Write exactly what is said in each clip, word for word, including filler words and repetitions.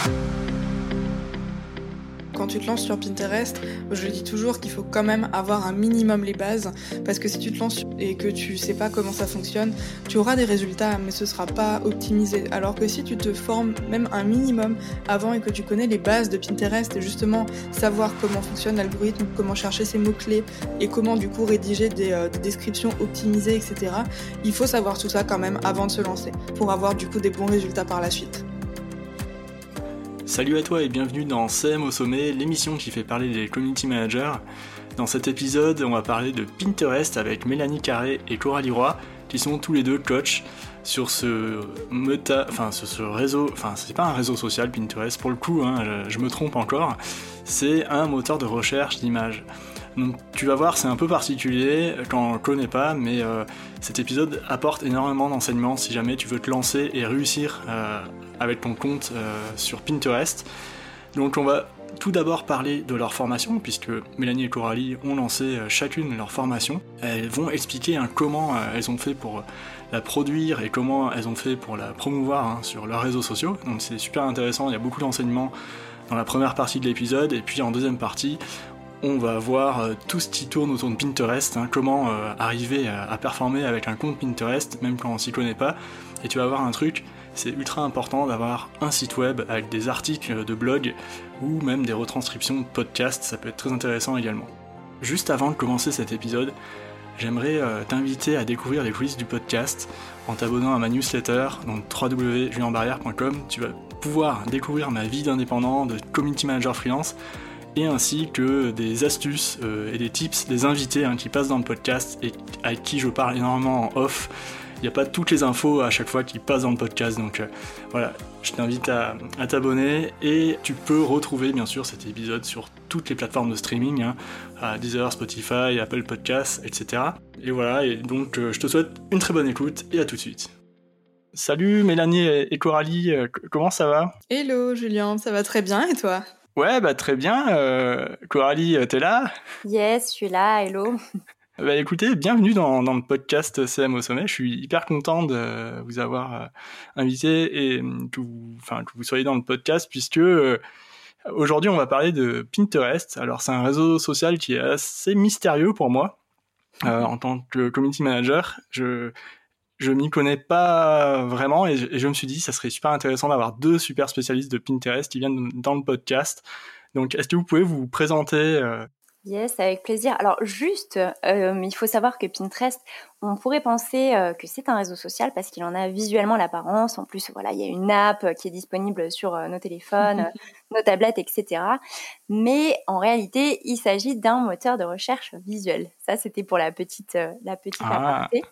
Quand tu te lances sur Pinterest, je dis toujours qu'il faut quand même avoir un minimum les bases, parce que si tu te lances et que tu sais pas comment ça fonctionne, tu auras des résultats, mais ce sera pas optimisé. Alors que si tu te formes même un minimum avant et que tu connais les bases de Pinterest, et justement savoir comment fonctionne l'algorithme, comment chercher ses mots-clés et comment du coup rédiger des, euh, des descriptions optimisées, et cetera, il faut savoir tout ça quand même avant de se lancer, pour avoir du coup des bons résultats par la suite. Salut à toi et bienvenue dans C M au sommet, l'émission qui fait parler des community managers. Dans cet épisode, on va parler de Pinterest avec Mélanie Carré et Coralie Roy, qui sont tous les deux coachs sur ce meta, enfin ce, ce réseau, enfin c'est pas un réseau social Pinterest pour le coup, hein, je, je me trompe encore, c'est un moteur de recherche d'images. Donc tu vas voir, c'est un peu particulier quand on ne connaît pas, mais euh, cet épisode apporte énormément d'enseignements si jamais tu veux te lancer et réussir euh, avec ton compte euh, sur Pinterest. Donc on va tout d'abord parler de leur formation, puisque Mélanie et Coralie ont lancé euh, chacune leur formation. Elles vont expliquer hein, comment euh, elles ont fait pour la produire et comment elles ont fait pour la promouvoir hein, sur leurs réseaux sociaux. Donc c'est super intéressant, il y a beaucoup d'enseignements dans la première partie de l'épisode, et puis en deuxième partie, on va voir euh, tout ce qui tourne autour de Pinterest, hein, comment euh, arriver à, à performer avec un compte Pinterest, même quand on s'y connaît pas. Et tu vas voir un truc, c'est ultra important d'avoir un site web avec des articles de blog ou même des retranscriptions de podcasts, ça peut être très intéressant également. Juste avant de commencer cet épisode, j'aimerais euh, t'inviter à découvrir les coulisses du podcast en t'abonnant à ma newsletter, donc w w w point julien barrière point com. Tu vas pouvoir découvrir ma vie d'indépendant, de community manager freelance, et ainsi que des astuces euh, et des tips des invités hein, qui passent dans le podcast et avec qui je parle énormément en off. Il n'y a pas toutes les infos à chaque fois qui passent dans le podcast, donc euh, voilà, je t'invite à, à t'abonner et tu peux retrouver bien sûr cet épisode sur toutes les plateformes de streaming, hein, à Deezer, Spotify, Apple Podcasts, et cetera. Et voilà, et donc euh, je te souhaite une très bonne écoute et à tout de suite. Salut Mélanie et Coralie, euh, comment ça va ? Hello Julien, ça va très bien et toi ? Ouais, bah très bien. Euh, Coralie, t'es là ? Yes, je suis là, hello. Bah écoutez, bienvenue dans, dans le podcast C M au sommet. Je suis hyper content de vous avoir euh, invité et que vous, enfin, que vous soyez dans le podcast puisque euh, aujourd'hui on va parler de Pinterest. Alors c'est un réseau social qui est assez mystérieux pour moi euh, en tant que community manager. Je je m'y connais pas vraiment et je, et je me suis dit ça serait super intéressant d'avoir deux super spécialistes de Pinterest qui viennent dans le podcast. Donc est-ce que vous pouvez vous présenter euh... Yes, avec plaisir. Alors juste, euh, il faut savoir que Pinterest, on pourrait penser euh, que c'est un réseau social parce qu'il en a visuellement l'apparence. En plus, voilà, il y a une app qui est disponible sur euh, nos téléphones, euh, nos tablettes, et cetera. Mais en réalité, il s'agit d'un moteur de recherche visuel. Ça, c'était pour la petite, euh, la petite ah. aparté.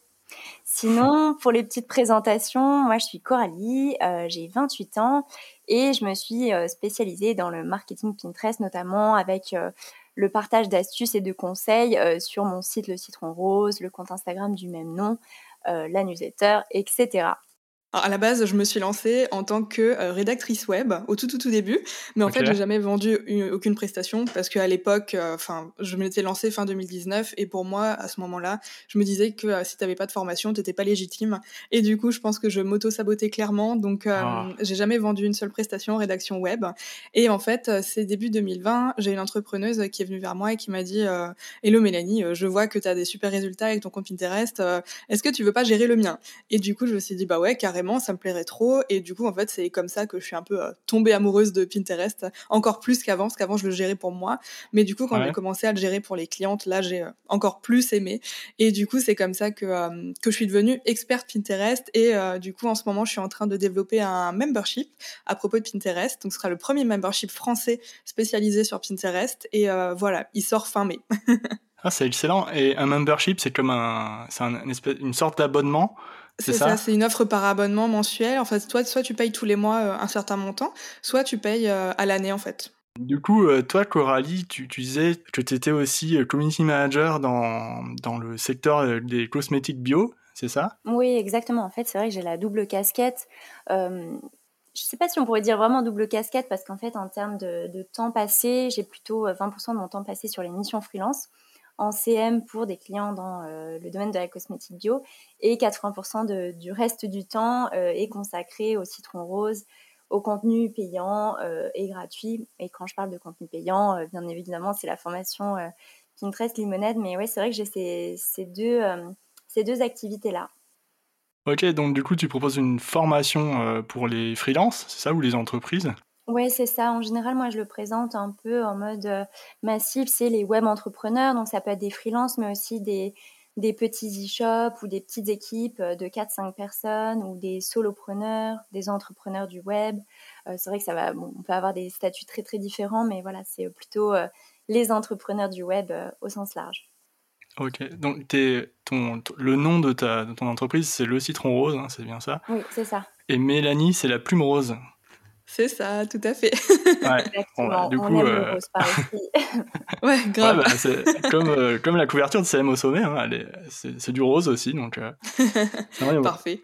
Sinon, pour les petites présentations, moi je suis Coralie, euh, j'ai vingt-huit ans et je me suis euh, spécialisée dans le marketing Pinterest, notamment avec euh, le partage d'astuces et de conseils euh, sur mon site Le Citron Rose, le compte Instagram du même nom, euh, la newsletter, et cetera. Alors, à la base, je me suis lancée en tant que euh, rédactrice web au tout tout tout début, mais en Ok. fait, j'ai jamais vendu une, aucune prestation parce qu'à l'époque, enfin, euh, je m'étais lancée fin deux mille dix-neuf et pour moi, à ce moment-là, je me disais que euh, si t'avais pas de formation, t'étais pas légitime. Et du coup, je pense que je m'auto-sabotais clairement, donc euh, Ah. j'ai jamais vendu une seule prestation en rédaction web. Et en fait, c'est début deux mille vingt, j'ai une entrepreneuse qui est venue vers moi et qui m'a dit euh, Hello Mélanie, je vois que t'as des super résultats avec ton compte Pinterest. Euh, est-ce que tu veux pas gérer le mien ? Et du coup, je me suis dit bah ouais, carrément. Ça me plairait trop et du coup en fait c'est comme ça que je suis un peu euh, tombée amoureuse de Pinterest, encore plus qu'avant parce qu'avant je le gérais pour moi, mais du coup quand Ouais. j'ai commencé à le gérer pour les clientes, là j'ai euh, encore plus aimé et du coup c'est comme ça que euh, que je suis devenue experte Pinterest et euh, du coup en ce moment je suis en train de développer un membership à propos de Pinterest, donc ce sera le premier membership français spécialisé sur Pinterest et euh, voilà, il sort fin mai. Ah, c'est excellent. Et un membership, c'est comme un, c'est un, une, espèce, une sorte d'abonnement, c'est, C'est ça, ça, c'est une offre par abonnement mensuel. En fait, toi, soit tu payes tous les mois euh, un certain montant, soit tu payes euh, à l'année, en fait. Du coup, euh, toi, Coralie, tu, tu disais que tu étais aussi euh, community manager dans, dans le secteur euh, des cosmétiques bio, c'est ça ? Oui, exactement. En fait, c'est vrai que j'ai la double casquette. Euh, je ne sais pas si on pourrait dire vraiment double casquette parce qu'en fait, en termes de, de temps passé, j'ai plutôt vingt pour cent de mon temps passé sur les missions freelance en C M pour des clients dans euh, le domaine de la cosmétique bio et quatre-vingts pour cent de, du reste du temps euh, est consacré au Citron Rose, au contenu payant euh, et gratuit. Et quand je parle de contenu payant, euh, bien évidemment, c'est la formation euh, Pinterest Limonade. Mais ouais, c'est vrai que j'ai ces, ces, deux, euh, ces deux activités-là. Ok, donc du coup, tu proposes une formation euh, pour les freelances, c'est ça, ou les entreprises? Ouais, c'est ça. En général, moi, je le présente un peu en mode euh, massif. C'est les web entrepreneurs. Donc, ça peut être des freelances, mais aussi des, des petits e-shops ou des petites équipes euh, de quatre cinq personnes ou des solopreneurs, des entrepreneurs du web. Euh, c'est vrai que ça va, bon, on peut avoir des statuts très, très différents, mais voilà, c'est plutôt euh, les entrepreneurs du web euh, au sens large. Ok, donc t'es, ton, t- le nom de, ta, de ton entreprise, c'est Le Citron Rose, hein, c'est bien ça. Oui, c'est ça. Et Mélanie, c'est la plume rose. C'est ça, tout à fait. Ouais, bon, bah, Exactement. du On coup, aime le euh, rose par ici. Ouais, ouais, grave. bah, c'est comme, euh, comme la couverture de C M au sommet, hein, elle est- c'est, c'est du rose aussi, donc euh, c'est vrai. Ouais. Parfait.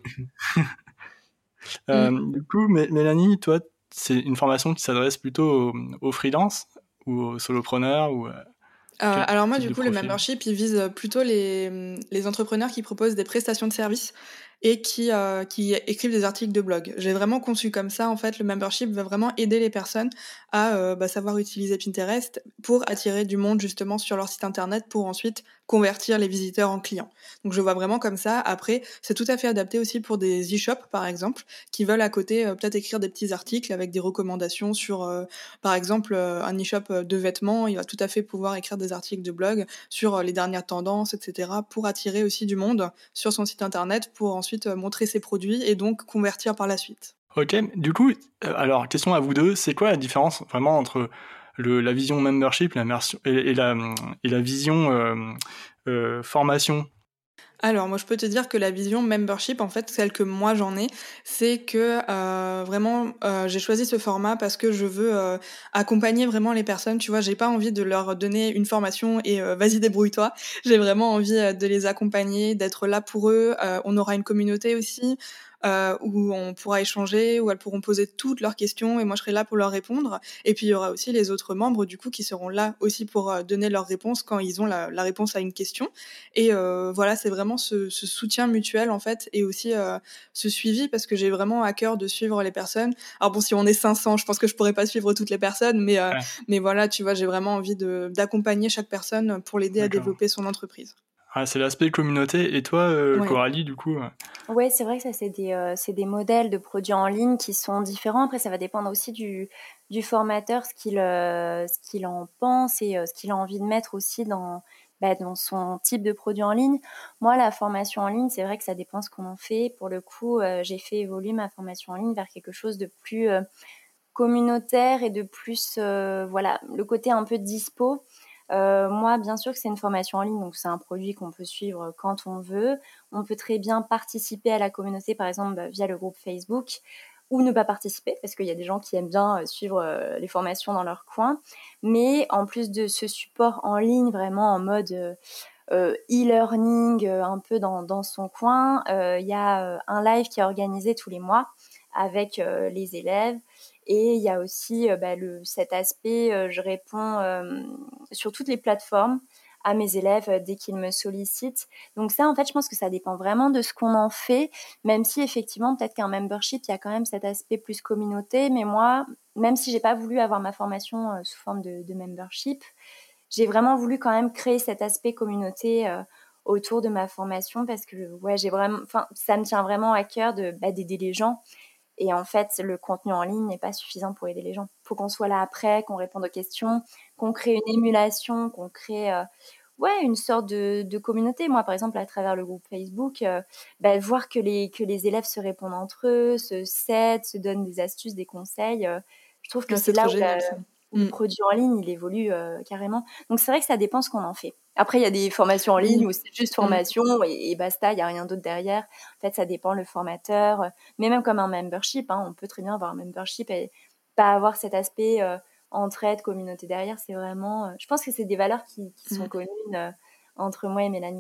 Euh, Mm. du coup, Mé- Mélanie, toi, c'est une formation qui s'adresse plutôt aux, aux freelances ou aux solopreneurs ou euh, Euh, quel alors moi, type du de coup, le profil? membership, il vise plutôt les, les entrepreneurs qui proposent des prestations de services et qui, euh, qui écrivent des articles de blog. J'ai vraiment conçu comme ça, en fait, le membership va vraiment aider les personnes à euh, bah, savoir utiliser Pinterest pour attirer du monde justement sur leur site internet pour ensuite convertir les visiteurs en clients. Donc je vois vraiment comme ça. Après, c'est tout à fait adapté aussi pour des e-shops, par exemple, qui veulent à côté euh, peut-être écrire des petits articles avec des recommandations sur, euh, par exemple, euh, un e-shop de vêtements, il va tout à fait pouvoir écrire des articles de blog sur euh, les dernières tendances, et cetera, pour attirer aussi du monde sur son site internet pour ensuite euh, montrer ses produits et donc convertir par la suite. Ok, du coup, euh, alors, question à vous deux, c'est quoi la différence vraiment entre le, la vision membership la mersion- et, et la, et la vision euh, euh, formation? Alors, moi, je peux te dire que la vision membership, en fait, celle que moi j'en ai, c'est que euh, vraiment, euh, j'ai choisi ce format parce que je veux euh, accompagner vraiment les personnes. Tu vois, j'ai pas envie de leur donner une formation et euh, vas-y débrouille-toi. J'ai vraiment envie euh, de les accompagner, d'être là pour eux. Euh, on aura une communauté aussi. Euh, où on pourra échanger, où elles pourront poser toutes leurs questions et moi je serai là pour leur répondre. Et puis il y aura aussi les autres membres du coup qui seront là aussi pour euh, donner leurs réponses quand ils ont la, la réponse à une question. Et euh, voilà, c'est vraiment ce, ce soutien mutuel en fait, et aussi euh, ce suivi parce que j'ai vraiment à cœur de suivre les personnes. Alors bon, si on est cinq cents, je pense que je pourrais pas suivre toutes les personnes, mais euh, Ouais, mais voilà, tu vois, j'ai vraiment envie de d'accompagner chaque personne pour l'aider à d'accord. développer son entreprise. Ah, c'est l'aspect communauté. Et toi, euh, Ouais. Coralie, du coup, euh, Ouais, c'est vrai que ça, c'est des, euh, c'est des modèles de produits en ligne qui sont différents. Après, ça va dépendre aussi du, du formateur, ce qu'il, euh, ce qu'il en pense et euh, ce qu'il a envie de mettre aussi dans, bah, dans son type de produit en ligne. Moi, la formation en ligne, c'est vrai que ça dépend ce qu'on en fait. Pour le coup, euh, j'ai fait évoluer ma formation en ligne vers quelque chose de plus euh, communautaire et de plus, euh, voilà, le côté un peu dispo. Euh, moi, bien sûr que c'est une formation en ligne, donc c'est un produit qu'on peut suivre quand on veut. On peut très bien participer à la communauté, par exemple, bah, via le groupe Facebook, ou ne pas participer, parce qu'il y a des gens qui aiment bien euh, suivre euh, les formations dans leur coin. Mais en plus de ce support en ligne, vraiment en mode euh, euh, e-learning, euh, un peu dans, dans son coin, euh, il y a euh, un live qui est organisé tous les mois avec euh, les élèves. Et il y a aussi euh, bah, le, cet aspect, euh, je réponds euh, sur toutes les plateformes à mes élèves euh, dès qu'ils me sollicitent. Donc ça, en fait, je pense que ça dépend vraiment de ce qu'on en fait, même si effectivement, peut-être qu'un membership, il y a quand même cet aspect plus communauté. Mais moi, même si j'ai pas voulu avoir ma formation euh, sous forme de, de membership, j'ai vraiment voulu quand même créer cet aspect communauté euh, autour de ma formation parce que ouais, j'ai vraiment, enfin, ça me tient vraiment à cœur de bah, d'aider les gens. Et en fait, le contenu en ligne n'est pas suffisant pour aider les gens. Il faut qu'on soit là après, qu'on réponde aux questions, qu'on crée une émulation, qu'on crée euh, ouais, une sorte de, de communauté. Moi, par exemple, à travers le groupe Facebook, euh, bah, voir que les, que les élèves se répondent entre eux, se s'aident, se donnent des astuces, des conseils, euh, je trouve que Ah, c'est c'est là trop où, la, génial ça. où le Mm. produit en ligne, il évolue euh, carrément. Donc, c'est vrai que ça dépend ce qu'on en fait. Après, il y a des formations en ligne Oui. où c'est juste Mm. formation et, et basta, il n'y a rien d'autre derrière. En fait, ça dépend le formateur. Mais même comme un membership, hein, on peut très bien avoir un membership et pas avoir cet aspect euh, entraide, communauté derrière. C'est vraiment... euh, je pense que c'est des valeurs qui, qui sont Mm. communes euh, entre moi et Mélanie, quoi.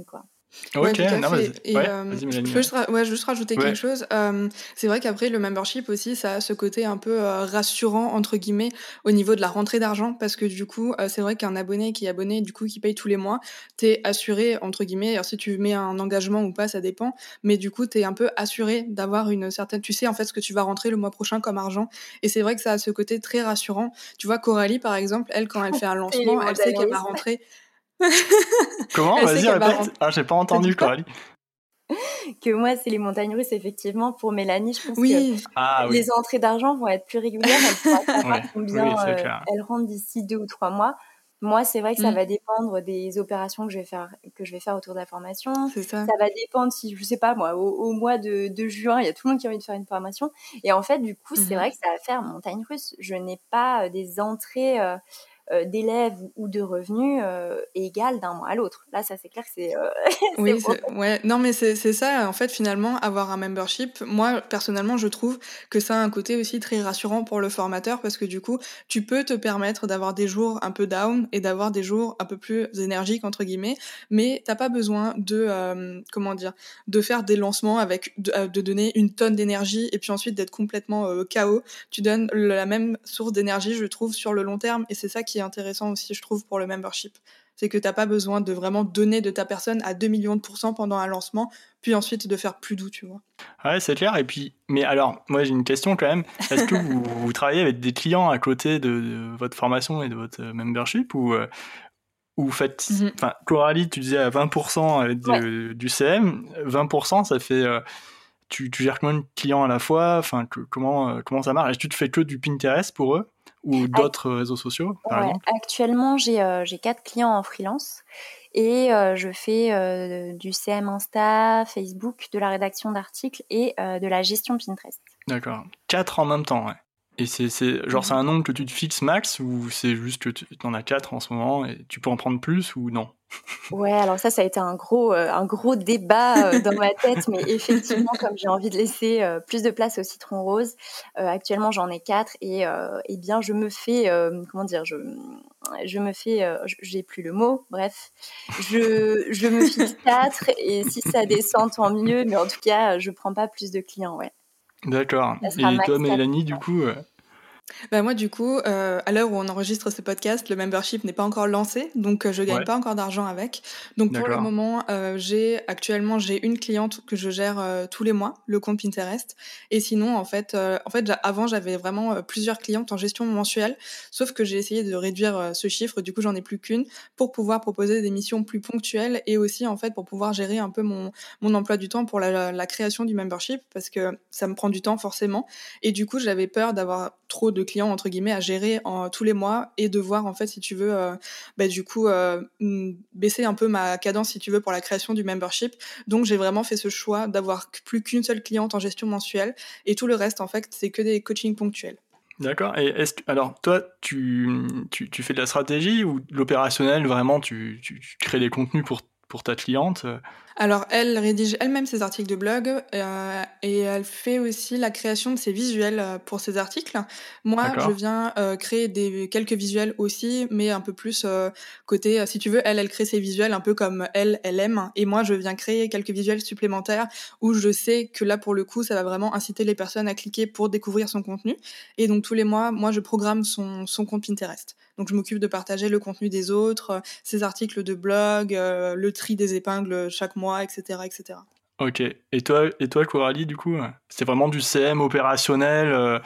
Ok, Ouais, tout à non, fait. vas-y. Et Ouais, euh, vas-y, je Mélanie. peux juste, ra- ouais, juste rajouter Ouais. quelque Ouais. chose. Euh, c'est vrai qu'après, le membership aussi, ça a ce côté un peu euh, rassurant, entre guillemets, au niveau de la rentrée d'argent, parce que du coup, euh, c'est vrai qu'un abonné qui est abonné, du coup, qui paye tous les mois, t'es assuré, entre guillemets, alors si tu mets un engagement ou pas, ça dépend, mais du coup, t'es un peu assuré d'avoir une certaine... Tu sais, en fait, ce que tu vas rentrer le mois prochain comme argent, et c'est vrai que ça a ce côté très rassurant. Tu vois, Coralie, par exemple, elle, quand elle fait un C'est les lancement, elle sait montagnes qu'elle va russes. rentrer... Comment? Elle sait Vas-y, qu'elle va répète. rentrer... Ah, j'ai pas T'as dit entendu, quoi? Coralie. Que moi, c'est les montagnes russes, effectivement. Pour Mélanie, je pense que Oui, Ah oui. les entrées d'argent vont être plus régulières. Elle pourra savoir Ouais, combien oui, c'est euh, clair. elle rentre d'ici deux ou trois mois. Moi, c'est vrai que ça Mm, va dépendre des opérations que je vais faire, que je vais faire autour de la formation. c'est ça. Ça va dépendre si, je sais pas moi, au, au mois de, de juin, il y a tout le monde qui a envie de faire une formation. Et en fait, du coup, c'est vrai Mhm. que ça va faire montagne russe. Je n'ai pas euh, des entrées euh, euh, d'élèves ou de revenus euh, égales d'un mois à l'autre. Là, ça, c'est clair que c'est euh, c'est Oui, pour c'est, ouais, non, mais c'est, c'est ça, en fait, finalement, avoir un membership, moi, personnellement, je trouve que ça a un côté aussi très rassurant pour le formateur parce que du coup, tu peux te permettre d'avoir des jours un peu down et d'avoir des jours un peu plus énergiques, entre guillemets, mais t'as pas besoin de, euh, comment dire, de faire des lancements avec, de, euh, de donner une tonne d'énergie et puis ensuite d'être complètement euh, K O. Tu donnes le- la même source d'énergie, je trouve, sur le long terme et c'est ça qui est intéressant aussi, je trouve, pour le membership. C'est que t'as pas besoin de vraiment donner de ta personne à deux millions de pourcents pendant un lancement, puis ensuite de faire plus doux, tu vois. Ouais, c'est clair. Et puis, mais alors, moi j'ai une question quand même. Est-ce que vous, vous travaillez avec des clients à côté de, de votre formation et de votre euh, membership ou, euh, ou vous faites, Mhm. enfin, Coralie, tu disais à vingt pour cent ouais. du, du C M, vingt pour cent ça fait, euh, tu, tu gères combien de clients à la fois? Enfin, que- comment, euh, comment ça marche? Est-ce que tu fais que du Pinterest pour eux ou d'autres réseaux sociaux, par Ouais, exemple? actuellement, j'ai euh, j'ai quatre clients en freelance et euh, je fais euh, du C M Insta, Facebook, de la rédaction d'articles et euh, de la gestion Pinterest. D'accord. Quatre en même temps, ouais. Et c'est, c'est, genre, c'est Mhm. un nombre que tu te fixes max ou c'est juste que tu en as quatre en ce moment et tu peux en prendre plus ou non? Ouais, alors ça, ça a été un gros, euh, un gros débat euh, dans ma tête, mais effectivement, comme j'ai envie de laisser euh, plus de place au citron rose, euh, actuellement j'en ai quatre et euh, eh bien je me fais, euh, comment dire, je, je me fais, euh, j- j'ai plus le mot, bref, je, je me fixe quatre et si ça descend tant mieux, mais en tout cas, je prends pas plus de clients, ouais. D'accord. Ça sera Et max toi, quatre. Mélanie, du coup, euh, Bah moi du coup, euh, à l'heure où on enregistre ce podcast, le membership n'est pas encore lancé, donc euh, je gagne ouais, pas encore d'argent avec. Donc pour le d'accord. moment, euh, j'ai actuellement j'ai une cliente que je gère euh, tous les mois, le compte Pinterest. Et sinon en fait, euh, en fait j'a- avant j'avais vraiment euh, plusieurs clientes en gestion mensuelle, sauf que j'ai essayé de réduire euh, ce chiffre. Du coup j'en ai plus qu'une pour pouvoir proposer des missions plus ponctuelles et aussi en fait pour pouvoir gérer un peu mon mon emploi du temps pour la, la création du membership parce que ça me prend du temps forcément. Et du coup, j'avais peur d'avoir trop de clients entre guillemets à gérer en, tous les mois et de voir en fait si tu veux euh, bah, du coup euh, mm, baisser un peu ma cadence si tu veux pour la création du membership. Donc j'ai vraiment fait ce choix d'avoir plus qu'une seule cliente en gestion mensuelle et tout le reste en fait c'est que des coachings ponctuels. D'accord. Et est-ce que, alors, toi, tu, tu, tu fais de la stratégie ou de l'opérationnel, vraiment, tu, tu, tu crées des contenus pour, pour ta cliente? euh, Alors, elle rédige elle-même ses articles de blog euh, et elle fait aussi la création de ses visuels euh, pour ses articles. Moi, je D'accord. viens euh, créer des quelques visuels aussi, mais un peu plus euh, côté, euh, si tu veux, elle, elle crée ses visuels un peu comme elle, elle aime, et moi, je viens créer quelques visuels supplémentaires où je sais que là, pour le coup, ça va vraiment inciter les personnes à cliquer pour découvrir son contenu. Et donc, tous les mois, moi, je programme son, son compte Pinterest. Donc, je m'occupe de partager le contenu des autres, ses articles de blog, euh, le tri des épingles chaque mois, et cetera, et cetera. Ok. Et toi, et toi, Coralie, du coup, euh, c'est vraiment du C M opérationnel, euh,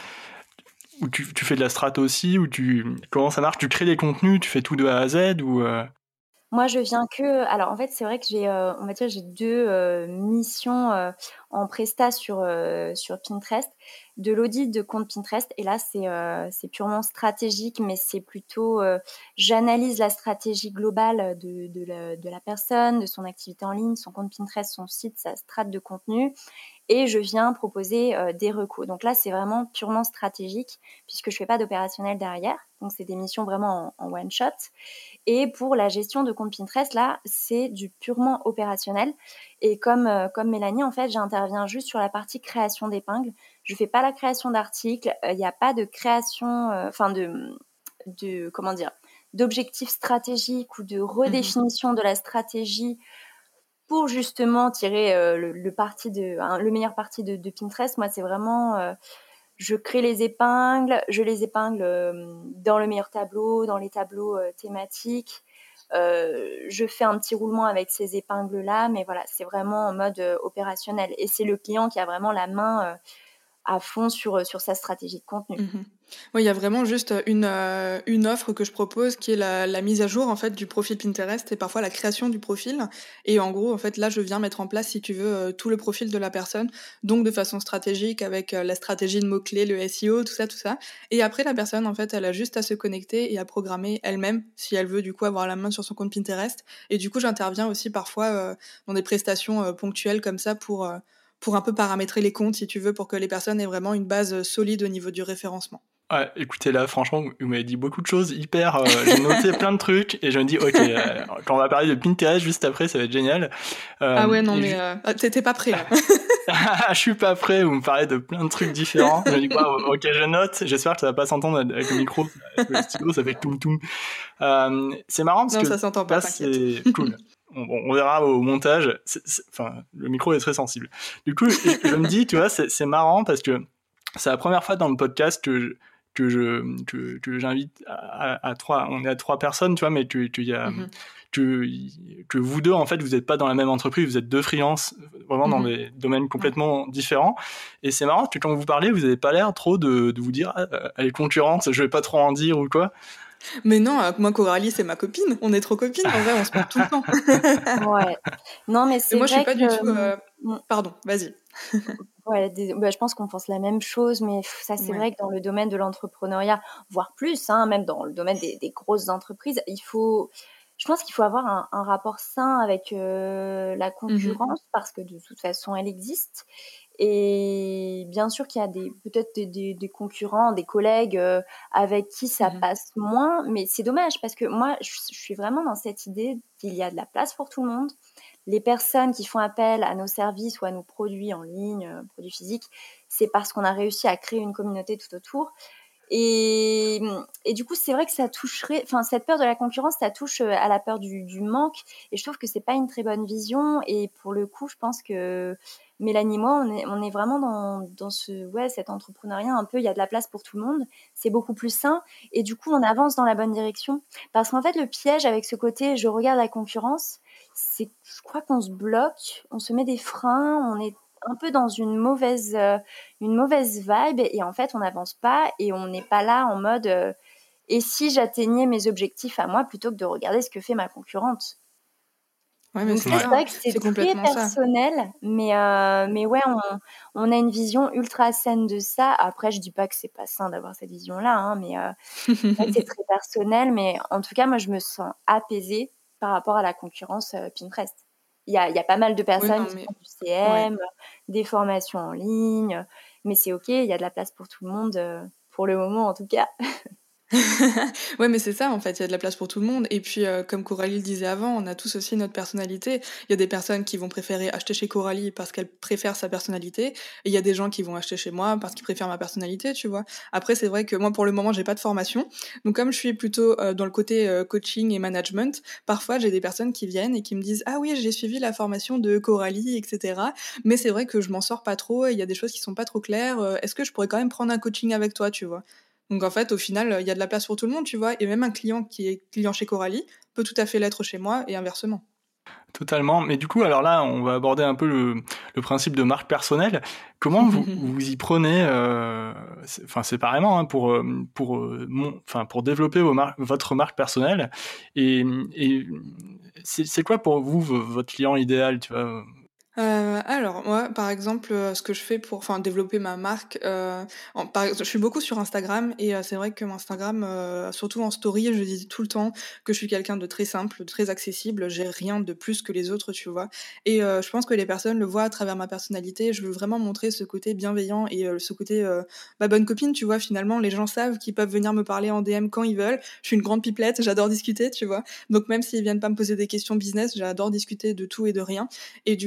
où tu, tu fais de la strat aussi, ou tu, comment ça marche? Tu crées des contenus, tu fais tout de A à Z, ou, euh, Moi, je viens que. Alors, en fait, c'est vrai que j'ai, euh, on va dire, j'ai deux euh, missions euh, en presta sur euh, sur Pinterest, de l'audit de compte Pinterest. Et là, c'est euh, c'est purement stratégique, mais c'est plutôt, euh, j'analyse la stratégie globale de de la, de la personne, de son activité en ligne, son compte Pinterest, son site, sa strate de contenu. Et je viens proposer euh, des recos. Donc là, c'est vraiment purement stratégique puisque je fais pas d'opérationnel derrière. Donc c'est des missions vraiment en, en one shot. Et pour la gestion de compte Pinterest, là, c'est du purement opérationnel. Et comme, euh, comme Mélanie, en fait, j'interviens juste sur la partie création d'épingles. Je fais pas la création d'articles. Il euh, n'y a pas de création, enfin euh, de, de, comment dire, d'objectifs stratégiques ou de Mhm. redéfinition de la stratégie pour justement tirer euh, le, le, parti de, hein, le meilleur parti de, de Pinterest, moi, c'est vraiment... Euh, je crée les épingles, je les épingle euh, dans le meilleur tableau, dans les tableaux euh, thématiques. Euh, je fais un petit roulement avec ces épingles-là, mais voilà, c'est vraiment en mode euh, opérationnel. Et c'est le client qui a vraiment la main euh, à fond sur, sur sa stratégie de contenu. Mmh. Oui, il y a vraiment juste une, euh, une offre que je propose qui est la, la mise à jour en fait du profil Pinterest et parfois la création du profil. Et en gros, en fait, là, je viens mettre en place, si tu veux, euh, tout le profil de la personne, donc de façon stratégique avec euh, la stratégie de mots-clés, le S E O, tout ça, tout ça. Et après, la personne, en fait, elle a juste à se connecter et à programmer elle-même si elle veut du coup avoir la main sur son compte Pinterest. Et du coup, j'interviens aussi parfois euh, dans des prestations euh, ponctuelles comme ça pour, euh, pour un peu paramétrer les comptes, si tu veux, pour que les personnes aient vraiment une base solide au niveau du référencement. Ouais, écoutez là, franchement, vous m'avez dit beaucoup de choses hyper. Euh, j'ai noté plein de trucs et je me dis, ok, euh, quand on va parler de Pinterest juste après, ça va être génial. Euh, ah ouais, non, mais je... euh, t'étais pas prêt là. Je suis pas prêt, vous me parlez de plein de trucs différents. Je me dis, wow, ok, je note. J'espère que ça va pas s'entendre avec le micro, avec le stylo, ça fait toum toum. Euh, c'est marrant parce non, que ça s'entend pas, là, c'est cool. On, on verra au montage. C'est, c'est... Enfin, le micro est très sensible. Du coup, je me dis, tu vois, c'est, c'est marrant parce que c'est la première fois dans le podcast que je, que je que, que j'invite à, à, à trois, on est à trois personnes, tu vois, mais que que y a mm-hmm. que que vous deux en fait vous êtes pas dans la même entreprise, vous êtes deux freelances vraiment mm-hmm. dans des domaines complètement mm-hmm. différents. Et c'est marrant que quand vous parlez, vous avez pas l'air trop de de vous dire ah, elle est concurrente, je vais pas trop en dire ou quoi. Mais non, moi Coralie c'est ma copine, on est trop copines, en vrai on se parle tout le temps. Ouais. Non mais c'est et moi vrai je suis pas que... du tout. Euh... Pardon, vas-y. Ouais, des... bah, je pense qu'on pense la même chose, mais ça c'est ouais. vrai que dans le domaine de l'entrepreneuriat, voire plus, hein, même dans le domaine des, des grosses entreprises, il faut, je pense qu'il faut avoir un, un rapport sain avec euh, la concurrence mm-hmm. parce que de toute façon elle existe. Et bien sûr qu'il y a des, peut-être des, des, des concurrents, des collègues euh, avec qui ça mmh. passe moins, mais c'est dommage parce que moi, je, je suis vraiment dans cette idée qu'il y a de la place pour tout le monde. Les personnes qui font appel à nos services ou à nos produits en ligne, euh, produits physiques, c'est parce qu'on a réussi à créer une communauté tout autour. Et, et du coup, c'est vrai que ça toucherait, enfin, cette peur de la concurrence, ça touche à la peur du, du manque. Et je trouve que c'est pas une très bonne vision. Et pour le coup, je pense que Mélanie et moi, on est, on est vraiment dans, dans ce, ouais, cet entrepreneuriat un peu, il y a de la place pour tout le monde. C'est beaucoup plus sain. Et du coup, on avance dans la bonne direction. Parce qu'en fait, le piège avec ce côté, je regarde la concurrence, c'est, je crois qu'on se bloque, on se met des freins, on est un peu dans une mauvaise, euh, une mauvaise vibe et en fait on n'avance pas et on n'est pas là en mode euh, et si j'atteignais mes objectifs à moi plutôt que de regarder ce que fait ma concurrente. Ouais, mais donc c'est, c'est vrai que c'est, c'est très personnel ça. mais, euh, mais ouais on, on a une vision ultra saine de ça. Après je dis pas que c'est pas sain d'avoir cette vision là hein, mais euh, ouais, c'est très personnel mais en tout cas moi je me sens apaisée par rapport à la concurrence euh, Pinterest. Il y, a, il y a pas mal de personnes oui, non, mais... qui font du C M, ouais. des formations en ligne, mais c'est ok, il y a de la place pour tout le monde, euh, pour le moment en tout cas. Ouais, mais c'est ça en fait, il y a de la place pour tout le monde. Et puis, euh, comme Coralie le disait avant, on a tous aussi notre personnalité. Il y a des personnes qui vont préférer acheter chez Coralie parce qu'elles préfèrent sa personnalité. Et il y a des gens qui vont acheter chez moi parce qu'ils préfèrent ma personnalité, tu vois. Après, c'est vrai que moi, pour le moment, j'ai pas de formation. Donc, comme je suis plutôt euh, dans le côté euh, coaching et management, parfois, j'ai des personnes qui viennent et qui me disent « Ah oui, j'ai suivi la formation de Coralie, et cetera. Mais c'est vrai que je m'en sors pas trop et il y a des choses qui sont pas trop claires. Euh, est-ce que je pourrais quand même prendre un coaching avec toi, tu vois ?» Donc en fait, au final, il y a de la place pour tout le monde, tu vois, et même un client qui est client chez Coralie peut tout à fait l'être chez moi et inversement. Totalement. Mais du coup, alors là, on va aborder un peu le, le principe de marque personnelle. Comment vous, vous y prenez, euh, c'est, enfin séparément, hein, pour pour mon, enfin pour développer vos mar- votre marque personnelle et, et c'est, c'est quoi pour vous votre client idéal, tu vois? Euh, alors moi par exemple euh, ce que je fais pour enfin développer ma marque euh, en, par, je suis beaucoup sur Instagram et euh, c'est vrai que mon Instagram euh, surtout en story je dis tout le temps que je suis quelqu'un de très simple, de très accessible, j'ai rien de plus que les autres tu vois et euh, je pense que les personnes le voient à travers ma personnalité, je veux vraiment montrer ce côté bienveillant et euh, ce côté euh, bah, bonne copine tu vois, finalement les gens savent qu'ils peuvent venir me parler en D M quand ils veulent, je suis une grande pipelette, j'adore discuter tu vois, donc même s'ils viennent pas me poser des questions business, j'adore discuter de tout et de rien et du coup je pense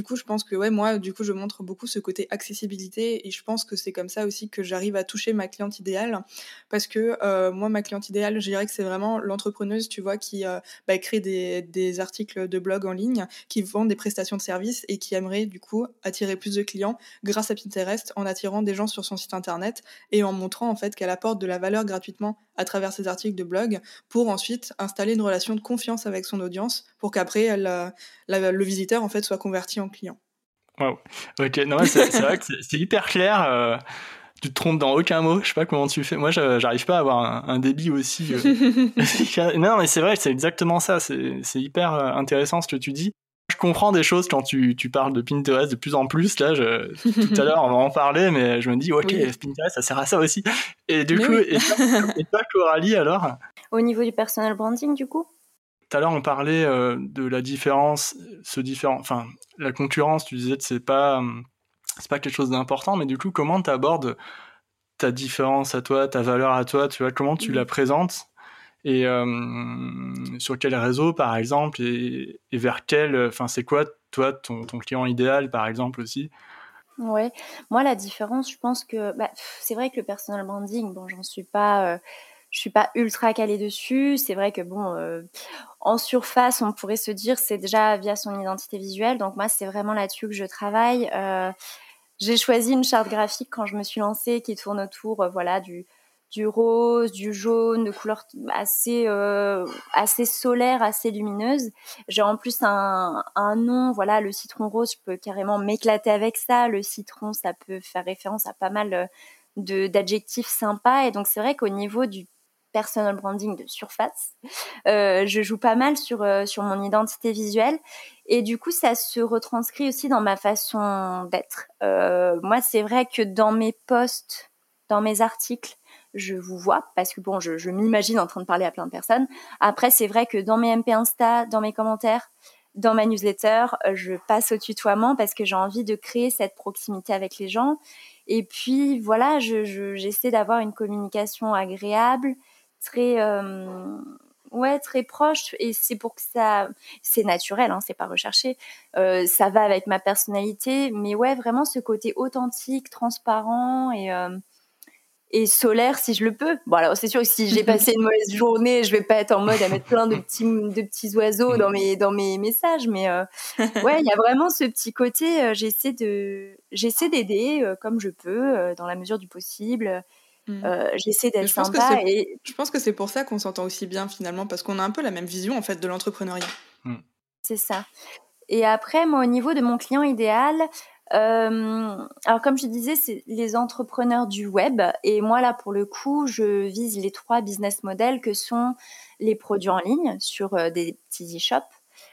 pense que ouais, moi, du coup, je montre beaucoup ce côté accessibilité et je pense que c'est comme ça aussi que j'arrive à toucher ma cliente idéale parce que euh, moi, ma cliente idéale, je dirais que c'est vraiment l'entrepreneuse, tu vois, qui euh, bah, crée des, des articles de blog en ligne, qui vend des prestations de services et qui aimerait du coup attirer plus de clients grâce à Pinterest en attirant des gens sur son site internet et en montrant en fait qu'elle apporte de la valeur gratuitement à travers ses articles de blog pour ensuite installer une relation de confiance avec son audience pour qu'après elle, euh, la, le visiteur en fait soit converti en client. Wow. Ok, non, c'est, c'est vrai que c'est, c'est hyper clair. Euh, tu te trompes dans aucun mot. Je sais pas comment tu fais. Moi, je, j'arrive pas à avoir un, un débit aussi. Euh... non, mais c'est vrai, c'est exactement ça. C'est, c'est hyper intéressant ce que tu dis. Je comprends des choses quand tu, tu parles de Pinterest de plus en plus. Là, je, tout à l'heure, on va en parler, mais je me dis, ok, oui. Pinterest, ça sert à ça aussi. Et du mais coup, oui. et, toi, et toi, Coralie, alors ? Au niveau du personal branding, du coup ? Tout à l'heure, on parlait euh, de la différence, ce différent, enfin, la concurrence. Tu disais que c'est pas, c'est pas quelque chose d'important, mais du coup, comment tu abordes ta différence à toi, ta valeur à toi, tu vois, comment tu mmh. la présentes et euh, sur quel réseau, par exemple, et, et vers quel, enfin, c'est quoi, toi, ton, ton client idéal, par exemple, aussi ? Ouais, moi, la différence, je pense que, bah, c'est vrai que le personal branding, bon, j'en suis pas... Euh, je suis pas ultra calée dessus. C'est vrai que bon, euh, en surface, on pourrait se dire c'est déjà via son identité visuelle. Donc moi, c'est vraiment là-dessus que je travaille. Euh, j'ai choisi une charte graphique quand je me suis lancée qui tourne autour, euh, voilà, du du rose, du jaune, de couleurs assez euh, assez solaires, assez lumineuses. J'ai en plus un un nom, voilà, le citron rose. Je peux carrément m'éclater avec ça. Le citron, ça peut faire référence à pas mal de d'adjectifs sympas. Et donc c'est vrai qu'au niveau du personal branding de surface. Euh, je joue pas mal sur, euh, sur mon identité visuelle et du coup, ça se retranscrit aussi dans ma façon d'être. Euh, moi, c'est vrai que dans mes posts, dans mes articles, je vous vois parce que bon, je, je m'imagine en train de parler à plein de personnes. Après, c'est vrai que dans mes M P Insta, dans mes commentaires, dans ma newsletter, je passe au tutoiement parce que j'ai envie de créer cette proximité avec les gens. Et puis, voilà, je, je, j'essaie d'avoir une communication agréable, très euh, ouais très proche et c'est pour que ça c'est naturel hein, c'est pas recherché euh, ça va avec ma personnalité mais ouais vraiment ce côté authentique transparent et euh, et solaire si je le peux. Bon alors c'est sûr que si j'ai passé une mauvaise journée je vais pas être en mode à mettre plein de petits de petits oiseaux dans mes dans mes messages mais euh, ouais il y a vraiment ce petit côté euh, j'essaie de j'essaie d'aider euh, comme je peux euh, dans la mesure du possible. Mmh. Euh, j'essaie d'être je pense sympa que et je pense que c'est pour ça qu'on s'entend aussi bien finalement parce qu'on a un peu la même vision en fait de l'entrepreneuriat. Mmh. C'est ça. Et après moi au niveau de mon client idéal, euh, alors comme je disais c'est les entrepreneurs du web et moi là pour le coup je vise les trois business models que sont les produits en ligne sur euh, des petits e-shops.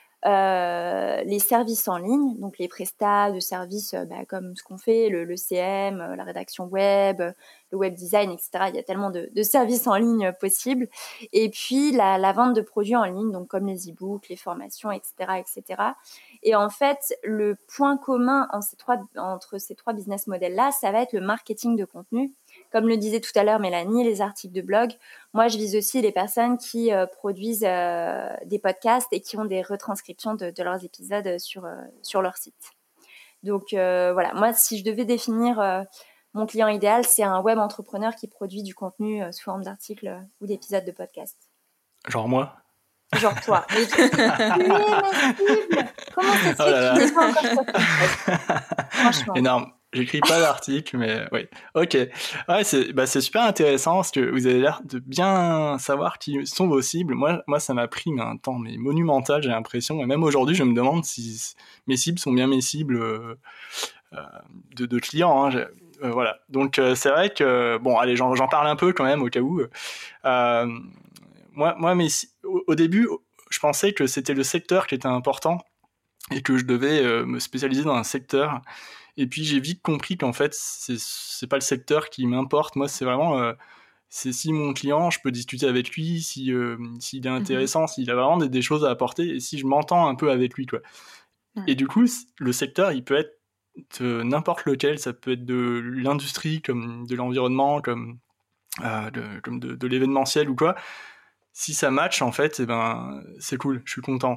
Euh, les services en ligne, donc les prestats de services euh, bah, comme ce qu'on fait, le, le C M, euh, la rédaction web, euh, le web design, et cetera. Il y a tellement de, de services en ligne possibles. Et puis la, la vente de produits en ligne, donc comme les e-books, les formations, et cetera, et cetera. Et en fait, le point commun en ces trois, entre ces trois business models-là, ça va être le marketing de contenu. Comme le disait tout à l'heure Mélanie, les articles de blog. Moi, je vise aussi les personnes qui euh, produisent euh, des podcasts et qui ont des retranscriptions de, de leurs épisodes sur, euh, sur leur site. Donc, euh, voilà. Moi, si je devais définir euh, mon client idéal, c'est un web entrepreneur qui produit du contenu euh, sous forme d'articles euh, ou d'épisodes de podcast. Genre moi ? Genre toi. Mais tu es ma cible. Comment ça se fait que tu n'es pas encore sur podcast ? Franchement. Énorme. J'écris pas d'article, mais oui. Ok. Ouais, c'est, bah, c'est super intéressant parce que vous avez l'air de bien savoir qui sont vos cibles. Moi, moi ça m'a pris mais, un temps mais monumental, j'ai l'impression. Et même aujourd'hui, je me demande si mes cibles sont bien mes cibles euh, euh, de, de clients. Hein. Euh, voilà. Donc, euh, c'est vrai que, bon, allez, j'en, j'en parle un peu quand même au cas où. Euh, moi, moi mes, au, au début, je pensais que c'était le secteur qui était important et que je devais euh, me spécialiser dans un secteur. Et puis j'ai vite compris qu'en fait c'est c'est pas le secteur qui m'importe. Moi c'est vraiment euh, c'est si mon client je peux discuter avec lui, si euh, s'il est intéressant, mm-hmm. s'il a vraiment des, des choses à apporter et si je m'entends un peu avec lui quoi. Ouais. Et du coup le secteur il peut être de n'importe lequel, ça peut être de l'industrie comme de l'environnement comme euh, de, comme de, de l'événementiel ou quoi. Si ça match en fait, eh ben c'est cool, je suis content.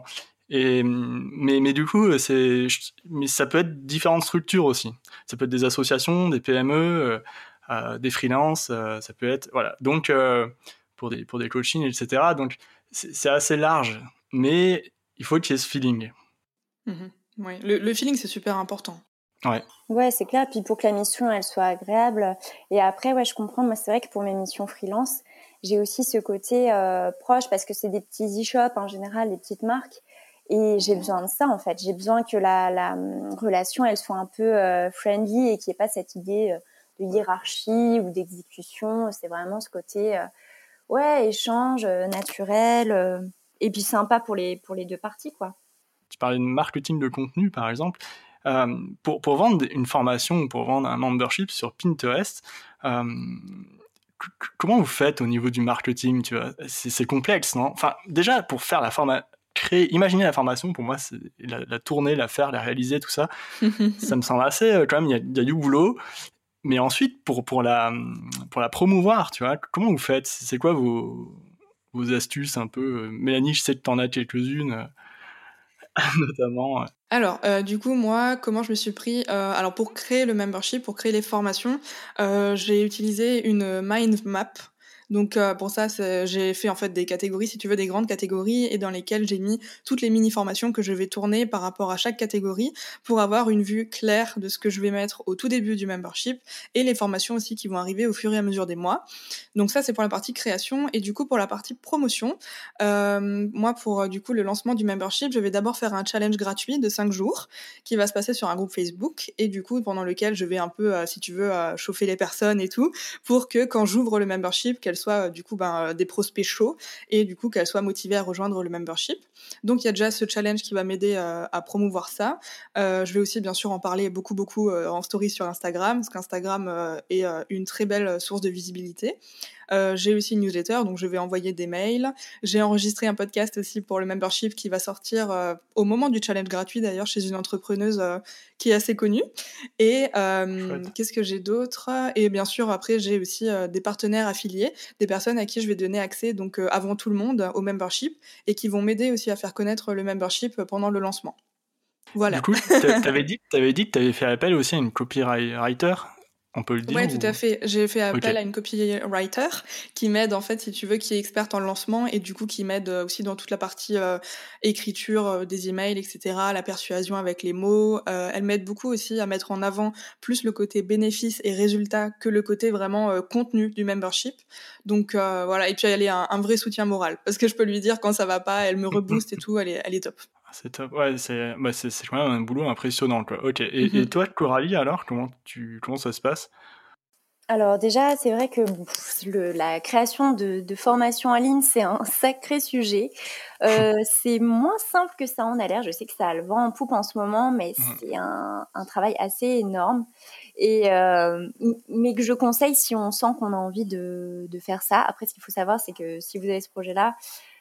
Et, mais, mais du coup, c'est, mais ça peut être différentes structures aussi. Ça peut être des associations, des P M E, euh, euh, des freelances, euh, ça peut être... Voilà. Donc, euh, pour, des, pour des coachings, et cetera. Donc, c'est, c'est assez large. Mais il faut qu'il y ait ce feeling. Mmh. Oui, le, le feeling, c'est super important. Ouais. Ouais, c'est clair. Puis pour que la mission, elle soit agréable. Et après, ouais, je comprends. Moi, c'est vrai que pour mes missions freelance, j'ai aussi ce côté euh, proche parce que c'est des petits e-shops en général, des petites marques. Et j'ai besoin de ça, en fait. J'ai besoin que la, la hum, relation, elle soit un peu euh, friendly et qu'il n'y ait pas cette idée euh, de hiérarchie ou d'exécution. C'est vraiment ce côté, euh, ouais, échange euh, naturel euh, et puis sympa pour les, pour les deux parties, quoi. Tu parlais de marketing de contenu, par exemple. Euh, pour, pour vendre une formation ou pour vendre un membership sur Pinterest, euh, c- comment vous faites au niveau du marketing, tu vois? C'est, c'est complexe, non? Enfin, déjà, pour faire la formation, créer, imaginer la formation, pour moi, c'est la, la tourner, la faire, la réaliser, tout ça, ça me semble assez, euh, quand même, il y a, il y a du boulot. Mais ensuite, pour, pour, la, pour la promouvoir, tu vois, comment vous faites? C'est quoi vos, vos astuces un peu? Mélanie, je sais que t'en as quelques-unes, notamment. Alors, euh, du coup, moi, comment je me suis pris euh, Alors, pour créer le membership, pour créer les formations, euh, j'ai utilisé une mind map. Donc, euh, pour ça, c'est- j'ai fait en fait des catégories, si tu veux, des grandes catégories, et dans lesquelles j'ai mis toutes les mini-formations que je vais tourner par rapport à chaque catégorie pour avoir une vue claire de ce que je vais mettre au tout début du membership et les formations aussi qui vont arriver au fur et à mesure des mois. Donc ça, c'est pour la partie création. Et du coup, pour la partie promotion, euh, moi, pour euh, du coup le lancement du membership, je vais d'abord faire un challenge gratuit de cinq jours qui va se passer sur un groupe Facebook et du coup pendant lequel je vais un peu, euh, si tu veux, euh, chauffer les personnes et tout pour que quand j'ouvre le membership, qu'elles soient euh, du coup ben, euh, des prospects chauds et du coup qu'elles soient motivées à rejoindre le membership. Donc il y a déjà ce challenge qui va m'aider euh, à promouvoir ça. Euh, je vais aussi bien sûr en parler beaucoup beaucoup euh, en story sur Instagram parce qu'Instagram euh, est euh, une très belle source de visibilité. Euh, j'ai aussi une newsletter, donc je vais envoyer des mails. J'ai enregistré un podcast aussi pour le membership qui va sortir euh, au moment du challenge gratuit d'ailleurs chez une entrepreneuse euh, qui est assez connue. Et euh, qu'est-ce que j'ai d'autre? Et bien sûr après j'ai aussi euh, des partenaires affiliés, des personnes à qui je vais donner accès donc euh, avant tout le monde au membership et qui vont m'aider aussi à faire connaître le membership pendant le lancement. Voilà. Du coup, t'avais dit, t'avais dit que t'avais fait appel aussi à une copywriter, on peut le dire? Ouais, ou... tout à fait. J'ai fait appel okay. à une copywriter qui m'aide, en fait, si tu veux, qui est experte en lancement et du coup qui m'aide aussi dans toute la partie euh, écriture euh, des emails, et cetera, la persuasion avec les mots. Euh, elle m'aide beaucoup aussi à mettre en avant plus le côté bénéfice et résultat que le côté vraiment euh, contenu du membership. Donc euh, voilà, et puis elle est un, un vrai soutien moral parce que je peux lui dire quand ça va pas, elle me rebooste et tout, elle est, elle est top. C'est top, ouais, c'est, bah c'est, c'est quand même un boulot impressionnant, quoi. Ok, et, Mm-hmm. et toi, Coralie, alors, comment, tu, comment ça se passe? Alors déjà, c'est vrai que pff, le, la création de, de formations en ligne, c'est un sacré sujet. Euh, c'est moins simple que ça en a l'air. Je sais que ça a le vent en poupe en ce moment, mais c'est un, un travail assez énorme. Et euh, mais que je conseille si on sent qu'on a envie de, de faire ça. Après, ce qu'il faut savoir, c'est que si vous avez ce projet-là,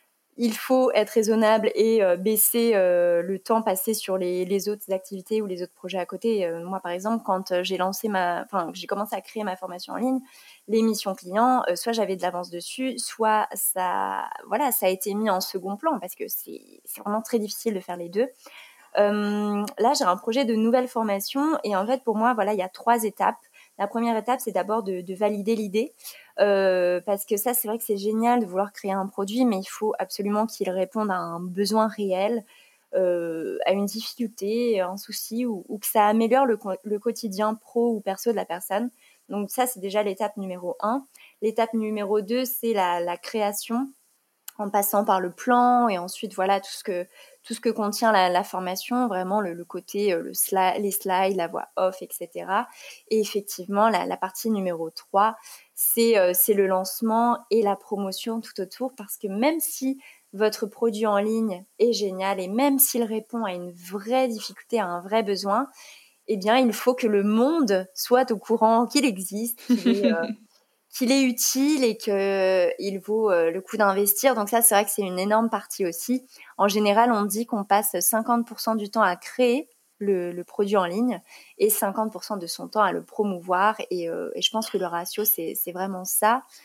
il faut être raisonnable et euh, baisser euh, le temps passé sur les, les autres activités ou les autres projets à côté. Euh, moi, par exemple, quand euh, j'ai lancé ma, enfin, j'ai commencé à créer ma formation en ligne, les missions clients, euh, soit j'avais de l'avance dessus, soit ça, voilà, ça a été mis en second plan parce que c'est, c'est vraiment très difficile de faire les deux. Euh, là, j'ai un projet de nouvelle formation et en fait, pour moi, voilà, il y a trois étapes. La première étape, c'est d'abord de, de valider l'idée, euh, parce que ça, c'est vrai que c'est génial de vouloir créer un produit, mais il faut absolument qu'il réponde à un besoin réel, euh, à une difficulté, un souci, ou, ou que ça améliore le, le quotidien pro ou perso de la personne. Donc ça, c'est déjà l'étape numéro un. L'étape numéro deux, c'est la, la création, en passant par le plan et ensuite voilà tout ce que tout ce que contient la, la formation, vraiment le, le côté le sli- les slides, la voix off, et cetera. Et effectivement la, la partie numéro trois, c'est euh, c'est le lancement et la promotion tout autour, parce que même si votre produit en ligne est génial et même s'il répond à une vraie difficulté, à un vrai besoin, eh bien il faut que le monde soit au courant qu'il existe, qu'il est euh, qu'il est utile et qu'il vaut euh, le coup d'investir. Donc ça, c'est vrai que c'est une énorme partie aussi. En général, on dit qu'on passe cinquante pour cent du temps à créer le, le produit en ligne et cinquante pour cent de son temps à le promouvoir. Et, euh, et je pense que le ratio, c'est, c'est vraiment ça.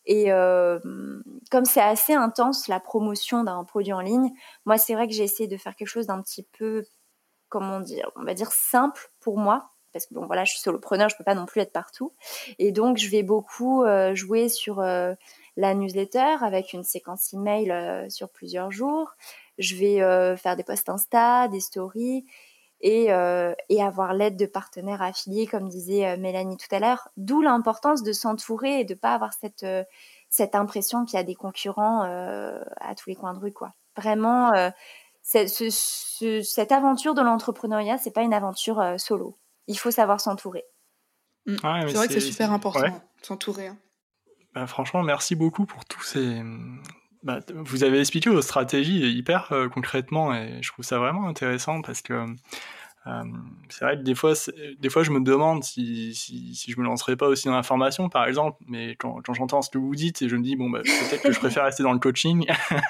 Et euh, comme c'est assez intense la promotion d'un produit en ligne, moi c'est vrai que j'ai essayé de faire quelque chose d'un petit peu, comment dire, on va dire simple pour moi, parce que bon voilà, je suis solopreneur, je peux pas non plus être partout, et donc je vais beaucoup euh, jouer sur euh, la newsletter avec une séquence email euh, sur plusieurs jours. Je vais euh, faire des posts Insta, des stories, et, euh, et avoir l'aide de partenaires affiliés, comme disait euh, Mélanie tout à l'heure. D'où l'importance de s'entourer et de pas avoir cette euh, cette impression qu'il y a des concurrents euh, à tous les coins de rue, quoi. Vraiment. Euh, c'est- ce- ce- cette aventure de l'entrepreneuriat, c'est pas une aventure euh, solo. Il faut savoir s'entourer. Mm. Ouais, mais C'est vrai que c'est c'est, super c'est- important, ouais. hein, de s'entourer. hein. Bah, franchement, merci beaucoup pour tous ces. Bah, t- vous avez expliqué vos stratégies hyper euh, concrètement et je trouve ça vraiment intéressant parce que euh, c'est vrai que des fois, c'est- des fois, je me demande si, si, si je me lancerais pas aussi dans la formation, par exemple. Mais quand, quand j'entends ce que vous dites, et je me dis bon, bah, peut-être que je préfère rester dans le coaching.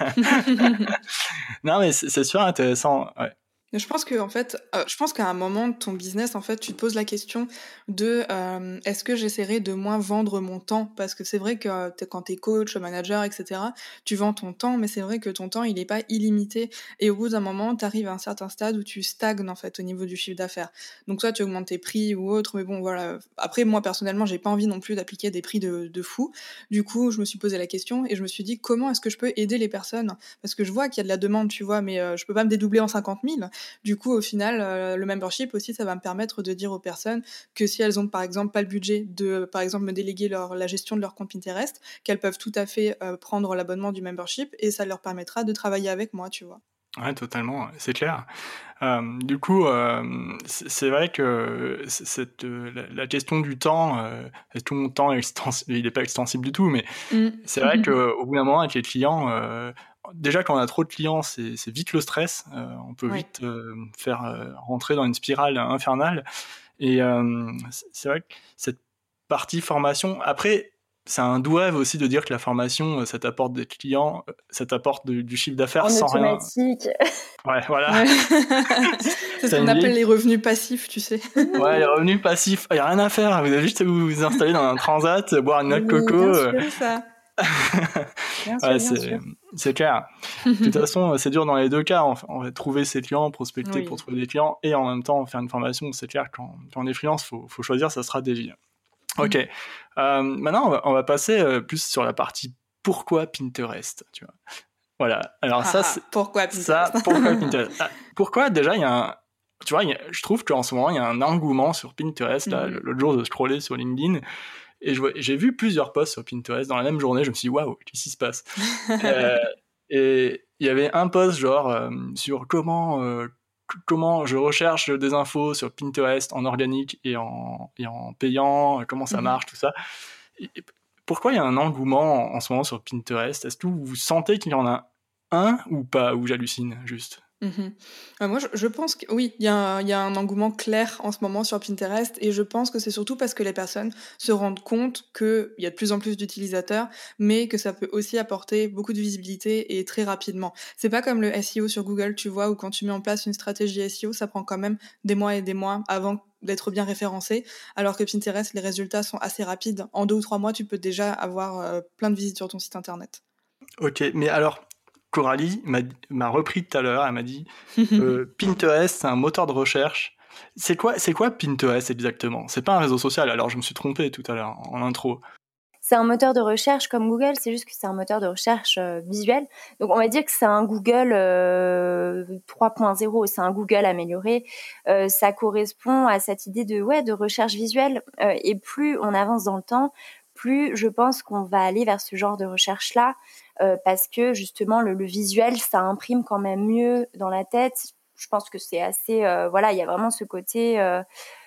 Non, mais c'est, c'est super intéressant. Ouais. Mais Je pense que en fait, euh, je pense qu'à un moment de ton business, en fait, tu te poses la question de euh, est-ce que j'essaierai de moins vendre mon temps? Parce que c'est vrai que euh, t'es- quand t'es coach, manager, et cetera, tu vends ton temps, mais c'est vrai que ton temps, il n'est pas illimité. Et au bout d'un moment, t'arrives à un certain stade où tu stagnes en fait au niveau du chiffre d'affaires. Donc soit tu augmentes tes prix ou autre, mais bon voilà. Après, moi personnellement, j'ai pas envie non plus d'appliquer des prix de, de fou. Du coup, je me suis posé la question et je me suis dit comment est-ce que je peux aider les personnes? Parce que je vois qu'il y a de la demande, tu vois, mais euh, je peux pas me dédoubler en cinquante mille. Du coup, au final, euh, le membership aussi, ça va me permettre de dire aux personnes que si elles ont par exemple pas le budget de, par exemple, me déléguer leur, la gestion de leur compte Pinterest, qu'elles peuvent tout à fait euh, prendre l'abonnement du membership et ça leur permettra de travailler avec moi, tu vois. Ouais, totalement, c'est clair. Euh, du coup, euh, c'est c'est vrai que c- cette, euh, la, la question du temps, euh, et tout mon temps est extens- il n'est pas extensible du tout, mais c'est vrai Mm. qu'au bout d'un moment, avec les clients, euh, déjà quand on a trop de clients, c'est c'est vite le stress. Euh, on peut Oui. vite euh, faire euh, rentrer dans une spirale infernale. Et euh, c'est c'est vrai que cette partie formation, après, c'est un doux rêve aussi de dire que la formation, euh, ça t'apporte des clients, euh, ça t'apporte de- du chiffre d'affaires En sans rien. automatique. Ouais, voilà. Ouais. C'est ce C'est qu'on une appelle vieille. les revenus passifs, tu sais. Ouais, les revenus passifs, il y a rien à faire. Vous avez juste à vous, vous installer dans un transat, boire une noix de Oui, coco. bien euh. sûr, C'est ça. bien sûr, Ouais, bien c'est sûr. c'est clair. De toute façon, c'est dur dans les deux cas. En fait, on va trouver ses clients, prospecter pour Oui. trouver des clients, et en même temps faire une formation. C'est clair, quand, quand on est freelance, faut, faut choisir sa stratégie. Ok. Mm. Euh, maintenant, on va, on va passer euh, plus sur la partie pourquoi Pinterest. Tu vois. Voilà. Alors ça, Haha, c'est pourquoi Pinterest? ça. Pourquoi Pinterest? Ah, pourquoi déjà il y a un. Tu vois, il y a- je trouve qu'en ce moment, il y a un engouement sur Pinterest. Là, Mhm. l'autre jour, je scrollais sur LinkedIn et je vois- j'ai vu plusieurs posts sur Pinterest dans la même journée. Je me suis dit, waouh, qu'est-ce qui se passe? Euh, et il y avait un post genre euh, sur comment euh, c- comment je recherche des infos sur Pinterest en organique et en, et en payant, euh, comment ça Mhm. marche, tout ça. Et- et pourquoi il y a un engouement en, en ce moment sur Pinterest? Est-ce que vous sentez qu'il y en a un ou pas? Ou j'hallucine juste? Mhm. Euh, moi, je, je pense que oui, il y, a un- il y a un engouement clair en ce moment sur Pinterest et je pense que c'est surtout parce que les personnes se rendent compte qu'il y a de plus en plus d'utilisateurs, mais que ça peut aussi apporter beaucoup de visibilité et très rapidement. C'est pas comme le S E O sur Google, tu vois, où quand tu mets en place une stratégie S E O, ça prend quand même des mois et des mois avant d'être bien référencé, alors que Pinterest, les résultats sont assez rapides. En deux ou trois mois, tu peux déjà avoir euh, plein de visites sur ton site internet. Ok, mais alors, Coralie m'a m'a repris tout à l'heure, elle m'a dit euh, Pinterest, c'est un moteur de recherche. C'est quoi, c'est quoi Pinterest exactement? C'est pas un réseau social, alors je me suis trompé tout à l'heure en intro. C'est un moteur de recherche comme Google, c'est juste que c'est un moteur de recherche euh, visuel. Donc on va dire que c'est un Google euh, trois point zéro, c'est un Google amélioré. Euh, ça correspond à cette idée de ouais de recherche visuelle. Euh, et plus on avance dans le temps, plus je pense qu'on va aller vers ce genre de recherche-là, euh, parce que justement le, le visuel, ça imprime quand même mieux dans la tête. Je pense que c'est assez, euh, voilà, il y a vraiment ce côté. Euh,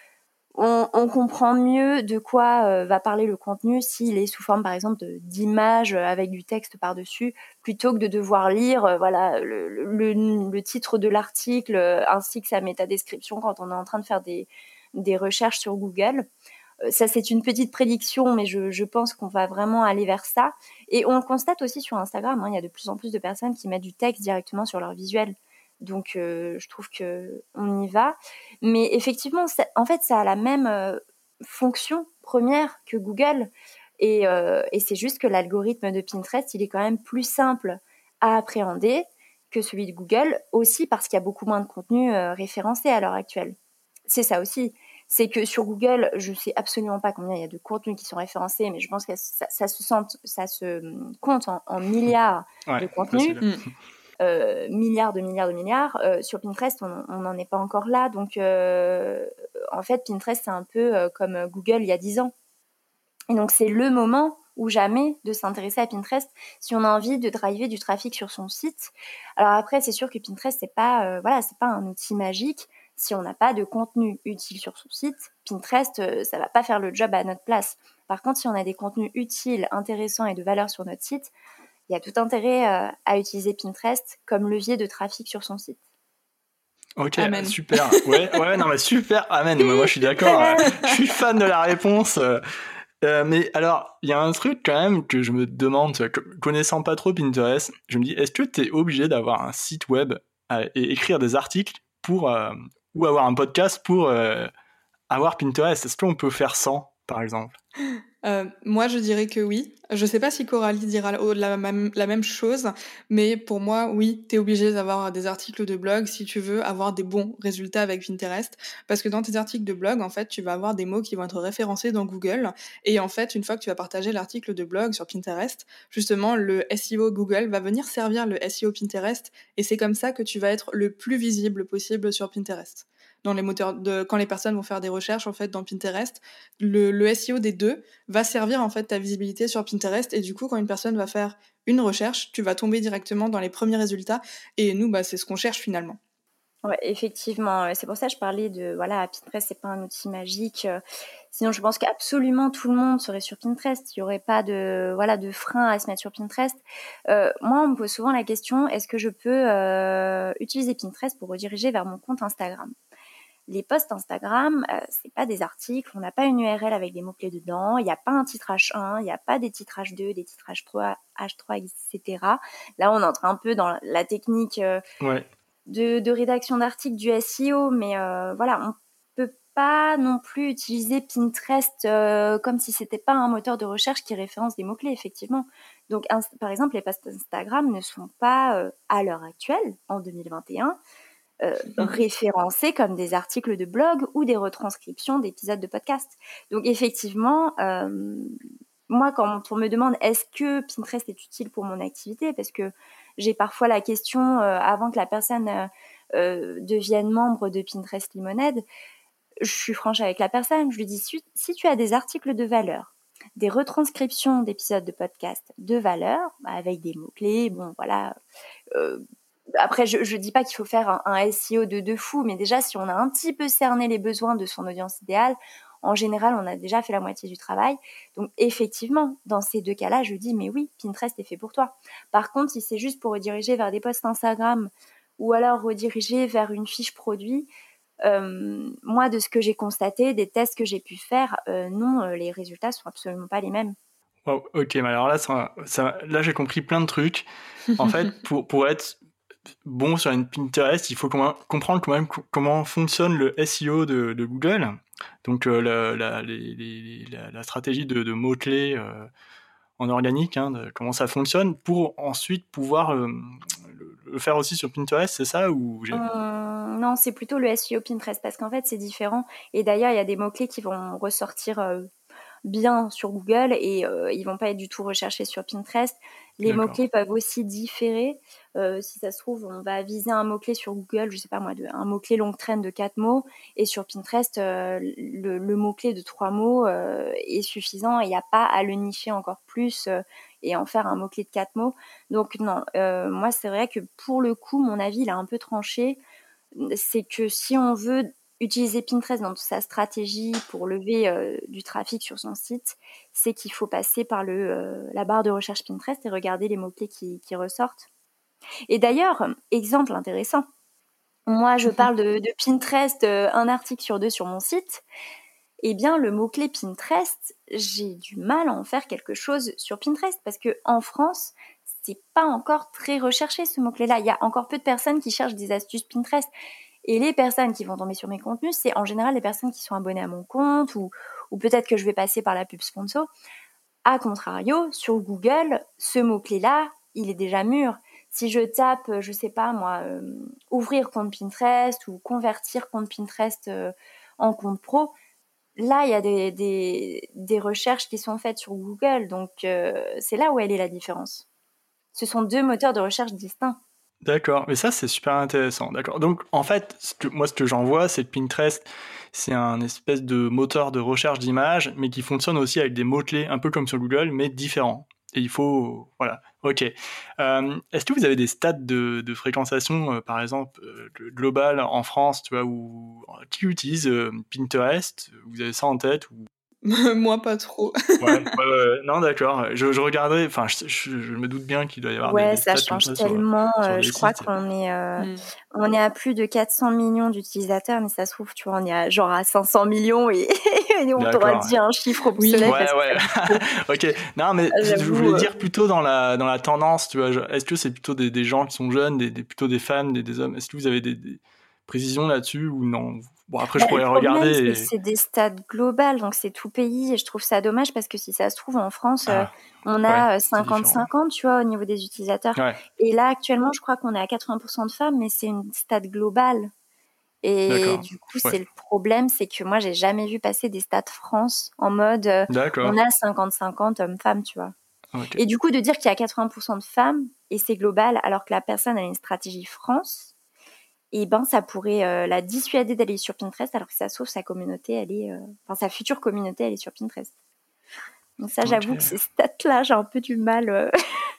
on, on comprend mieux de quoi euh, va parler le contenu s'il est sous forme, par exemple, de- d'images euh, avec du texte par-dessus, plutôt que de devoir lire euh, voilà, le, le, le titre de l'article euh, ainsi que sa métadescription quand on est en train de faire des, des recherches sur Google. Euh, ça, c'est une petite prédiction, mais je, je pense qu'on va vraiment aller vers ça. Et on le constate aussi sur Instagram, hein, il y a de plus en plus de personnes qui mettent du texte directement sur leur visuel. Donc, euh, je trouve qu'on y va. Mais effectivement, ça, en fait, ça a la même euh, fonction première que Google. Et, euh, et c'est juste que l'algorithme de Pinterest, il est quand même plus simple à appréhender que celui de Google, aussi parce qu'il y a beaucoup moins de contenu euh, référencé à l'heure actuelle. C'est ça aussi. C'est que sur Google, je ne sais absolument pas combien il y a de contenus qui sont référencés, mais je pense que ça, ça, se, sente, ça se compte en, en milliards ouais, de contenus. Mm. Euh, milliards de milliards de milliards. Euh, sur Pinterest, on n'en est pas encore là. Donc, euh, en fait, Pinterest, c'est un peu euh, comme Google il y a dix ans. Et donc, c'est le moment ou jamais de s'intéresser à Pinterest si on a envie de driver du trafic sur son site. Alors après, c'est sûr que Pinterest, c'est pas, euh, voilà, c'est pas un outil magique. Si on n'a pas de contenu utile sur son site, Pinterest, euh, ça va pas faire le job à notre place. Par contre, si on a des contenus utiles, intéressants et de valeur sur notre site, il y a tout intérêt euh, à utiliser Pinterest comme levier de trafic sur son site. Ok, Amen. super. Ouais, ouais, non, mais super. Amen. Moi, moi, je suis d'accord. Je suis fan de la réponse. Euh, mais alors, il y a un truc quand même que je me demande, connaissant pas trop Pinterest, je me dis, est-ce que tu es obligé d'avoir un site web euh, et écrire des articles pour, euh, ou avoir un podcast pour euh, avoir Pinterest? Est-ce qu'on peut faire sans, par exemple? Euh, moi, je dirais que oui. Je sais pas si Coralie dira la, la, même, la même chose, mais pour moi, oui, t'es obligé d'avoir des articles de blog si tu veux avoir des bons résultats avec Pinterest, parce que dans tes articles de blog, en fait, tu vas avoir des mots qui vont être référencés dans Google, et en fait, une fois que tu vas partager l'article de blog sur Pinterest, justement, le S E O Google va venir servir le S E O Pinterest, et c'est comme ça que tu vas être le plus visible possible sur Pinterest. Dans les moteurs de, quand les personnes vont faire des recherches en fait dans Pinterest, le, le S E O des deux va servir en fait ta visibilité sur Pinterest, et du coup quand une personne va faire une recherche, tu vas tomber directement dans les premiers résultats, et nous bah c'est ce qu'on cherche finalement. Ouais, effectivement, c'est pour ça que je parlais de voilà, Pinterest c'est pas un outil magique. Sinon je pense qu'absolument tout le monde serait sur Pinterest, il y aurait pas de voilà de frein à se mettre sur Pinterest. Euh, moi on me pose souvent la question, est-ce que je peux euh, utiliser Pinterest pour rediriger vers mon compte Instagram? Les posts Instagram, euh, c'est pas des articles, on n'a pas une U R L avec des mots-clés dedans, il n'y a pas un titre H un, il n'y a pas des titres H deux, des titres H trois, H trois, et cetera. Là, on entre un peu dans la technique euh, ouais. de, de rédaction d'articles du S E O, mais euh, voilà, on peut pas non plus utiliser Pinterest euh, comme si c'était pas un moteur de recherche qui référence des mots-clés, effectivement. Donc, un, par exemple, les posts Instagram ne sont pas, euh, à l'heure actuelle, en deux mille vingt et un, Euh, référencés comme des articles de blog ou des retranscriptions d'épisodes de podcast. Donc effectivement, euh, moi quand on me demande est-ce que Pinterest est utile pour mon activité, parce que j'ai parfois la question euh, avant que la personne euh, euh, devienne membre de Pinterest Limonade, je suis franche avec la personne, je lui dis si, si tu as des articles de valeur, des retranscriptions d'épisodes de podcast de valeur, avec des mots-clés, bon voilà, euh, après, je ne dis pas qu'il faut faire un, un S E O de, de fou, mais déjà, si on a un petit peu cerné les besoins de son audience idéale, en général, on a déjà fait la moitié du travail. Donc, effectivement, dans ces deux cas-là, je dis, mais oui, Pinterest est fait pour toi. Par contre, si c'est juste pour rediriger vers des posts Instagram ou alors rediriger vers une fiche produit, euh, moi, de ce que j'ai constaté, des tests que j'ai pu faire, euh, non, euh, les résultats sont absolument pas les mêmes. Wow, ok, mais alors là, ça, ça, là, j'ai compris plein de trucs. En fait, pour, pour être bon sur une Pinterest, il faut comment, comprendre quand même comment fonctionne le S E O de, de Google. Donc euh, la, la, les, les, la, la stratégie de, de mots-clés euh, en organique, hein, de, comment ça fonctionne, pour ensuite pouvoir euh, le, le faire aussi sur Pinterest, c'est ça ou j'ai... Hum, non, c'est plutôt le S E O Pinterest, parce qu'en fait c'est différent. Et d'ailleurs, il y a des mots-clés qui vont ressortir euh, bien sur Google et euh, ils vont pas être du tout recherchés sur Pinterest. Les D'accord. mots-clés peuvent aussi différer. Euh, si ça se trouve, on va viser un mot-clé sur Google, je sais pas moi, de, un mot-clé long train de quatre mots, et sur Pinterest, euh, le, le mot-clé de trois mots euh, est suffisant, et il n'y a pas à le nicher encore plus euh, et en faire un mot-clé de quatre mots. Donc non, euh, moi c'est vrai que pour le coup, mon avis, il est un peu tranché. C'est que si on veut utiliser Pinterest dans toute sa stratégie pour lever euh, du trafic sur son site, c'est qu'il faut passer par le, euh, la barre de recherche Pinterest et regarder les mots-clés qui, qui ressortent. Et d'ailleurs, exemple intéressant, moi je parle de, de Pinterest, euh, un article sur deux sur mon site, eh bien le mot-clé Pinterest, j'ai du mal à en faire quelque chose sur Pinterest, parce qu'en France, c'est pas encore très recherché ce mot-clé-là. Il y a encore peu de personnes qui cherchent des astuces Pinterest. Et les personnes qui vont tomber sur mes contenus, c'est en général les personnes qui sont abonnées à mon compte, ou, ou peut-être que je vais passer par la pub sponsor. A contrario, sur Google, ce mot-clé-là, il est déjà mûr. Si je tape, je sais pas moi, euh, ouvrir compte Pinterest ou convertir compte Pinterest euh, en compte pro, là, il y a des, des, des recherches qui sont faites sur Google. Donc, euh, c'est là où elle est la différence. Ce sont deux moteurs de recherche distincts. D'accord, mais ça, c'est super intéressant. D'accord. Donc, en fait, ce que, moi, ce que j'en vois, c'est que Pinterest, c'est un espèce de moteur de recherche d'images, mais qui fonctionne aussi avec des mots-clés, un peu comme sur Google, mais différents. Et il faut... Voilà. OK. Euh, est-ce que vous avez des stats de, de fréquentation, euh, par exemple, euh, global en France, tu vois, ou qui utilise euh, Pinterest? Vous avez ça en tête ou... Moi, pas trop. Ouais, ouais, ouais, non, d'accord. Je, je regarderai, enfin, je, je, je me doute bien qu'il doit y avoir Ouais, des, des ça stats comme change ça sur, tellement. sur euh, les je crois sites. qu'on est, euh, Mm. on est à plus de quatre cents millions d'utilisateurs, mais ça se trouve, tu vois, on est à, genre à cinq cents millions et, et on t'aura D'accord, dit ouais. un chiffre Oui. obsolète. Ouais, parce que ouais. ça me faut. Ok. Non, mais Ah, je j'avoue, voulais euh, dire plutôt dans la, dans la tendance, tu vois. genre, Est-ce que c'est plutôt des, des gens qui sont jeunes, des, des- plutôt des femmes, des, des hommes? Est-ce que vous avez des, des précisions là-dessus ou non? Bon, après, je bah, le pourrais problème, regarder c'est que et... c'est des stats globales, donc c'est tout pays, et je trouve ça dommage parce que si ça se trouve, en France, euh, Ah, on ouais, a euh, c'est différent. cinquante cinquante, tu vois, au niveau des utilisateurs. Ouais, Et là, actuellement, je crois qu'on est à quatre-vingts pour cent de femmes, mais c'est une stat globale. Et d'accord. du coup, Ouais, c'est le problème, c'est que moi, j'ai jamais vu passer des stats France en mode euh, on d'accord. a cinquante cinquante hommes-femmes, tu vois. Ok. Et du coup, de dire qu'il y a quatre-vingts pour cent de femmes et c'est global, alors que la personne a une stratégie France, et ben ça pourrait euh, la dissuader d'aller sur Pinterest, alors que ça se trouve sa communauté, elle est, euh, enfin sa future communauté, elle est sur Pinterest. Donc ça, Ok. j'avoue que ces stats-là, j'ai un peu du mal. euh,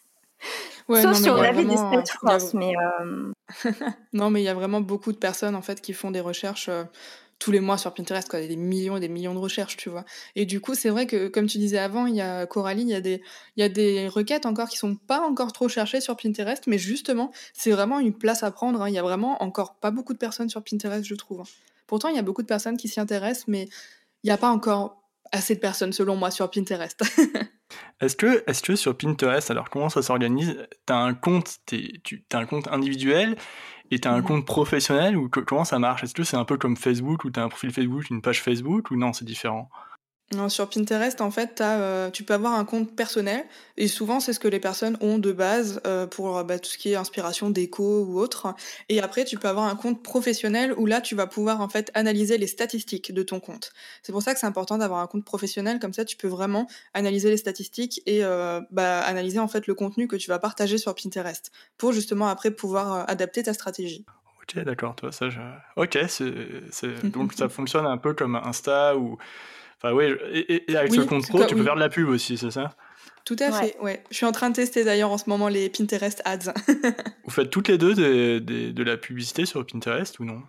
Ouais, Sauf non, si mais il on y a avait des vraiment, stats euh, il y a, France, mais euh, non, mais il y a vraiment beaucoup de personnes en fait qui font des recherches euh, tous les mois sur Pinterest, quoi, des millions et des millions de recherches, tu vois. Et du coup, c'est vrai que, comme tu disais avant, il y a Coralie, il y a des, il y a des requêtes encore qui sont pas encore trop cherchées sur Pinterest, mais justement, c'est vraiment une place à prendre. hein. Il y a vraiment encore pas beaucoup de personnes sur Pinterest, je trouve. hein. Pourtant, il y a beaucoup de personnes qui s'y intéressent, mais il n'y a pas encore assez de personnes, selon moi, sur Pinterest. Est-ce que, est-ce que sur Pinterest, alors comment ça s'organise? T'as un compte, t'es, tu, t'as un compte individuel et t'as un Mhm. compte professionnel ou co- comment ça marche? Est-ce que c'est un peu comme Facebook où t'as un profil Facebook, une page Facebook ou non, c'est différent? Non, sur Pinterest, en fait, t'as, euh, tu peux avoir un compte personnel, et souvent c'est ce que les personnes ont de base euh, pour euh, bah, tout ce qui est inspiration, déco ou autre. Et après, tu peux avoir un compte professionnel où là, tu vas pouvoir en fait analyser les statistiques de ton compte. C'est pour ça que c'est important d'avoir un compte professionnel, comme ça, tu peux vraiment analyser les statistiques et euh, bah, analyser en fait le contenu que tu vas partager sur Pinterest pour justement après pouvoir euh, adapter ta stratégie. Ok, d'accord, toi, ça, je... Ok, c'est, c'est... donc ça fonctionne un peu comme Insta ou... Enfin, oui, et, et- et avec ce Oui, compte c'est pro, co- tu peux oui, faire de la pub aussi, c'est ça? tout à ouais. fait. Ouais, je suis en train de tester d'ailleurs en ce moment les Pinterest ads. Vous faites toutes les deux des, des- de la publicité sur Pinterest ou non,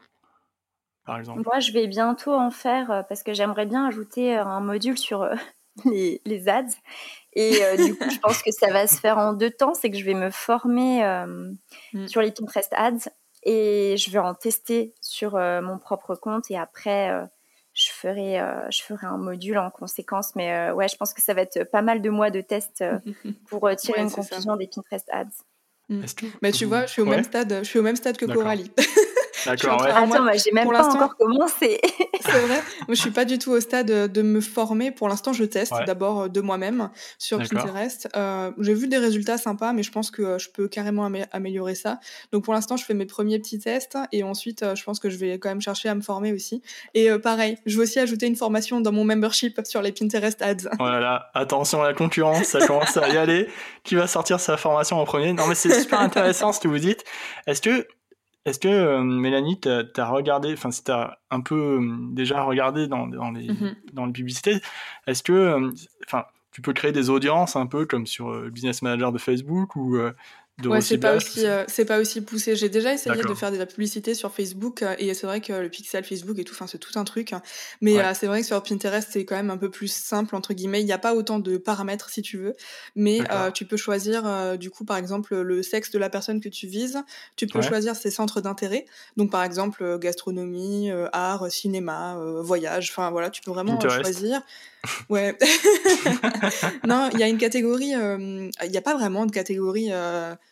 par exemple? Moi, je vais bientôt en faire euh, parce que j'aimerais bien ajouter euh, un module sur euh, les, les ads. Et euh, du coup, je pense que ça va se faire en deux temps. C'est que je vais me former euh, Mm. sur les Pinterest ads et je vais en tester sur euh, mon propre compte. Et après, euh, je ferai, euh, je ferai un module en conséquence. Mais euh, ouais, je pense que ça va être pas mal de mois de tests euh, pour euh, tirer Ouais, une c'est ça. conclusion des Pinterest ads. Mm. Est-ce que Mais tu vous... vois, je suis au même Ouais, stade, je suis au même stade que d'accord. Coralie. Je suis en D'accord, train, ouais. alors moi, Attends, moi, j'ai même pour pas l'instant, encore commencé. c'est vrai, moi je suis pas du tout au stade euh, de me former. Pour l'instant, je teste Ouais, d'abord euh, de moi-même sur d'accord. Pinterest. Euh, j'ai vu des résultats sympas, mais je pense que euh, je peux carrément amé- améliorer ça. Donc pour l'instant, je fais mes premiers petits tests et ensuite, euh, je pense que je vais quand même chercher à me former aussi. Et euh, pareil, je vais aussi ajouter une formation dans mon membership sur les Pinterest ads. Oh là là, attention à la concurrence, ça commence à y aller. Qui va sortir sa formation en premier? Non mais c'est super intéressant ce que vous dites. Est-ce que, est-ce que euh, Mélanie, t'as, t'as regardé, enfin si t'as un peu euh, déjà regardé dans, dans les Mhm. dans les publicités, est-ce que, euh, enfin, tu peux créer des audiences un peu comme sur euh, Business Manager de Facebook ou euh, de Ouais, c'est pas reciblage, tout aussi, ça? euh, c'est pas aussi poussé. J'ai déjà essayé de D'accord. faire de la publicité sur Facebook euh, et c'est vrai que le pixel Facebook et tout, enfin c'est tout un truc. hein. Mais Ouais, euh, c'est vrai que sur Pinterest c'est quand même un peu plus simple entre guillemets. Il n'y a pas autant de paramètres si tu veux, mais euh, d'accord. tu peux choisir euh, du coup par exemple le sexe de la personne que tu vises. Tu peux Ouais, choisir ses centres d'intérêt. Donc par exemple euh, gastronomie, euh, art, cinéma, euh, voyage. Enfin voilà, tu peux vraiment euh, Pinterest. choisir. Ouais. Non, il y a une catégorie. euh, Il n'y a pas vraiment de catégorie. euh,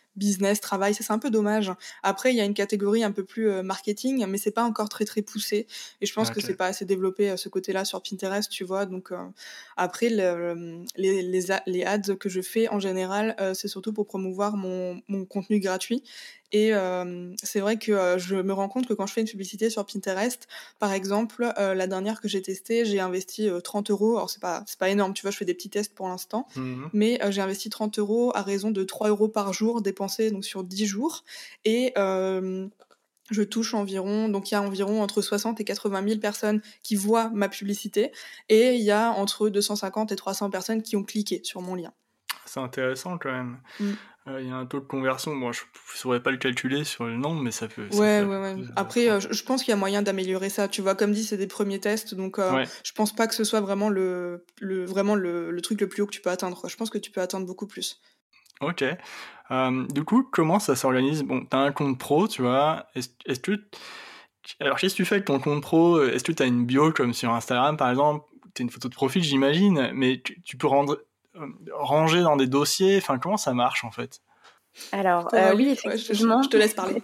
business, travail, ça c'est un peu dommage. Après, il y a une catégorie un peu plus euh, marketing, mais c'est pas encore très très poussé. Et je pense Ok. que c'est pas assez développé euh, ce côté-là sur Pinterest, tu vois. Donc euh, après, le- les, les, a- les ads que je fais en général, euh, c'est surtout pour promouvoir mon, mon contenu gratuit. Et euh, c'est vrai que euh, je me rends compte que quand je fais une publicité sur Pinterest, par exemple, euh, la dernière que j'ai testée, j'ai investi euh, trente euros. Alors c'est pas, c'est pas énorme, tu vois, je fais des petits tests pour l'instant. Mhm. Mais euh, j'ai investi trente euros à raison de trois euros par jour dépensés donc sur dix jours. Et euh, je touche environ, donc il y a environ entre soixante et quatre-vingt mille personnes qui voient ma publicité. Et il y a entre deux cent cinquante et trois cents personnes qui ont cliqué sur mon lien. C'est intéressant quand même. Mm. Euh, Il y a un taux de conversion, bon, je ne saurais pas le calculer sur le nombre, mais ça peut, ça Ouais, fait à ouais, peu ouais. près euh, Après, euh, trente. je je pense qu'il y a moyen d'améliorer ça. Tu vois, comme dit, c'est des premiers tests, donc euh, Ouais, je pense pas que ce soit vraiment le, le, vraiment le, le truc le plus haut que tu peux atteindre, quoi. Je pense que tu peux atteindre beaucoup plus. ok. Euh, du coup, comment ça s'organise? Bon, t'as un compte pro, tu vois. Est-ce, est-ce que... Alors, qu'est-ce que tu fais avec ton compte pro? Est-ce que t'as une bio comme sur Instagram, par exemple? T'as une photo de profil, j'imagine, mais tu, tu peux rendre, euh, ranger dans des dossiers. Enfin, comment ça marche, en fait? Alors, euh, oui, Coralie, ouais, je, je- je effectivement. te laisse parler.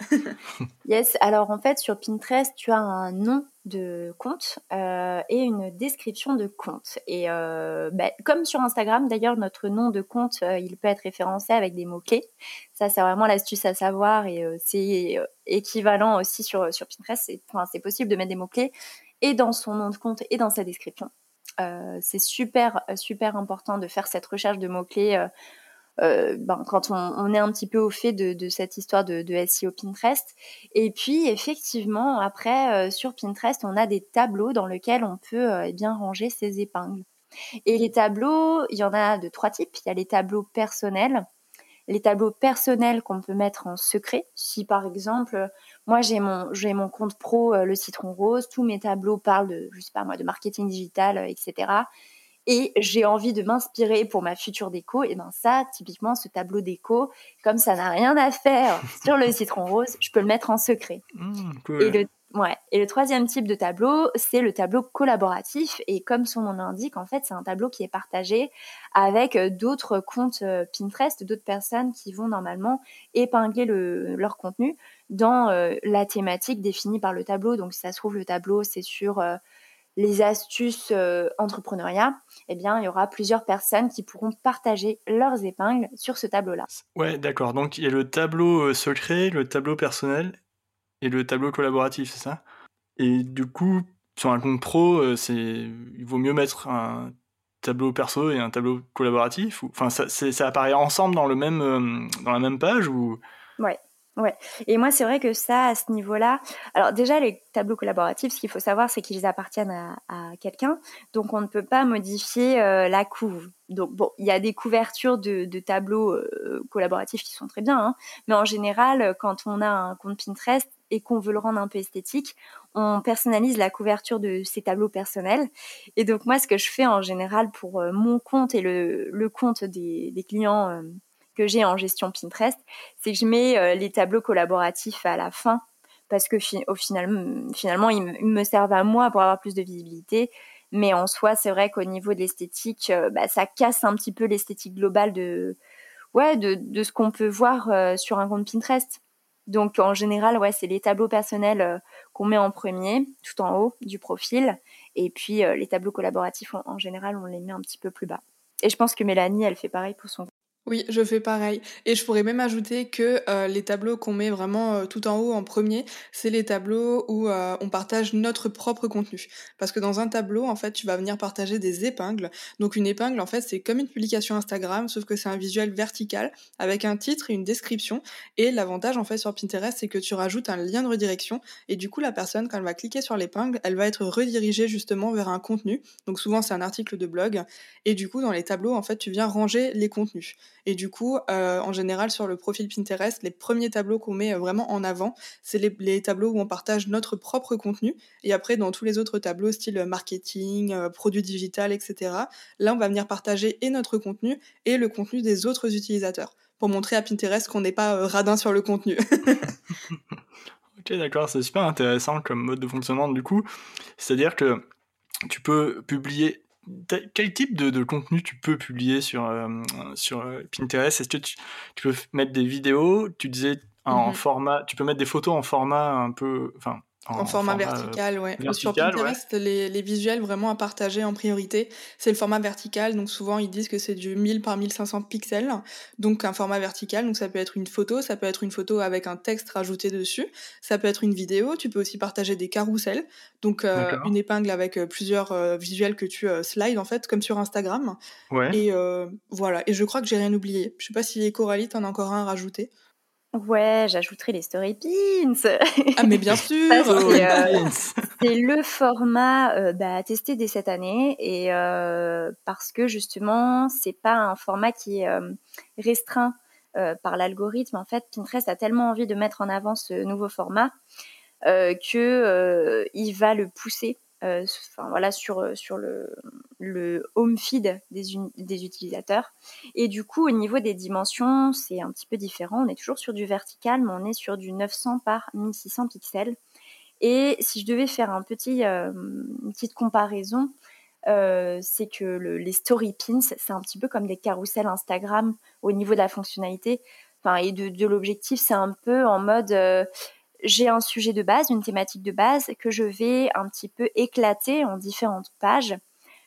Yes, alors en fait sur Pinterest, tu as un nom de compte euh, et une description de compte. Et euh, bah, comme sur Instagram, d'ailleurs, notre nom de compte, euh, il peut être référencé avec des mots-clés. Ça, c'est vraiment l'astuce à savoir et euh, c'est euh, équivalent aussi sur, sur Pinterest. C'est, enfin, c'est possible de mettre des mots-clés et dans son nom de compte et dans sa description. Euh, c'est super, super important de faire cette recherche de mots-clés euh, euh, ben, quand on, on est un petit peu au fait de, de cette histoire de, de S E O Pinterest. Et puis, effectivement, après, euh, sur Pinterest, on a des tableaux dans lesquels on peut euh, eh bien ranger ses épingles. Et les tableaux, il y en a de trois types. Il y a les tableaux personnels. Les tableaux personnels qu'on peut mettre en secret. Si, par exemple, moi, j'ai mon, j'ai mon compte pro, euh, le Citron Rose, tous mes tableaux parlent de, je sais pas moi, de marketing digital, euh, et cetera et j'ai envie de m'inspirer pour ma future déco, et ben ça, typiquement, ce tableau déco, comme ça n'a rien à faire sur le citron rose, je peux le mettre en secret. Hmm, Et cool. le, ouais. Et le troisième type de tableau, c'est le tableau collaboratif. Et comme son nom l'indique, en fait, c'est un tableau qui est partagé avec d'autres comptes Pinterest, d'autres personnes qui vont normalement épingler le, leur contenu dans euh, la thématique définie par le tableau. Donc, si ça se trouve, le tableau, c'est sur... Euh, les astuces euh, entrepreneuriat, eh bien, il y aura plusieurs personnes qui pourront partager leurs épingles sur ce tableau-là. Ouais, d'accord. Donc, il y a le tableau euh, secret, le tableau personnel et le tableau collaboratif, c'est ça? Et du coup, sur un compte pro, euh, c'est... il vaut mieux mettre un tableau perso et un tableau collaboratif ou... Enfin, ça, c'est- ça apparaît ensemble dans, le même, euh, dans la même page ou... Ouais. Ouais. Et moi, c'est vrai que ça, à ce niveau-là, alors déjà, les tableaux collaboratifs, ce qu'il faut savoir, c'est qu'ils appartiennent à, à quelqu'un. Donc, on ne peut pas modifier euh, la couve. Donc, bon, il y a des couvertures de, de tableaux euh, collaboratifs qui sont très bien. Hein, mais en général, quand on a un compte Pinterest et qu'on veut le rendre un peu esthétique, on personnalise la couverture de ces tableaux personnels. Et donc, moi, ce que je fais en général pour euh, mon compte et le, le compte des, des clients euh, que j'ai en gestion Pinterest, c'est que je mets euh, les tableaux collaboratifs à la fin parce que fi- au final, finalement, ils me, ils me servent à moi pour avoir plus de visibilité. Mais en soi, c'est vrai qu'au niveau de l'esthétique, euh, bah, ça casse un petit peu l'esthétique globale de, ouais, de, de ce qu'on peut voir euh, sur un compte Pinterest. Donc, en général, ouais, c'est les tableaux personnels euh, qu'on met en premier, tout en haut du profil. Et puis, euh, les tableaux collaboratifs, en, en général, on les met un petit peu plus bas. Et je pense que Mélanie, elle fait pareil pour son. Oui, je fais pareil. Et je pourrais même ajouter que euh, les tableaux qu'on met vraiment euh, tout en haut en premier, c'est les tableaux où euh, on partage notre propre contenu. Parce que dans un tableau, en fait, tu vas venir partager des épingles. Donc une épingle, en fait, c'est comme une publication Instagram, sauf que c'est un visuel vertical avec un titre et une description. Et l'avantage, en fait, sur Pinterest, c'est que tu rajoutes un lien de redirection. Et du coup, la personne, quand elle va cliquer sur l'épingle, elle va être redirigée justement vers un contenu. Donc souvent, c'est un article de blog. Et du coup, dans les tableaux, en fait, tu viens ranger les contenus. Et du coup, euh, en général, sur le profil Pinterest, les premiers tableaux qu'on met vraiment en avant, c'est les, les tableaux où on partage notre propre contenu. Et après, dans tous les autres tableaux, style marketing, euh, produits digital, et cetera, là, on va venir partager et notre contenu et le contenu des autres utilisateurs pour montrer à Pinterest qu'on n'est pas euh, radin sur le contenu. Ok, d'accord, c'est super intéressant comme mode de fonctionnement du coup. C'est-à-dire que tu peux publier quel type de, de contenu tu peux publier sur, euh, sur Pinterest? Est-ce que tu, tu peux mettre des vidéos? Tu disais en Mhm. format, tu peux mettre des photos en format un peu, enfin, En en format format euh, vertical, ouais. Sur vertical, ouais. Pinterest, les, les visuels vraiment à partager en priorité, c'est le format vertical. Donc souvent, ils disent que c'est du mille par mille cinq cents pixels. Donc un format vertical, donc ça peut être une photo, ça peut être une photo avec un texte rajouté dessus. Ça peut être une vidéo. Tu peux aussi partager des carousels. Donc euh, D'accord. une épingle avec euh, plusieurs euh, visuels que tu euh, slides, en fait, comme sur Instagram. Ouais. Et euh, voilà. Et je crois que j'ai rien oublié. Je sais pas si Coralie, t'en as encore un à rajouter. Ouais, j'ajouterai les story pins. Ah, mais bien Ça, sûr! c'est, euh, c'est le format euh, bah, testé dès cette année et euh, parce que justement, c'est pas un format qui est euh, restreint euh, par l'algorithme. En fait, Pinterest a tellement envie de mettre en avant ce nouveau format euh, que euh, il va le pousser. Euh, enfin, voilà, sur, sur le, le home feed des, un, des utilisateurs. Et du coup, au niveau des dimensions, c'est un petit peu différent. On est toujours sur du vertical, mais on est sur du neuf cents par mille six cents pixels. Et si je devais faire un petit, euh, une petite comparaison, euh, c'est que le, les story pins, c'est un petit peu comme des carousels Instagram au niveau de la fonctionnalité. Enfin, et de, de l'objectif, c'est un peu en mode... Euh, j'ai un sujet de base, une thématique de base que je vais un petit peu éclater en différentes pages.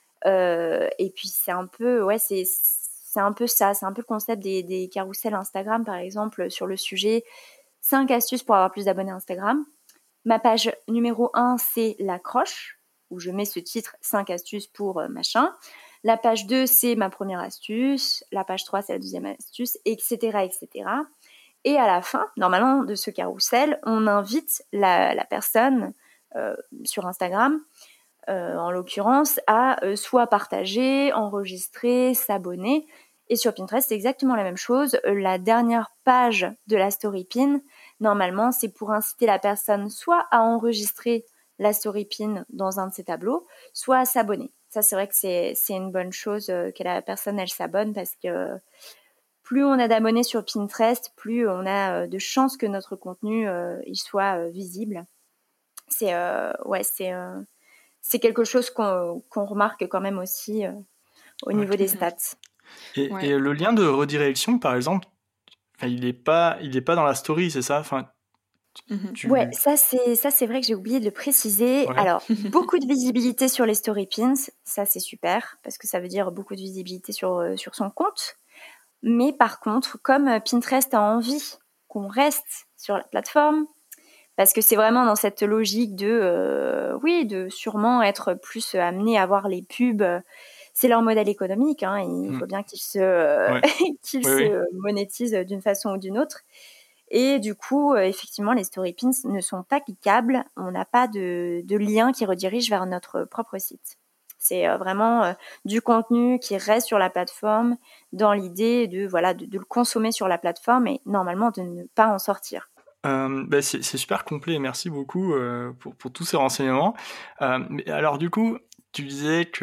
Euh, et puis c'est un peu, ouais, c'est c'est un peu ça, c'est un peu le concept des, des carousels Instagram, par exemple, sur le sujet cinq astuces pour avoir plus d'abonnés Instagram. Ma page numéro un, c'est l'accroche, où je mets ce titre cinq astuces pour euh, machin. La page deux, c'est ma première astuce. La page trois, c'est la deuxième astuce, et cetera, et cetera. Et à la fin, normalement, de ce carrousel, on invite la, la personne euh, sur Instagram, euh, en l'occurrence, à euh, soit partager, enregistrer, s'abonner. Et sur Pinterest, c'est exactement la même chose. La dernière page de la story pin, normalement, c'est pour inciter la personne soit à enregistrer la story pin dans un de ses tableaux, soit à s'abonner. Ça, c'est vrai que c'est, c'est une bonne chose euh, que la personne, elle s'abonne parce que plus on a d'abonnés sur Pinterest, plus on a euh, de chances que notre contenu euh, il soit euh, visible. C'est euh, ouais, c'est euh, c'est quelque chose qu'on, qu'on remarque quand même aussi euh, au niveau Okay. des stats. Et, Ouais. et le lien de redirection, par exemple, il n'est pas, il est pas dans la story, c'est ça? Enfin, Mhm. tu... Ouais, ça c'est ça c'est vrai que j'ai oublié de le préciser. Ouais. Alors, beaucoup de visibilité sur les story pins, ça c'est super parce que ça veut dire beaucoup de visibilité sur euh, sur son compte. Mais par contre, comme Pinterest a envie qu'on reste sur la plateforme, parce que c'est vraiment dans cette logique de, euh, oui, de sûrement être plus amené à voir les pubs. C'est leur modèle économique, hein, il faut Mm. bien qu'ils se, Ouais. qu'ils Oui, se oui. monétisent d'une façon ou d'une autre. Et du coup, euh, effectivement, les story pins ne sont pas cliquables. On n'a pas de, de lien qui redirige vers notre propre site. C'est euh, vraiment euh, du contenu qui reste sur la plateforme dans l'idée de, voilà, de, de le consommer sur la plateforme et normalement de ne pas en sortir. Euh, bah c'est, c'est super complet, merci beaucoup euh, pour, pour tous ces renseignements. Euh, mais alors du coup, tu disais que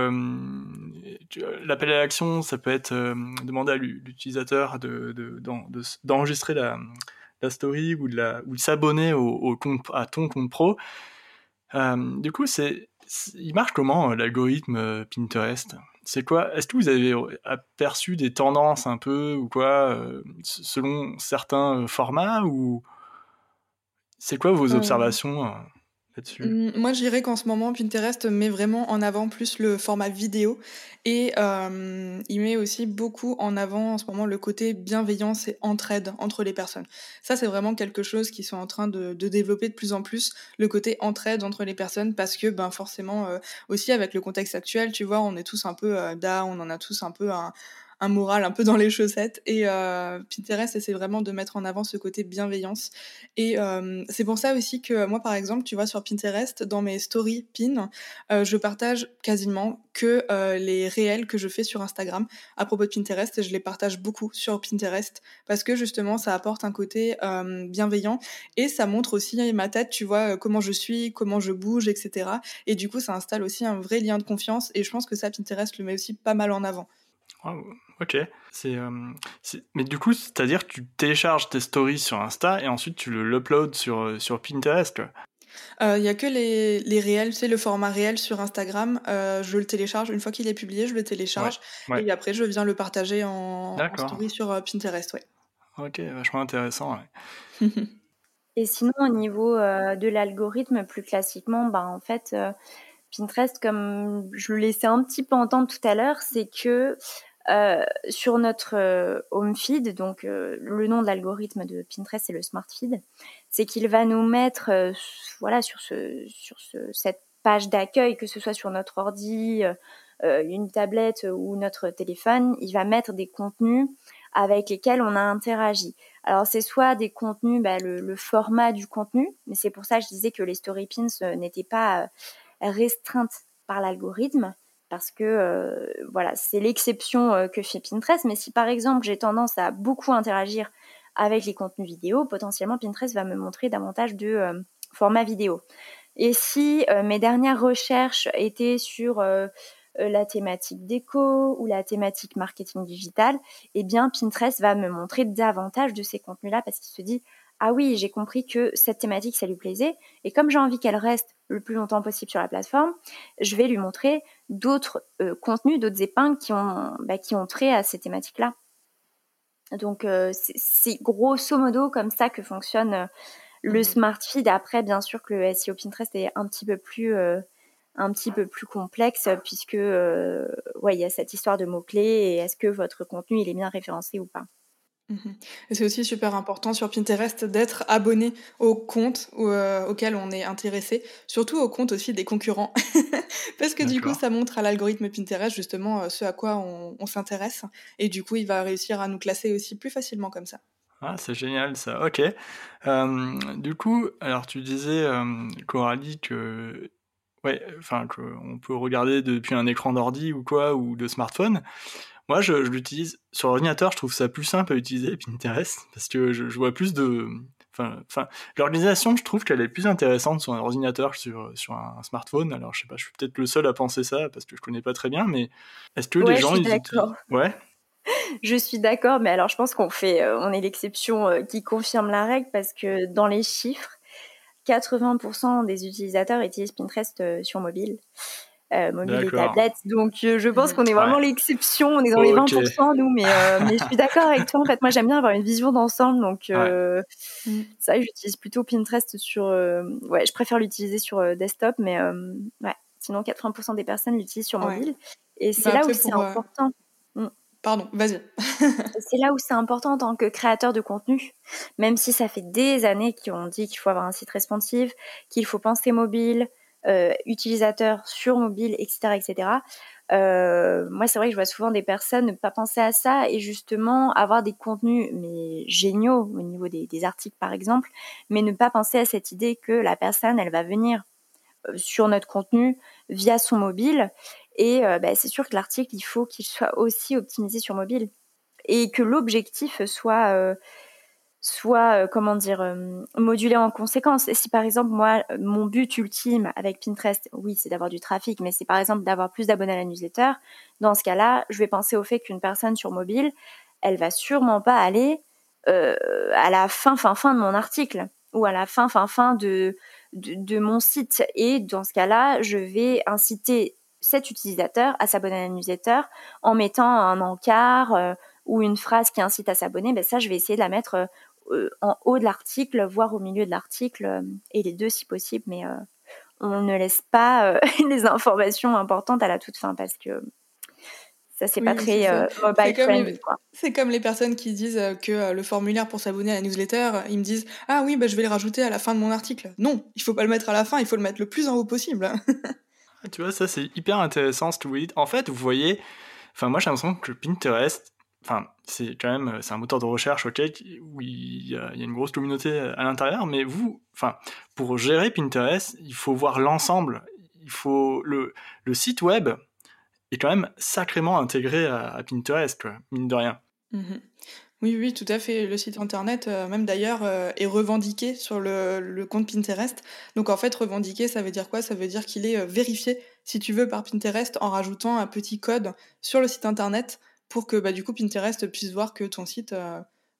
euh, tu, l'appel à l'action, ça peut être euh, demander à l'utilisateur de, de, d'en, de, d'enregistrer la, la story ou de, la, ou de s'abonner au, au compte, à ton compte pro. Euh, du coup, c'est, c'est, il marche comment l'algorithme euh, Pinterest? C'est quoi? Est-ce que vous avez aperçu des tendances un peu ou quoi euh, selon certains euh, formats ou c'est quoi vos Euh, observations euh, là-dessus? Mmh, moi, je dirais qu'en ce moment, Pinterest met vraiment en avant plus le format vidéo et hem, il met aussi beaucoup en avant, en ce moment, le côté bienveillance et entraide entre les personnes. Ça, c'est vraiment quelque chose qu'ils sont en train de de développer de plus en plus, le côté entraide entre les personnes parce que, ben, forcément, heu, aussi avec le contexte actuel, tu vois, on est tous un peu, heu, down, on a tous un peu un un moral un peu dans les chaussettes et heu, Pinterest essaie vraiment de mettre en avant ce côté bienveillance et hem, c'est pour ça aussi que moi, par exemple, tu vois, sur Pinterest, dans mes stories pin, heu, je partage quasiment que, heu, les réels que je fais sur Instagram à propos de Pinterest et je les partage beaucoup sur Pinterest parce que justement, ça apporte un côté, hem, bienveillant et ça montre aussi ma tête, tu vois, heu, comment je suis, comment je bouge et cetera et du coup, ça installe aussi un vrai lien de confiance et je pense que ça, Pinterest le met aussi pas mal en avant. Oh, ok. C'est, euh, c'est- Mais du coup, c'est-à-dire que tu télécharges tes stories sur Insta et ensuite tu le l'uploads sur, euh, sur Pinterest, quoi. Il y a que les, les réels, c'est le format réel sur Instagram. Euh, je le télécharge. Une fois qu'il est publié, je le Ouais, télécharge. ouais, Et après, je viens le partager en, en d'accord. story sur euh, Pinterest. Ouais. Ok, vachement intéressant. Ouais. Et sinon, au niveau euh, de l'algorithme, plus classiquement, bah, en fait, euh, Pinterest, comme je le laissais un petit peu entendre tout à l'heure, c'est que euh, sur notre euh, home feed, donc euh, le nom de l'algorithme de Pinterest, c'est le smart feed, c'est qu'il va nous mettre euh, voilà, sur, ce, sur ce, cette page d'accueil, que ce soit sur notre ordi, euh, une tablette ou notre téléphone, il va mettre des contenus avec lesquels on a interagi. Alors, c'est soit des contenus, bah, le, le format du contenu, mais c'est pour ça que je disais que les story pins euh, n'étaient pas euh, restreintes par l'algorithme, parce que euh, voilà, c'est l'exception euh, que fait Pinterest. Mais si par exemple j'ai tendance à beaucoup interagir avec les contenus vidéo, potentiellement Pinterest va me montrer davantage de euh, format vidéo. Et si euh, mes dernières recherches étaient sur euh, la thématique déco ou la thématique marketing digital, eh bien Pinterest va me montrer davantage de ces contenus-là parce qu'il se dit ah oui, j'ai compris que cette thématique, ça lui plaisait. Et comme j'ai envie qu'elle reste le plus longtemps possible sur la plateforme, je vais lui montrer d'autres euh, contenus, d'autres épingles qui ont, bah, qui ont trait à ces thématiques-là. Donc, euh, c'est, c'est grosso modo comme ça que fonctionne euh, le Mhm. smart feed. Après, bien sûr que le S E O Pinterest est un petit peu plus, euh, un petit peu plus complexe puisque euh, ouais, il y a cette histoire de mots-clés et est-ce que votre contenu il est bien référencé ou pas. Mhm. Et c'est aussi super important sur Pinterest d'être abonné aux comptes euh, auxquels on est intéressé, surtout aux comptes aussi des concurrents, parce que du coup D'accord. ça montre à l'algorithme Pinterest justement euh, ce à quoi on, on s'intéresse, et du coup il va réussir à nous classer aussi plus facilement comme ça. Ah, c'est génial ça, ok. Euh, du coup, alors tu disais, euh, Coralie, que ouais, enfin qu'on peut regarder depuis un écran d'ordi ou quoi, ou de smartphone. Moi, je, je l'utilise sur ordinateur, je trouve ça plus simple à utiliser, Pinterest, parce que je, je vois plus de... Enfin, enfin, l'organisation, je trouve qu'elle est plus intéressante sur un ordinateur que sur, sur un smartphone. Alors, je sais pas, je suis peut-être le seul à penser ça, parce que je connais pas très bien, mais est-ce que les Ouais, je gens, suis ils utilisent... d'accord. Ouais, Je suis d'accord, mais alors je pense qu'on fait, euh, on est l'exception euh, qui confirme la règle parce que dans les chiffres, quatre-vingts pour cent des utilisateurs utilisent Pinterest euh, sur mobile. Euh, mobile et d'accord. tablette. Donc, euh, je pense Mhm. qu'on est Ouais, vraiment l'exception. On est dans les ok. vingt pour cent, nous, mais, euh, mais je suis d'accord avec toi. En fait, moi, j'aime bien avoir une vision d'ensemble. Donc, Ouais, euh, Mhm. c'est vrai que j'utilise plutôt Pinterest sur. euh, ouais, je préfère l'utiliser sur euh, desktop, mais euh, ouais. Sinon, quatre-vingts pour cent des personnes l'utilisent sur Ouais. mobile. Et c'est Bah là où après c'est pour... euh, important. Mm. Pardon, vas-y. Et c'est là où c'est important en tant que créateur de contenu, même si ça fait des années qu'on dit qu'il faut avoir un site responsive, qu'il faut penser mobile, euh, utilisateur sur mobile, et cetera, et cetera. Euh, moi, c'est vrai que je vois souvent des personnes ne pas penser à ça et justement avoir des contenus mais géniaux au niveau des, des articles, par exemple, mais ne pas penser à cette idée que la personne, elle va venir euh, sur notre contenu via son mobile. Et euh, bah, c'est sûr que l'article, il faut qu'il soit aussi optimisé sur mobile et que l'objectif soit euh, soit euh, comment dire euh, modulé en conséquence. Et si par exemple moi mon but ultime avec Pinterest, oui, c'est d'avoir du trafic, mais c'est par exemple d'avoir plus d'abonnés à la newsletter, dans ce cas-là, je vais penser au fait qu'une personne sur mobile, elle va sûrement pas aller euh, à la fin fin fin de mon article ou à la fin fin fin de de, de mon site. Et dans ce cas-là, je vais inciter cet utilisateur à s'abonner à la newsletter en mettant un encart euh, ou une phrase qui incite à s'abonner. Ben ça, je vais essayer de la mettre euh, en haut de l'article, voire au milieu de l'article, euh, et les deux si possible, mais euh, on ne laisse pas euh, les informations importantes à la toute fin parce que ça, c'est pas Oui, c'est très ça. euh, C'est mobile comme friendly, les... quoi. C'est comme les personnes qui disent euh, que euh, le formulaire pour s'abonner à la newsletter, euh, ils me disent ah oui, bah, je vais le rajouter à la fin de mon article. Non, il faut pas le mettre à la fin, il faut le mettre le plus en haut possible. Ah, tu vois, ça c'est hyper intéressant ce que vous dites. En fait, vous voyez, enfin moi j'ai l'impression que Pinterest, enfin c'est quand même, c'est un moteur de recherche, ok, qui- où il y, a, il y a une grosse communauté à l'intérieur, mais vous, enfin pour gérer Pinterest, il faut voir l'ensemble. Il faut le, le site web est quand même sacrément intégré à, à Pinterest, quoi, mine de rien. Mhm. Oui, oui, tout à fait. Le site internet, euh, même d'ailleurs, euh, est revendiqué sur le, le compte Pinterest. Donc en fait, revendiqué, ça veut dire quoi? Ça veut dire qu'il est euh, vérifié, si tu veux, par Pinterest en rajoutant un petit code sur le site internet pour que bah, du coup Pinterest puisse voir que ton site euh,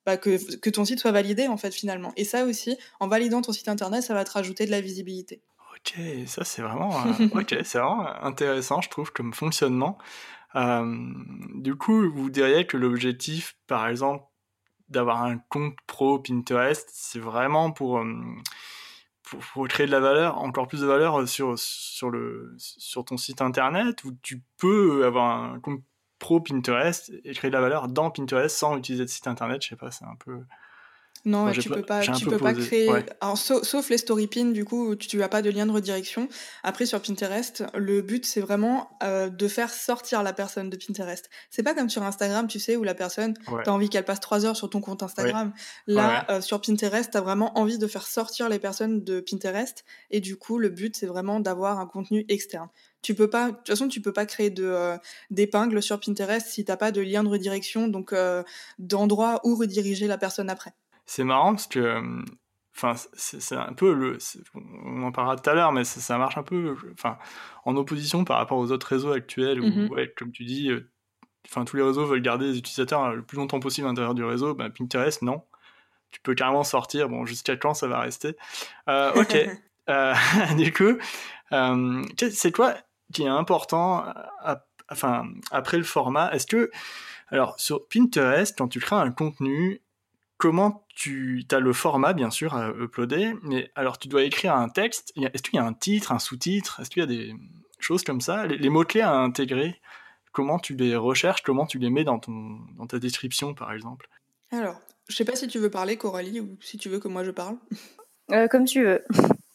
bah, que, que ton site soit validé, en fait, finalement. Et ça aussi, en validant ton site internet, ça va te rajouter de la visibilité. Ok, ça c'est vraiment, euh, ok, c'est vraiment intéressant, je trouve, comme fonctionnement. Euh, du coup, vous diriez que l'objectif, par exemple, d'avoir un compte pro Pinterest, c'est vraiment pour, euh, pour, pour créer de la valeur, encore plus de valeur sur, sur, le, sur ton site internet, où tu peux avoir un compte pro Pinterest et créer de la valeur dans Pinterest sans utiliser de site internet. Je sais pas, c'est un peu... Non, Bon, et j'ai tu pas, peux pas, j'ai un tu peu peux pas posé, créer. ouais. Alors, sauf, sauf les story pins, du coup, où tu, tu as pas de lien de redirection. Après, sur Pinterest, le but, c'est vraiment euh, de faire sortir la personne de Pinterest. C'est pas comme sur Instagram, tu sais, où la personne, Ouais, t'as envie qu'elle passe trois heures sur ton compte ouais, Instagram. ouais, ouais. Là, euh, sur Pinterest, t'as vraiment envie de faire sortir les personnes de Pinterest. Et du coup, le but, c'est vraiment d'avoir un contenu externe. Tu peux pas, de toute façon, tu peux pas créer de euh, d'épingles sur Pinterest si t'as pas de lien de redirection, donc euh, d'endroit où rediriger la personne après. C'est marrant parce que, enfin, c'est, c'est un peu le, c'est- on en parlera tout à l'heure, mais ça, ça marche un peu, enfin, en opposition par rapport aux autres réseaux actuels où, Mhm. ouais, comme tu dis, euh, enfin, tous les réseaux veulent garder les utilisateurs le plus longtemps possible à l'intérieur du réseau. Bah, Pinterest, non. Tu peux carrément sortir. Bon, jusqu'à quand ça va rester? Euh, ok. Euh, du coup, euh, qu'est- c'est quoi qui est important, à- enfin, après le format? Est-ce que, alors, sur Pinterest, quand tu crées un contenu, comment tu as le format, bien sûr, à uploader, mais alors tu dois écrire un texte. Il y a- Est-ce qu'il y a un titre, un sous-titre? Est-ce qu'il y a des choses comme ça? Les, les mots-clés à intégrer, comment tu les recherches? Comment tu les mets dans, ton, dans ta description, par exemple? Alors, je sais pas si tu veux parler, Coralie, ou si tu veux que moi je parle. Euh, comme tu veux.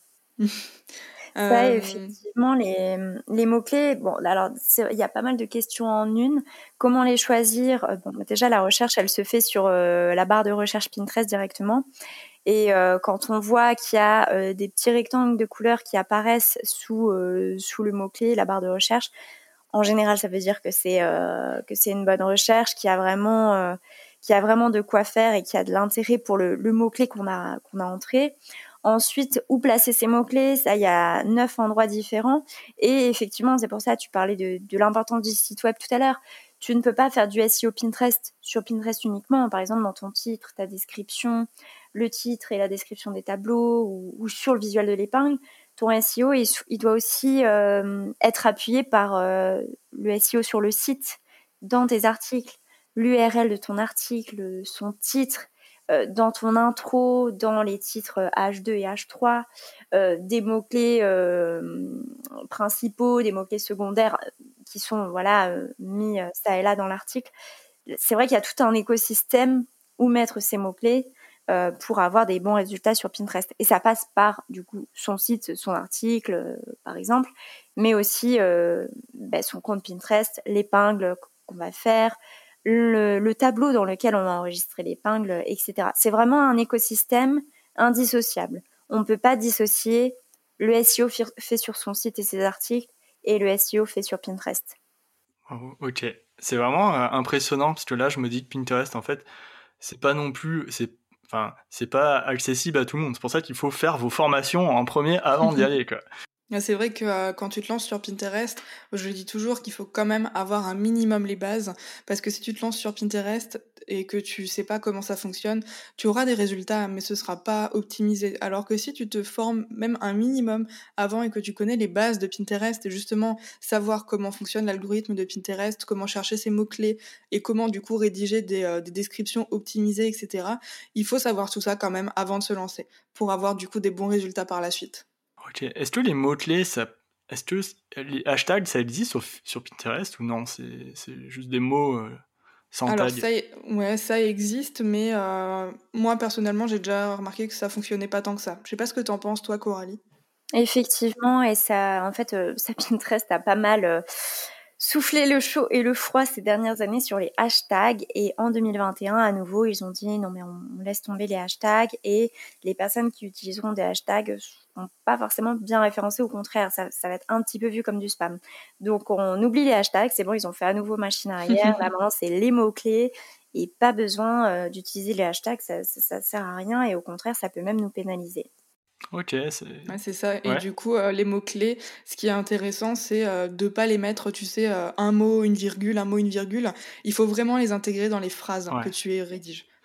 Ça, Euh, effectivement, les, les mots-clés, bon, alors, c'est- il y a pas mal de questions en une. Comment les choisir? Euh, Bon, bah, déjà, la recherche, elle se fait sur euh, la barre de recherche Pinterest directement. Et euh, quand on voit qu'il y a euh, des petits rectangles de couleurs qui apparaissent sous, euh, sous le mot-clé, la barre de recherche, en général, ça veut dire que c'est euh, que c'est une bonne recherche, qui a vraiment euh, qui a vraiment de quoi faire et qui a de l'intérêt pour le, le mot-clé qu'on a qu'on a entré. Ensuite, où placer ces mots-clés? Ça, il y a neuf endroits différents. Et effectivement, c'est pour ça que tu parlais de, de l'importance du site web tout à l'heure. Tu ne peux pas faire du S E O Pinterest sur Pinterest uniquement. Par exemple, dans ton titre, ta description, le titre et la description des tableaux ou, ou sur le visuel de l'épingle. Ton S E O, il, il doit aussi euh, être appuyé par euh, le S E O sur le site, dans tes articles, l'U R L de ton article, son titre, euh, dans ton intro, dans les titres H deux et H trois, euh, des mots-clés euh, principaux, des mots-clés secondaires qui sont voilà euh, mis euh, ça et là dans l'article. C'est vrai qu'il y a tout un écosystème où mettre ces mots-clés euh, pour avoir des bons résultats sur Pinterest. Et ça passe par, du coup, son site, son article, euh, par exemple, mais aussi euh, bah, son compte Pinterest, l'épingle qu'on va faire, le, le tableau dans lequel on va enregistrer l'épingle, et cetera. C'est vraiment un écosystème indissociable. On ne peut pas dissocier le S E O fait sur son site et ses articles et le S E O fait sur Pinterest. Oh, ok. C'est vraiment euh, impressionnant parce que là, je me dis que Pinterest, en fait, c'est pas non plus, c'est, enfin, c'est pas accessible à tout le monde. C'est pour ça qu'il faut faire vos formations en premier avant d'y aller, quoi. C'est vrai que euh, quand tu te lances sur Pinterest, je dis toujours qu'il faut quand même avoir un minimum les bases, parce que si tu te lances sur Pinterest et que tu sais pas comment ça fonctionne, tu auras des résultats, mais ce sera pas optimisé. Alors que si tu te formes même un minimum avant et que tu connais les bases de Pinterest, et justement savoir comment fonctionne l'algorithme de Pinterest, comment chercher ses mots-clés et comment du coup rédiger des, euh, des descriptions optimisées, et cetera, il faut savoir tout ça quand même avant de se lancer, pour avoir du coup des bons résultats par la suite. Ok. Est-ce que les mots-clés, ça, est-ce que les hashtags, ça existe sur, sur Pinterest ou non? C'est, c'est juste des mots euh, sans Alors tag. ça, e- ouais, ça existe, mais euh, moi personnellement, j'ai déjà remarqué que ça fonctionnait pas tant que ça. Je sais pas ce que t'en penses, toi, Coralie. Effectivement, et ça, en fait, euh, ça Pinterest a pas mal euh, soufflé le chaud et le froid ces dernières années sur les hashtags. Et en deux mille vingt et un, à nouveau, ils ont dit non mais on, on laisse tomber les hashtags et les personnes qui utiliseront des hashtags sont pas forcément bien référencées. Au contraire, ça, ça va être un petit peu vu comme du spam. Donc on oublie les hashtags. C'est bon, ils ont fait à nouveau machine arrière. Là maintenant, c'est les mots clés et pas besoin euh, d'utiliser les hashtags. Ça, ça, ça sert à rien et au contraire, ça peut même nous pénaliser. Ok, c'est... Ouais, c'est ça. Et Ouais, du coup, euh, les mots-clés, ce qui est intéressant, c'est euh, de pas les mettre, tu sais, euh, un mot, une virgule, un mot, une virgule. Il faut vraiment les intégrer dans les phrases que ouais. tu rédiges.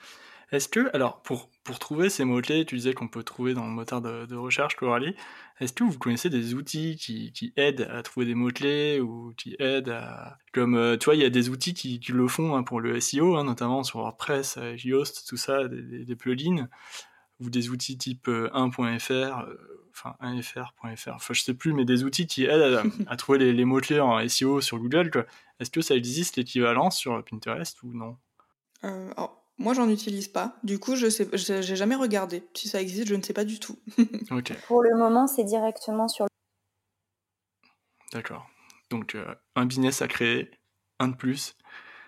Est-ce que, alors, pour, pour trouver ces mots-clés, tu disais qu'on peut trouver dans le moteur de, de recherche, Coralie, est-ce que vous connaissez des outils qui, qui aident à trouver des mots-clés ou qui aident à... Comme, euh, tu vois, il y a des outils qui, qui le font hein, pour le S E O, hein, notamment sur WordPress, euh, Yoast, tout ça, des, des, des plugins, ou des outils type euh, un point f r, euh, enfin un f r point f r, enfin je sais plus, mais des outils qui aident à, à trouver les, les mots-clés en S E O sur Google, quoi. Est-ce que ça existe l'équivalent sur Pinterest ou non? Euh, alors, moi, j'en utilise pas. Du coup, je sais, je- j'ai jamais regardé. Si ça existe, je ne sais pas du tout. Ok, Pour le moment, c'est directement sur le... d'accord. Donc euh, un business à créer, un de plus.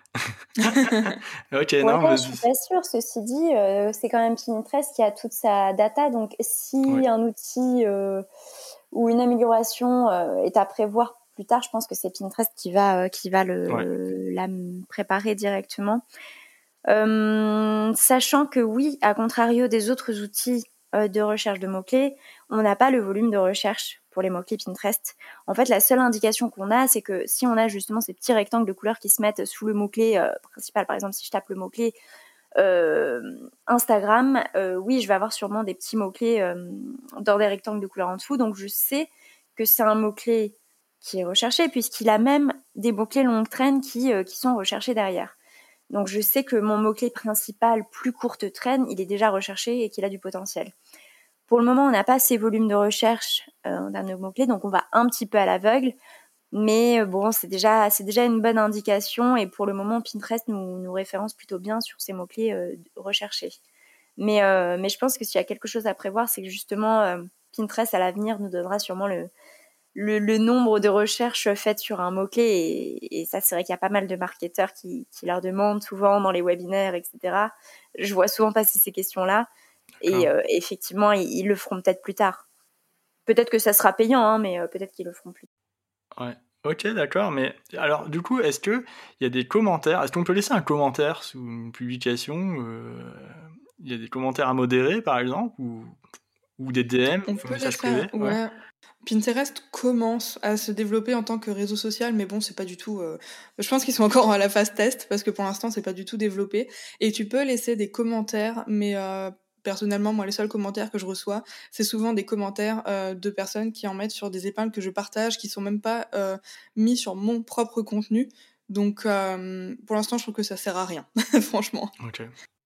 Ok, Ouais, non, mais... je suis pas sûre. Ceci dit, euh, c'est quand même Pinterest qui a toute sa data. Donc, si Ouais. un outil euh, ou une amélioration euh, est à prévoir plus tard, je pense que c'est Pinterest qui va, euh, qui va le, Ouais. la préparer directement. Euh, sachant que oui, à contrario des autres outils euh, de recherche de mots-clés, on n'a pas le volume de recherche pour les mots-clés Pinterest. En fait, la seule indication qu'on a, c'est que si on a justement ces petits rectangles de couleurs qui se mettent sous le mot-clé euh, principal, par exemple, si je tape le mot-clé euh, Instagram, euh, oui, je vais avoir sûrement des petits mots-clés euh, dans des rectangles de couleurs en dessous. Donc, je sais que c'est un mot-clé qui est recherché, puisqu'il a même des mots-clés longue traîne qui, euh, qui sont recherchés derrière. Donc, je sais que mon mot-clé principal, plus courte traîne, il est déjà recherché et qu'il a du potentiel. Pour le moment, on n'a pas ces volumes de recherche euh, d'un de nos mots-clés, donc on va un petit peu à l'aveugle. Mais bon, c'est déjà, c'est déjà une bonne indication. Et pour le moment, Pinterest nous, nous référence plutôt bien sur ces mots-clés euh, recherchés. Mais, euh, mais je pense que s'il y a quelque chose à prévoir, c'est que justement, euh, Pinterest, à l'avenir, nous donnera sûrement le, le, le nombre de recherches faites sur un mot-clé. Et, et ça, c'est vrai qu'il y a pas mal de marketeurs qui, qui leur demandent souvent dans les webinaires, et cetera. Je vois souvent passer ces questions-là. Et euh, effectivement, ils, ils le feront peut-être plus tard. Peut-être que ça sera payant, hein, mais euh, peut-être qu'ils le feront plus tard. Ouais. Ok, d'accord, mais alors du coup, est-ce qu'il y a des commentaires? Est-ce qu'on peut laisser un commentaire sous une publication? euh, Il y a des commentaires à modérer, par exemple, ou, ou des D M, On ou peut messages laisser un... privés? Ouais. Ouais. Pinterest commence à se développer en tant que réseau social, mais bon, c'est pas du tout... euh, Je pense qu'ils sont encore à la phase test, parce que pour l'instant, c'est pas du tout développé. Et tu peux laisser des commentaires, mais... euh, Personnellement, moi, les seuls commentaires que je reçois, c'est souvent des commentaires euh, de personnes qui en mettent sur des épingles que je partage, qui sont même pas euh, mis sur mon propre contenu. Donc, euh, pour l'instant, je trouve que ça sert à rien, franchement. Ok.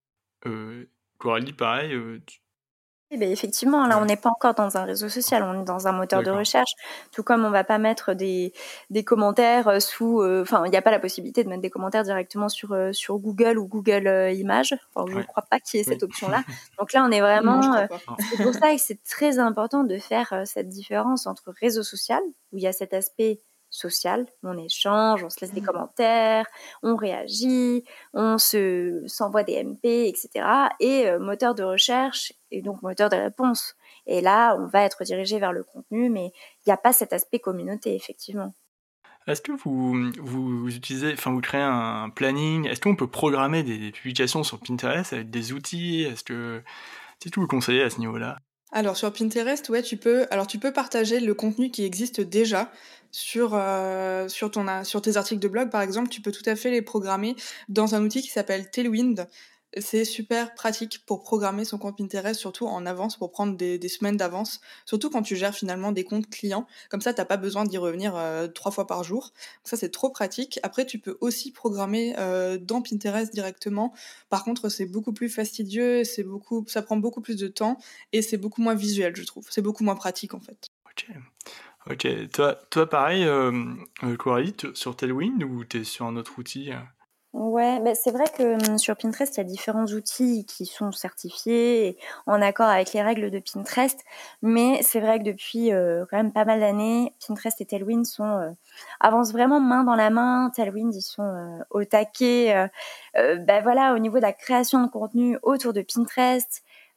Euh, Coralie, pareil. euh, tu- Eh bien, effectivement, là, Ouais. on n'est pas encore dans un réseau social, on est dans un moteur de D'accord. recherche. Tout comme on va pas mettre des, des commentaires euh, sous... Enfin, il n'y a pas la possibilité de mettre des commentaires directement sur, euh, sur Google ou Google euh, Images. Enfin, je ne Ouais. crois pas qu'il y ait cette Oui. option-là. Donc là, on est Non, je vraiment... crois euh, pas. Non. c'est pour ça que c'est très important de faire euh, cette différence entre réseau social, où il y a cet aspect social, on échange, on se laisse des commentaires, on réagit, on se s'envoie des M P, et cetera. Et euh, moteur de recherche et donc moteur de réponse. Et là, on va être dirigé vers le contenu, mais il n'y a pas cet aspect communauté, effectivement. Est-ce que vous, vous utilisez, enfin vous créez un planning? Est-ce qu'on peut programmer des, des publications sur Pinterest avec des outils? Est-ce que c'est tout vous conseillez à ce niveau-là? Alors sur Pinterest, ouais, tu peux, alors tu peux partager le contenu qui existe déjà sur euh, sur ton a- sur tes articles de blog par exemple. Tu peux tout à fait les programmer dans un outil qui s'appelle Tailwind. C'est super pratique pour programmer son compte Pinterest, surtout en avance, pour prendre des, des semaines d'avance. Surtout quand tu gères finalement des comptes clients. Comme ça, t'as pas besoin d'y revenir euh, trois fois par jour. Donc ça, c'est trop pratique. Après, tu peux aussi programmer euh, dans Pinterest directement. Par contre, c'est beaucoup plus fastidieux, c'est beaucoup, ça prend beaucoup plus de temps et c'est beaucoup moins visuel, je trouve. C'est beaucoup moins pratique en fait. Ok. Ok. Toi, toi pareil, euh, euh, Coralie, tu- sur Tailwind ou t'es sur un autre outil? euh Ouais, bah c'est vrai que hum, sur Pinterest, il y a différents outils qui sont certifiés et en accord avec les règles de Pinterest. Mais c'est vrai que depuis euh, quand même pas mal d'années, Pinterest et Tailwind sont, euh, avancent vraiment main dans la main. Tailwind, ils sont euh, au taquet. Euh, euh, bah voilà, au niveau de la création de contenu autour de Pinterest.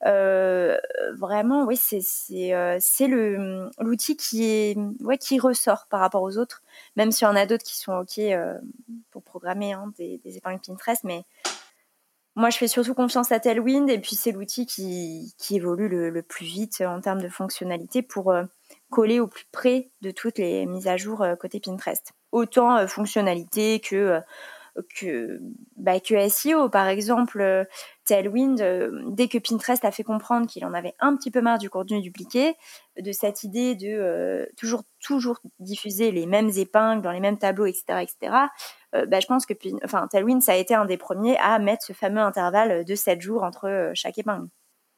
Euh, vraiment, oui, c'est c'est euh, c'est le l'outil qui est ouais qui ressort par rapport aux autres, même s'il y en a d'autres qui sont ok. Euh, pour programmer hein, des, des épingles Pinterest, mais moi je fais surtout confiance à Tailwind et puis c'est l'outil qui, qui évolue le, le plus vite en termes de fonctionnalité pour euh, coller au plus près de toutes les mises à jour euh, côté Pinterest. Autant euh, fonctionnalité que, euh, que, bah, que S E O par exemple. Euh, Tailwind, euh, dès que Pinterest a fait comprendre qu'il en avait un petit peu marre du contenu dupliqué, de cette idée de euh, toujours, toujours diffuser les mêmes épingles dans les mêmes tableaux, et cetera, et cetera, euh, bah, je pense que Pin- enfin, Tailwind, ça a été un des premiers à mettre ce fameux intervalle de sept jours entre euh, chaque épingle.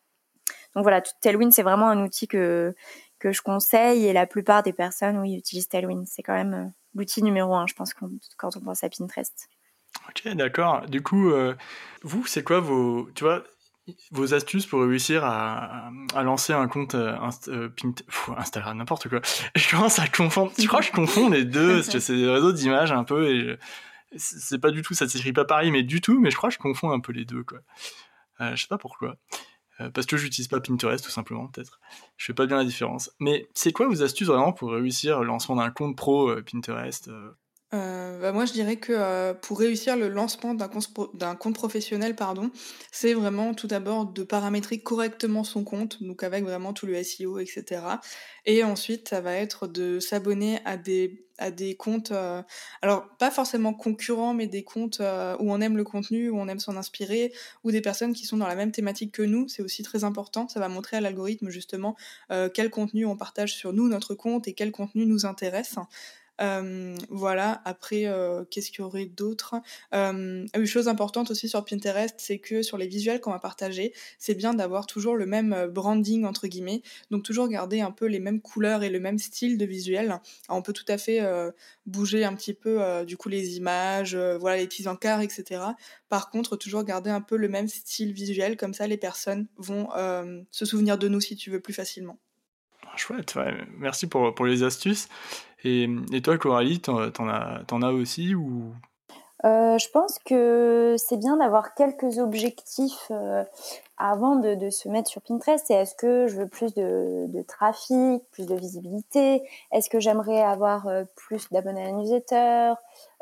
Donc voilà, Tailwind, c'est vraiment un outil que, que je conseille et la plupart des personnes, oui, utilisent Tailwind. C'est quand même euh, l'outil numéro un, je pense, quand, quand on pense à Pinterest. Ok, d'accord. Du coup, euh, vous, c'est quoi vos, tu vois, vos astuces pour réussir à, à lancer un compte euh, Inst- euh, Pint- Pff, Instagram, n'importe quoi. Je commence à confondre. Je crois que je confonds les deux, parce que c'est des réseaux d'images un peu, et je- c'est c'est pas du tout, ça s'écrit pas pareil, mais du tout, mais je crois que je confonds un peu les deux, quoi. Euh, je sais pas pourquoi. Euh, parce que j'utilise pas Pinterest, tout simplement, peut-être. Je fais pas bien la différence. Mais c'est quoi vos astuces vraiment pour réussir le lancement d'un compte pro euh, Pinterest euh Euh, bah moi, je dirais que euh, pour réussir le lancement d'un compte, pro- d'un compte professionnel, pardon, c'est vraiment tout d'abord de paramétrer correctement son compte, donc avec vraiment tout le S E O, et cetera. Et ensuite, ça va être de s'abonner à des, à des comptes, euh, alors pas forcément concurrents, mais des comptes euh, où on aime le contenu, où on aime s'en inspirer, ou des personnes qui sont dans la même thématique que nous. C'est aussi très important. Ça va montrer à l'algorithme justement euh, quel contenu on partage sur nous, notre compte, et quel contenu nous intéresse. Euh, voilà, après, euh, qu'est-ce qu'il y aurait d'autre? Euh, Une chose importante aussi sur Pinterest, c'est que sur les visuels qu'on va partager, c'est bien d'avoir toujours le même euh, branding, entre guillemets, donc toujours garder un peu les mêmes couleurs et le même style de visuel. Alors, on peut tout à fait euh, bouger un petit peu, euh, du coup, les images, euh, voilà, les petits encarts, et cetera. Par contre, toujours garder un peu le même style visuel, comme ça les personnes vont euh, se souvenir de nous, si tu veux, plus facilement. Ah, chouette, ouais. Merci pour, pour les astuces. Et, et toi, Coralie, t'en, t'en as, t'en as aussi ou... Euh, je pense que c'est bien d'avoir quelques objectifs euh, avant de, de se mettre sur Pinterest. C'est est-ce que je veux plus de, de trafic, plus de visibilité? Est-ce que j'aimerais avoir euh, plus d'abonnés à la newsletter,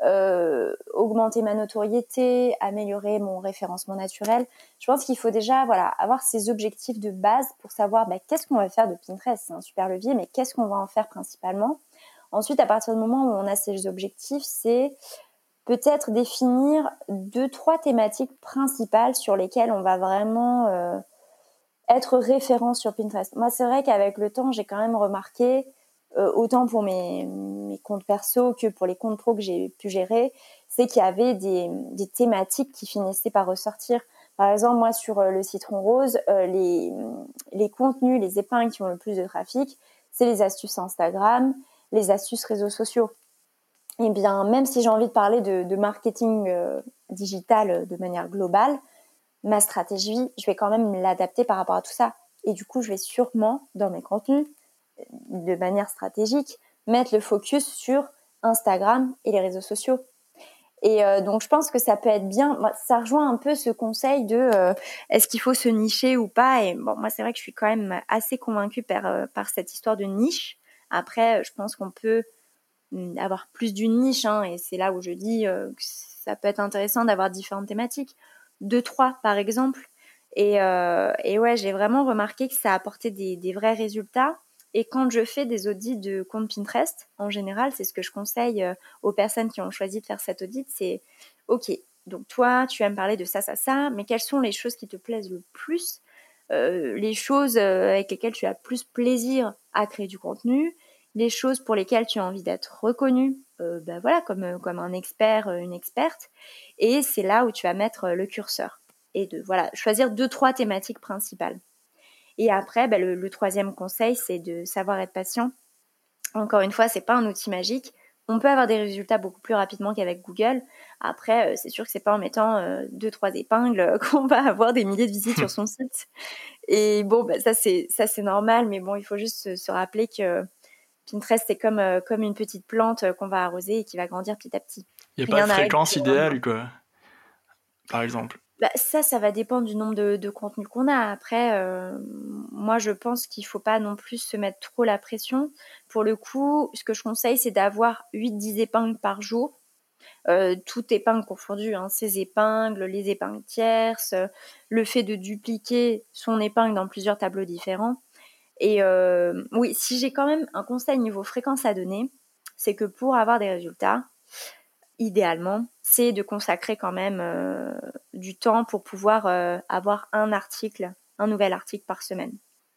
euh, augmenter ma notoriété, améliorer mon référencement naturel? Je pense qu'il faut déjà voilà, avoir ces objectifs de base pour savoir bah, qu'est-ce qu'on va faire de Pinterest. C'est un super levier, mais qu'est-ce qu'on va en faire principalement? Ensuite, à partir du moment où on a ces objectifs, c'est peut-être définir deux, trois thématiques principales sur lesquelles on va vraiment euh, être référent sur Pinterest. Moi, c'est vrai qu'avec le temps, j'ai quand même remarqué, euh, autant pour mes, mes comptes perso que pour les comptes pro que j'ai pu gérer, c'est qu'il y avait des, des thématiques qui finissaient par ressortir. Par exemple, moi, sur euh, le Citron Rose, euh, les, les contenus, les épingles qui ont le plus de trafic, c'est les astuces Instagram, les astuces réseaux sociaux. Eh bien, même si j'ai envie de parler de, de marketing euh, digital de manière globale, ma stratégie, je vais quand même l'adapter par rapport à tout ça. Et du coup, je vais sûrement, dans mes contenus, de manière stratégique, mettre le focus sur Instagram et les réseaux sociaux. Et euh, donc, je pense que ça peut être bien. Ça rejoint un peu ce conseil de euh, est-ce qu'il faut se nicher ou pas. Et bon, moi, c'est vrai que je suis quand même assez convaincue par, euh, par cette histoire de niche. Après, je pense qu'on peut avoir plus d'une niche, hein, et c'est là où je dis euh, que ça peut être intéressant d'avoir différentes thématiques, deux, trois par exemple. Et, euh, et ouais, j'ai vraiment remarqué que ça a apporté des, des vrais résultats. Et quand je fais des audits de compte Pinterest, en général, c'est ce que je conseille euh, aux personnes qui ont choisi de faire cet audit, c'est ok, donc toi, tu vas me parler de ça, ça, ça, mais quelles sont les choses qui te plaisent le plus, euh, les choses euh, avec lesquelles tu as plus plaisir à créer du contenu, les choses pour lesquelles tu as envie d'être reconnu, euh, ben voilà, comme, comme un expert, une experte. Et c'est là où tu vas mettre le curseur. Et de voilà, choisir deux, trois thématiques principales. Et après, ben le, le troisième conseil, c'est de savoir être patient. Encore une fois, c'est pas un outil magique. On peut avoir des résultats beaucoup plus rapidement qu'avec Google. Après, c'est sûr que c'est pas en mettant euh, deux, trois épingles qu'on va avoir des milliers de visites sur son site. Et bon, ben ça c'est ça c'est normal, mais bon, il faut juste se, se rappeler que Pinterest, c'est comme, euh, comme une petite plante euh, qu'on va arroser et qui va grandir petit à petit. Il n'y a pas Rien de n'arrête du fréquence jour au lendemain. idéale, quoi, par exemple. Bah, ça, ça va dépendre du nombre de, de contenus qu'on a. Après, euh, moi, je pense qu'il ne faut pas non plus se mettre trop la pression. Pour le coup, ce que je conseille, c'est d'avoir huit dix épingles par jour. Euh, toutes épingles confondues, hein, ces épingles, les épingles tierces, euh, le fait de dupliquer son épingle dans plusieurs tableaux différents. Et euh, oui, si j'ai quand même un conseil niveau fréquence à donner, c'est que pour avoir des résultats, idéalement, c'est de consacrer quand même euh, du temps pour pouvoir euh, avoir un article, un nouvel article par semaine.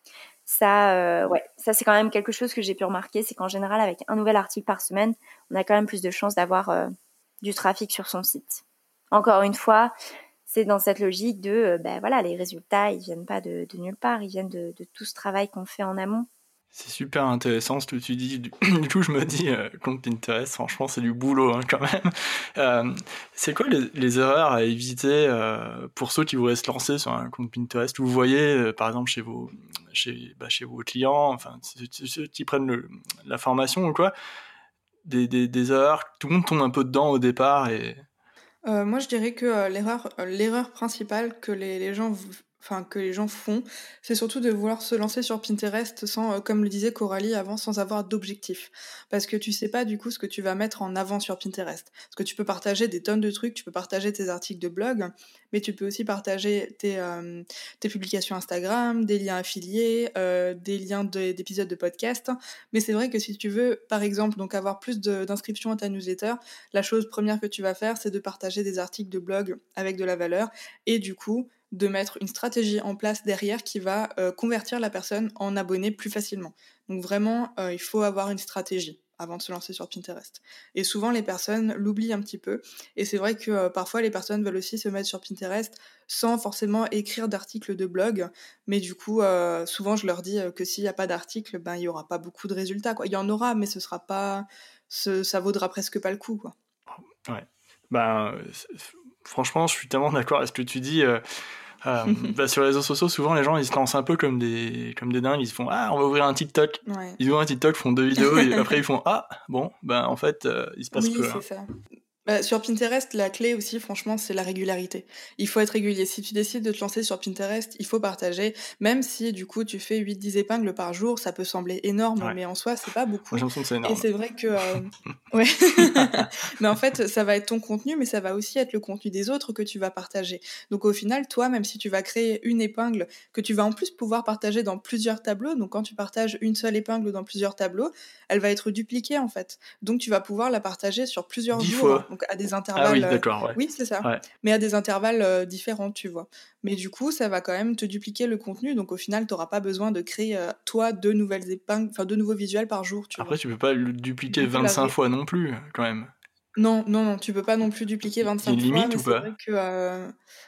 Ça, euh, ouais, ça c'est quand même quelque chose que j'ai pu remarquer, c'est qu'en général, avec un nouvel article par semaine, on a quand même plus de chances d'avoir euh, du trafic sur son site. Encore une fois, c'est dans cette logique de, euh, ben voilà, les résultats, ils viennent pas de, de nulle part, ils viennent de, de tout ce travail qu'on fait en amont. C'est super intéressant ce que tu dis. Du, du coup, je me dis, euh, compte Pinterest, franchement, c'est du boulot hein, quand même. Euh, c'est quoi les, les erreurs à éviter euh, pour ceux qui voudraient se lancer sur un compte Pinterest? Vous voyez, euh, par exemple, chez vos, chez, bah, chez vos clients, enfin, ceux qui prennent le, la formation ou quoi, des, des, des erreurs, tout le monde tombe un peu dedans au départ et... Euh, moi, je dirais que euh, l'erreur, euh, l'erreur principale que les, les gens, v- enfin que les gens font, c'est surtout de vouloir se lancer sur Pinterest sans, euh, comme le disait Coralie avant, sans avoir d'objectif. Parce que tu sais pas du coup ce que tu vas mettre en avant sur Pinterest. Parce que tu peux partager des tonnes de trucs, tu peux partager tes articles de blog, mais tu peux aussi partager tes, euh, tes publications Instagram, des liens affiliés, euh, des liens de- d'épisodes de podcast. Mais c'est vrai que si tu veux, par exemple, donc avoir plus de- d'inscriptions à ta newsletter, la chose première que tu vas faire, c'est de partager des articles de blog avec de la valeur et du coup de mettre une stratégie en place derrière qui va euh, convertir la personne en abonné plus facilement. Donc vraiment, euh, il faut avoir une stratégie avant de se lancer sur Pinterest. Et souvent, les personnes l'oublient un petit peu. Et c'est vrai que euh, parfois, les personnes veulent aussi se mettre sur Pinterest sans forcément écrire d'articles de blog. Mais du coup, euh, souvent, je leur dis euh, que s'il n'y a pas d'article, ben, il n'y aura pas beaucoup de résultats, quoi. Il y en aura, mais ce sera pas... ce- ça vaudra presque pas le coup, quoi. Ouais. Ben, euh, franchement, je suis tellement d'accord avec ce que tu dis. Euh, euh, bah, sur les réseaux sociaux, souvent les gens ils se lancent un peu comme des, comme des dingues. Ils se font ah, on va ouvrir un TikTok. Ouais. Ils ouvrent un TikTok, font deux vidéos et après ils font ah, bon, ben en fait, euh, il se passe Oui, peu. c'est Hein. ça. Bah, sur Pinterest, la clé aussi, franchement, c'est la régularité. Il faut être régulier. Si tu décides de te lancer sur Pinterest, il faut partager. Même si, du coup, tu fais huit dix épingles par jour, ça peut sembler énorme, Ouais. mais en soi, c'est pas Moi beaucoup. j'ai l'impression que c'est Et énorme. c'est vrai que... euh, Ouais. Mais en fait, ça va être ton contenu, mais ça va aussi être le contenu des autres que tu vas partager. Donc au final, toi, même si tu vas créer une épingle que tu vas en plus pouvoir partager dans plusieurs tableaux, donc quand tu partages une seule épingle dans plusieurs tableaux, elle va être dupliquée en fait. Donc tu vas pouvoir la partager sur plusieurs Dix jours, fois. donc à des Ah intervalles... oui, euh, d'accord, ouais. Oui, c'est ça. Ouais. Mais à des intervalles euh, différents, tu vois. Mais du coup, ça va quand même te dupliquer le contenu, donc au final, tu n'auras pas besoin de créer, euh, toi, deux nouvelles épingles, enfin deux nouveaux visuels par jour, tu Après, vois. tu peux pas le dupliquer Du coup, la vingt-cinq ré- fois non plus, quand même. Non, non, non, tu peux pas non plus dupliquer Il y a une vingt-cinq fois, limite mais ou c'est vrai pas? que... euh,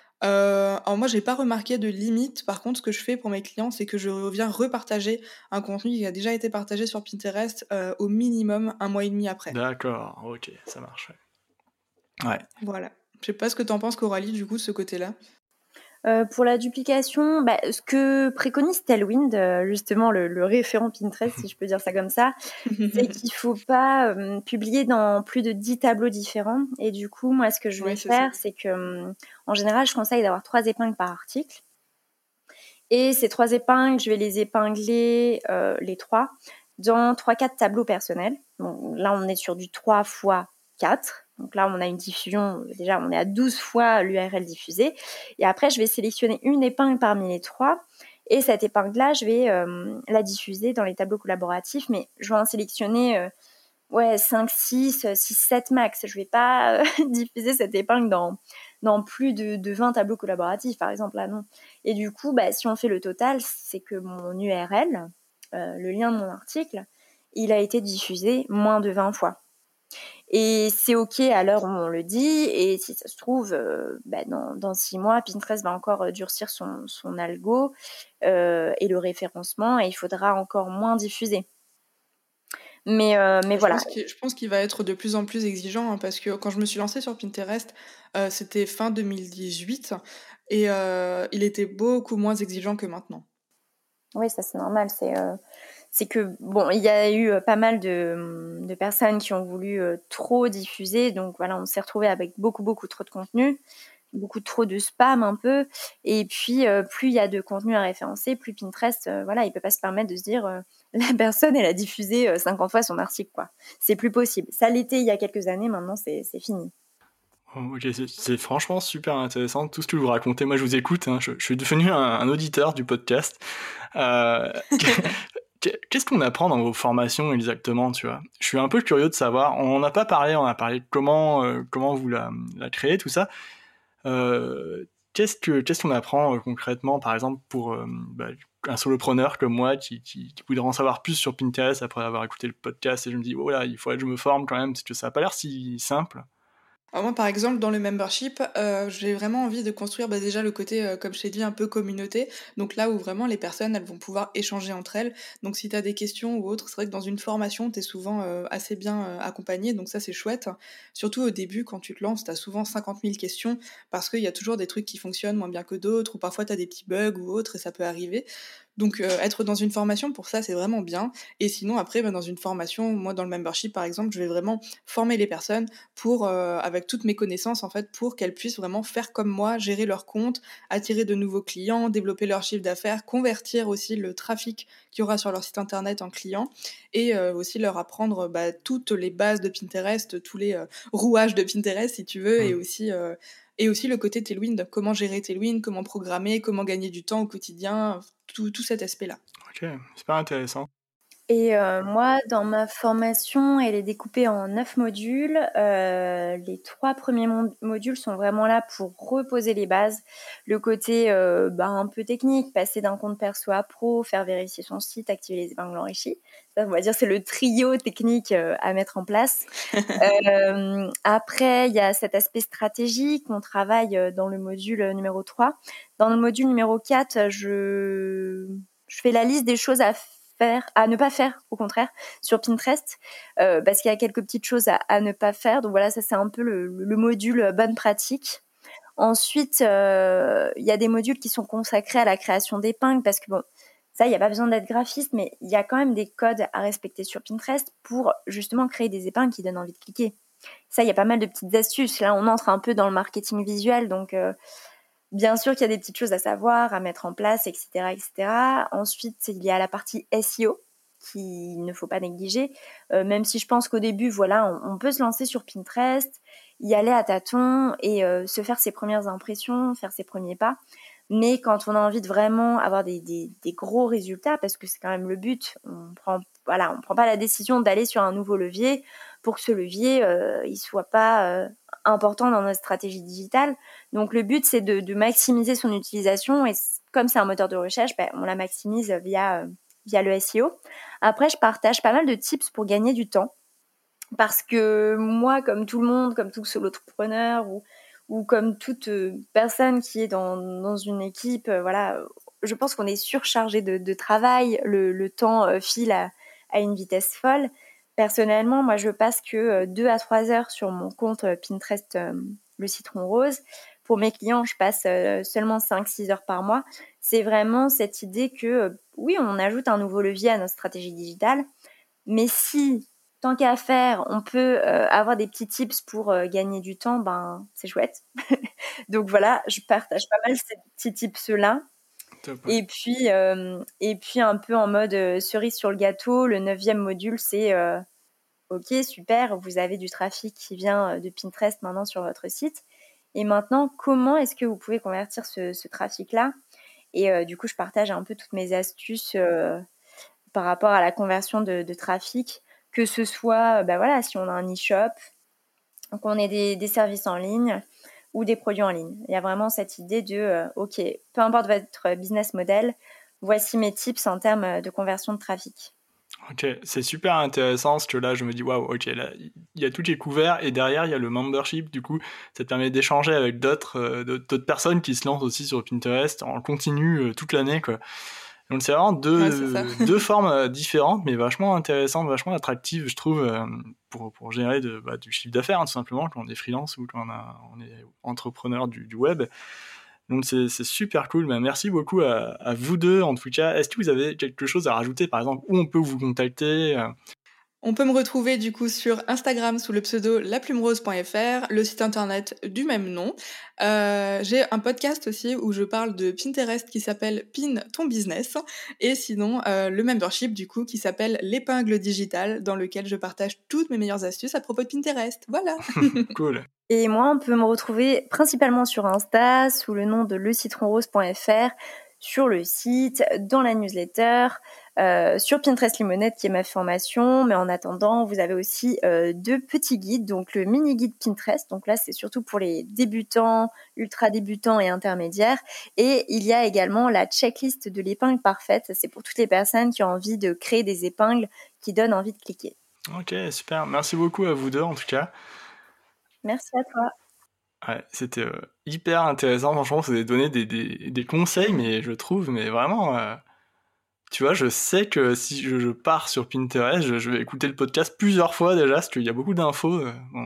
euh, alors moi, j'ai pas remarqué de limite. Par contre, ce que je fais pour mes clients, c'est que je viens repartager un contenu qui a déjà été partagé sur Pinterest euh, au minimum un mois et demi après. D'accord, ok, ça marche. Ouais. Ouais. Voilà. Je sais pas ce que t'en penses, Coralie, du coup, de ce côté-là. Euh, pour la duplication, bah, ce que préconise Tailwind, euh, justement le, le référent Pinterest, si je peux dire ça comme ça, c'est qu'il ne faut pas euh, publier dans plus de dix tableaux différents. Et du coup, moi, ce que je vais Ouais, c'est faire, ça. c'est que, euh, en général, je conseille d'avoir trois épingles par article. Et ces trois épingles, je vais les épingler, euh, les trois, dans trois quatre tableaux personnels. Donc là, on est sur du trois fois quatre. Donc là, on a une diffusion, déjà, on est à douze fois l'U R L diffusée. Et après, je vais sélectionner une épingle parmi les trois. Et cette épingle-là, je vais euh, la diffuser dans les tableaux collaboratifs. Mais je vais en sélectionner euh, ouais, cinq, six, six, sept max. Je ne vais pas euh, diffuser cette épingle dans, dans plus de, de vingt tableaux collaboratifs, par exemple. Là, non. Et du coup, bah, si on fait le total, c'est que mon U R L, euh, le lien de mon article, il a été diffusé moins de vingt fois. Et c'est OK à l'heure où on le dit. Et si ça se trouve, euh, bah, dans, dans six mois, Pinterest va encore durcir son, son algo euh, et le référencement, et il faudra encore moins diffuser. Mais, euh, mais je voilà. Pense qu'il, je pense qu'il va être de plus en plus exigeant hein, parce que quand je me suis lancée sur Pinterest, euh, c'était fin deux mille dix-huit et euh, il était beaucoup moins exigeant que maintenant. Oui, ça c'est normal. C'est, euh, c'est que, bon, il y a eu euh, pas mal de, de personnes qui ont voulu euh, trop diffuser. Donc voilà, on s'est retrouvé avec beaucoup, beaucoup trop de contenu, beaucoup trop de spam un peu. Et puis, euh, plus il y a de contenu à référencer, plus Pinterest, euh, voilà, il peut pas se permettre de se dire euh, la personne, elle a diffusé euh, cinquante fois son article, quoi. C'est plus possible. Ça l'était il y a quelques années, maintenant c'est, c'est fini. Ok, c'est, c'est franchement super intéressant tout ce que vous racontez. Moi, je vous écoute. Hein, je, je suis devenu un, un auditeur du podcast. Euh, qu'est-ce qu'on apprend dans vos formations exactement, tu vois? Je suis un peu curieux de savoir. On n'en a pas parlé, on a parlé de comment, euh, comment vous la, la créez, tout ça. Euh, qu'est-ce que qu'est-ce qu'on apprend euh, concrètement, par exemple, pour euh, bah, un solopreneur comme moi qui, qui, qui voudrait en savoir plus sur Pinterest après avoir écouté le podcast et je me dis, oh là, il faudrait que je me forme quand même, parce que ça n'a pas l'air si simple. Alors moi, par exemple, dans le membership, euh, j'ai vraiment envie de construire bah, déjà le côté, euh, comme je t'ai dit, un peu communauté. Donc là où vraiment les personnes, elles vont pouvoir échanger entre elles. Donc si tu as des questions ou autres, c'est vrai que dans une formation, tu es souvent euh, assez bien euh, accompagné. Donc ça, c'est chouette. Surtout au début, quand tu te lances, tu as souvent cinquante mille questions parce qu'il y a toujours des trucs qui fonctionnent moins bien que d'autres ou parfois tu as des petits bugs ou autres et ça peut arriver. Donc euh, être dans une formation pour ça, c'est vraiment bien. Et sinon, après, bah, dans une formation, moi dans le membership par exemple, je vais vraiment former les personnes pour, euh, avec toutes mes connaissances en fait, pour qu'elles puissent vraiment faire comme moi, gérer leur compte, attirer de nouveaux clients, développer leur chiffre d'affaires, convertir aussi le trafic qu'il y aura sur leur site internet en clients et euh, aussi leur apprendre bah, toutes les bases de Pinterest, tous les euh, rouages de Pinterest si tu veux, Mmh. et aussi euh, et aussi le côté Tailwind, comment gérer Tailwind, comment programmer, comment gagner du temps au quotidien, tout, tout cet aspect-là. Ok, super intéressant. Et euh, moi, dans ma formation, elle est découpée en neuf modules. Euh, les trois premiers mon- modules sont vraiment là pour reposer les bases. Le côté euh, bah, un peu technique, passer d'un compte perso à pro, faire vérifier son site, activer les épingles enrichies. Ça, on va dire, c'est le trio technique euh, à mettre en place. Euh, après, il y a cet aspect stratégique. On travaille euh, dans le module numéro trois. Dans le module numéro quatre, je, je fais la liste des choses à faire, à ne pas faire, au contraire, sur Pinterest, euh, parce qu'il y a quelques petites choses à, à ne pas faire. Donc voilà, ça c'est un peu le, le module bonne pratique. Ensuite, euh, il y a des modules qui sont consacrés à la création d'épingles, parce que bon, ça, il n'y a pas besoin d'être graphiste, mais il y a quand même des codes à respecter sur Pinterest pour justement créer des épingles qui donnent envie de cliquer. Ça, il y a pas mal de petites astuces. Là, on entre un peu dans le marketing visuel, donc euh, bien sûr qu'il y a des petites choses à savoir, à mettre en place, et cetera, et cetera. Ensuite, il y a la partie S E O qu'il ne faut pas négliger, euh, même si je pense qu'au début, voilà, on, on peut se lancer sur Pinterest, y aller à tâtons et euh, se faire ses premières impressions, faire ses premiers pas. Mais quand on a envie de vraiment avoir des, des, des gros résultats, parce que c'est quand même le but, on prend, voilà, on prend pas la décision d'aller sur un nouveau levier pour que ce levier euh, il soit pas euh, important dans notre stratégie digitale. Donc le but c'est de, de maximiser son utilisation et comme c'est un moteur de recherche, ben, on la maximise via euh, via le S E O. Après, je partage pas mal de tips pour gagner du temps parce que moi, comme tout le monde, comme tout solopreneur ou ou comme toute euh, personne qui est dans, dans une équipe, euh, voilà, je pense qu'on est surchargé de, de travail, le, le temps euh, file à, à une vitesse folle. Personnellement, moi, je passe que euh, deux à trois heures sur mon compte euh, Pinterest, euh, le citron rose. Pour mes clients, je passe euh, seulement cinq six heures par mois. C'est vraiment cette idée que, euh, oui, on ajoute un nouveau levier à notre stratégie digitale, mais si tant qu'à faire, on peut euh, avoir des petits tips pour euh, gagner du temps, ben c'est chouette. Donc voilà, je partage pas mal ces petits tips-là. Top, ouais. Et puis, euh, et puis un peu en mode euh, cerise sur le gâteau, le neuvième module, c'est euh, ok, super, vous avez du trafic qui vient de Pinterest maintenant sur votre site. Et maintenant, comment est-ce que vous pouvez convertir ce, ce trafic-là? Et euh, du coup, je partage un peu toutes mes astuces euh, par rapport à la conversion de, de trafic, que ce soit, ben voilà, si on a un e-shop, qu'on ait des, des services en ligne ou des produits en ligne. Il y a vraiment cette idée de, euh, ok, peu importe votre business model, voici mes tips en termes de conversion de trafic. Ok, c'est super intéressant parce que là je me dis waouh, ok, là il y a tout qui est couvert et derrière il y a le membership, du coup ça te permet d'échanger avec d'autres euh, d'autres personnes qui se lancent aussi sur Pinterest en continu euh, toute l'année quoi. Donc c'est vraiment deux, Ouais, c'est ça. deux formes euh, différentes mais vachement intéressantes, vachement attractives je trouve euh, pour, pour générer de, bah, du chiffre d'affaires hein, tout simplement quand on est freelance ou quand on, a, on est entrepreneur du, du web. Donc c'est, c'est super cool, bah, merci beaucoup à, à vous deux en tout cas. Est-ce que vous avez quelque chose à rajouter par exemple où on peut vous contacter euh... On peut me retrouver du coup sur Instagram sous le pseudo laplumerose point f r, le site internet du même nom. Euh, j'ai un podcast aussi où je parle de Pinterest qui s'appelle Pin ton business et sinon euh, le membership du coup qui s'appelle l'épingle digitale dans lequel je partage toutes mes meilleures astuces à propos de Pinterest. Voilà. Cool. Et moi, on peut me retrouver principalement sur Insta sous le nom de le citron rose point f r. sur le site, dans la newsletter, euh, sur Pinterest Limonette qui est ma formation. Mais en attendant, vous avez aussi euh, deux petits guides, donc le mini guide Pinterest. Donc là, c'est surtout pour les débutants, ultra débutants et intermédiaires. Et il y a également la checklist de l'épingle parfaite. C'est pour toutes les personnes qui ont envie de créer des épingles qui donnent envie de cliquer. Ok, super. Merci beaucoup à vous deux en tout cas. Merci à toi. Ouais, c'était euh, hyper intéressant, franchement, vous avez donné des, des, des conseils, mais je trouve, mais vraiment, euh, tu vois, je sais que si je, je pars sur Pinterest, je, je vais écouter le podcast plusieurs fois déjà, parce qu'il y a beaucoup d'infos. Euh, bon,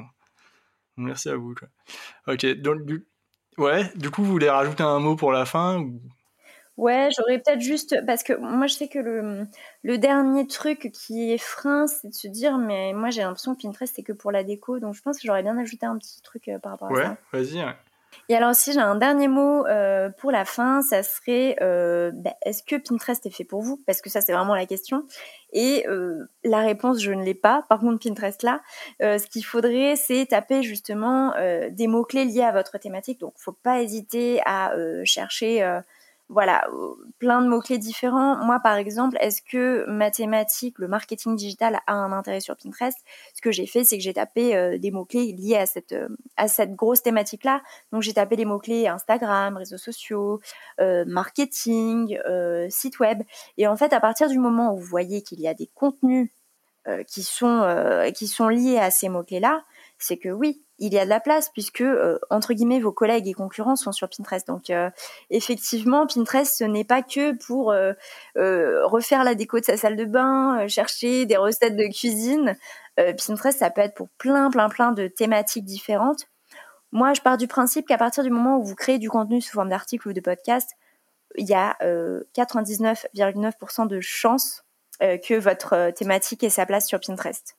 merci à vous, quoi. Ok, donc, du... ouais, du coup, vous voulez rajouter un mot pour la fin ou... Ouais, j'aurais peut-être juste, parce que moi je sais que le, le dernier truc qui est frein, c'est de se dire, mais moi j'ai l'impression que Pinterest c'est que pour la déco, donc je pense que j'aurais bien ajouté un petit truc euh, par rapport ouais, à ça. Ouais, vas-y. Ouais. Et alors si j'ai un dernier mot euh, pour la fin, ça serait, euh, bah, est-ce que Pinterest est fait pour vous? Parce que ça c'est vraiment la question. Et euh, la réponse, je ne l'ai pas. Par contre, Pinterest là, euh, ce qu'il faudrait, c'est taper justement euh, des mots-clés liés à votre thématique. Donc, faut pas hésiter à euh, chercher... Euh, voilà, plein de mots-clés différents. Moi, par exemple, est-ce que ma thématique, le marketing digital, a un intérêt sur Pinterest? Ce que j'ai fait, c'est que j'ai tapé euh, des mots-clés liés à cette, euh, à cette grosse thématique-là. Donc, j'ai tapé les mots-clés Instagram, réseaux sociaux, euh, marketing, euh, site web. Et en fait, à partir du moment où vous voyez qu'il y a des contenus euh, qui sont, euh, qui sont liés à ces mots-clés-là, c'est que oui, il y a de la place puisque, euh, entre guillemets, vos collègues et concurrents sont sur Pinterest. Donc, euh, effectivement, Pinterest, ce n'est pas que pour euh, euh, refaire la déco de sa salle de bain, euh, chercher des recettes de cuisine. Euh, Pinterest, ça peut être pour plein, plein, plein de thématiques différentes. Moi, je pars du principe qu'à partir du moment où vous créez du contenu sous forme d'article ou de podcast, il y a euh, quatre-vingt-dix-neuf virgule neuf pour cent de chances euh, que votre thématique ait sa place sur Pinterest.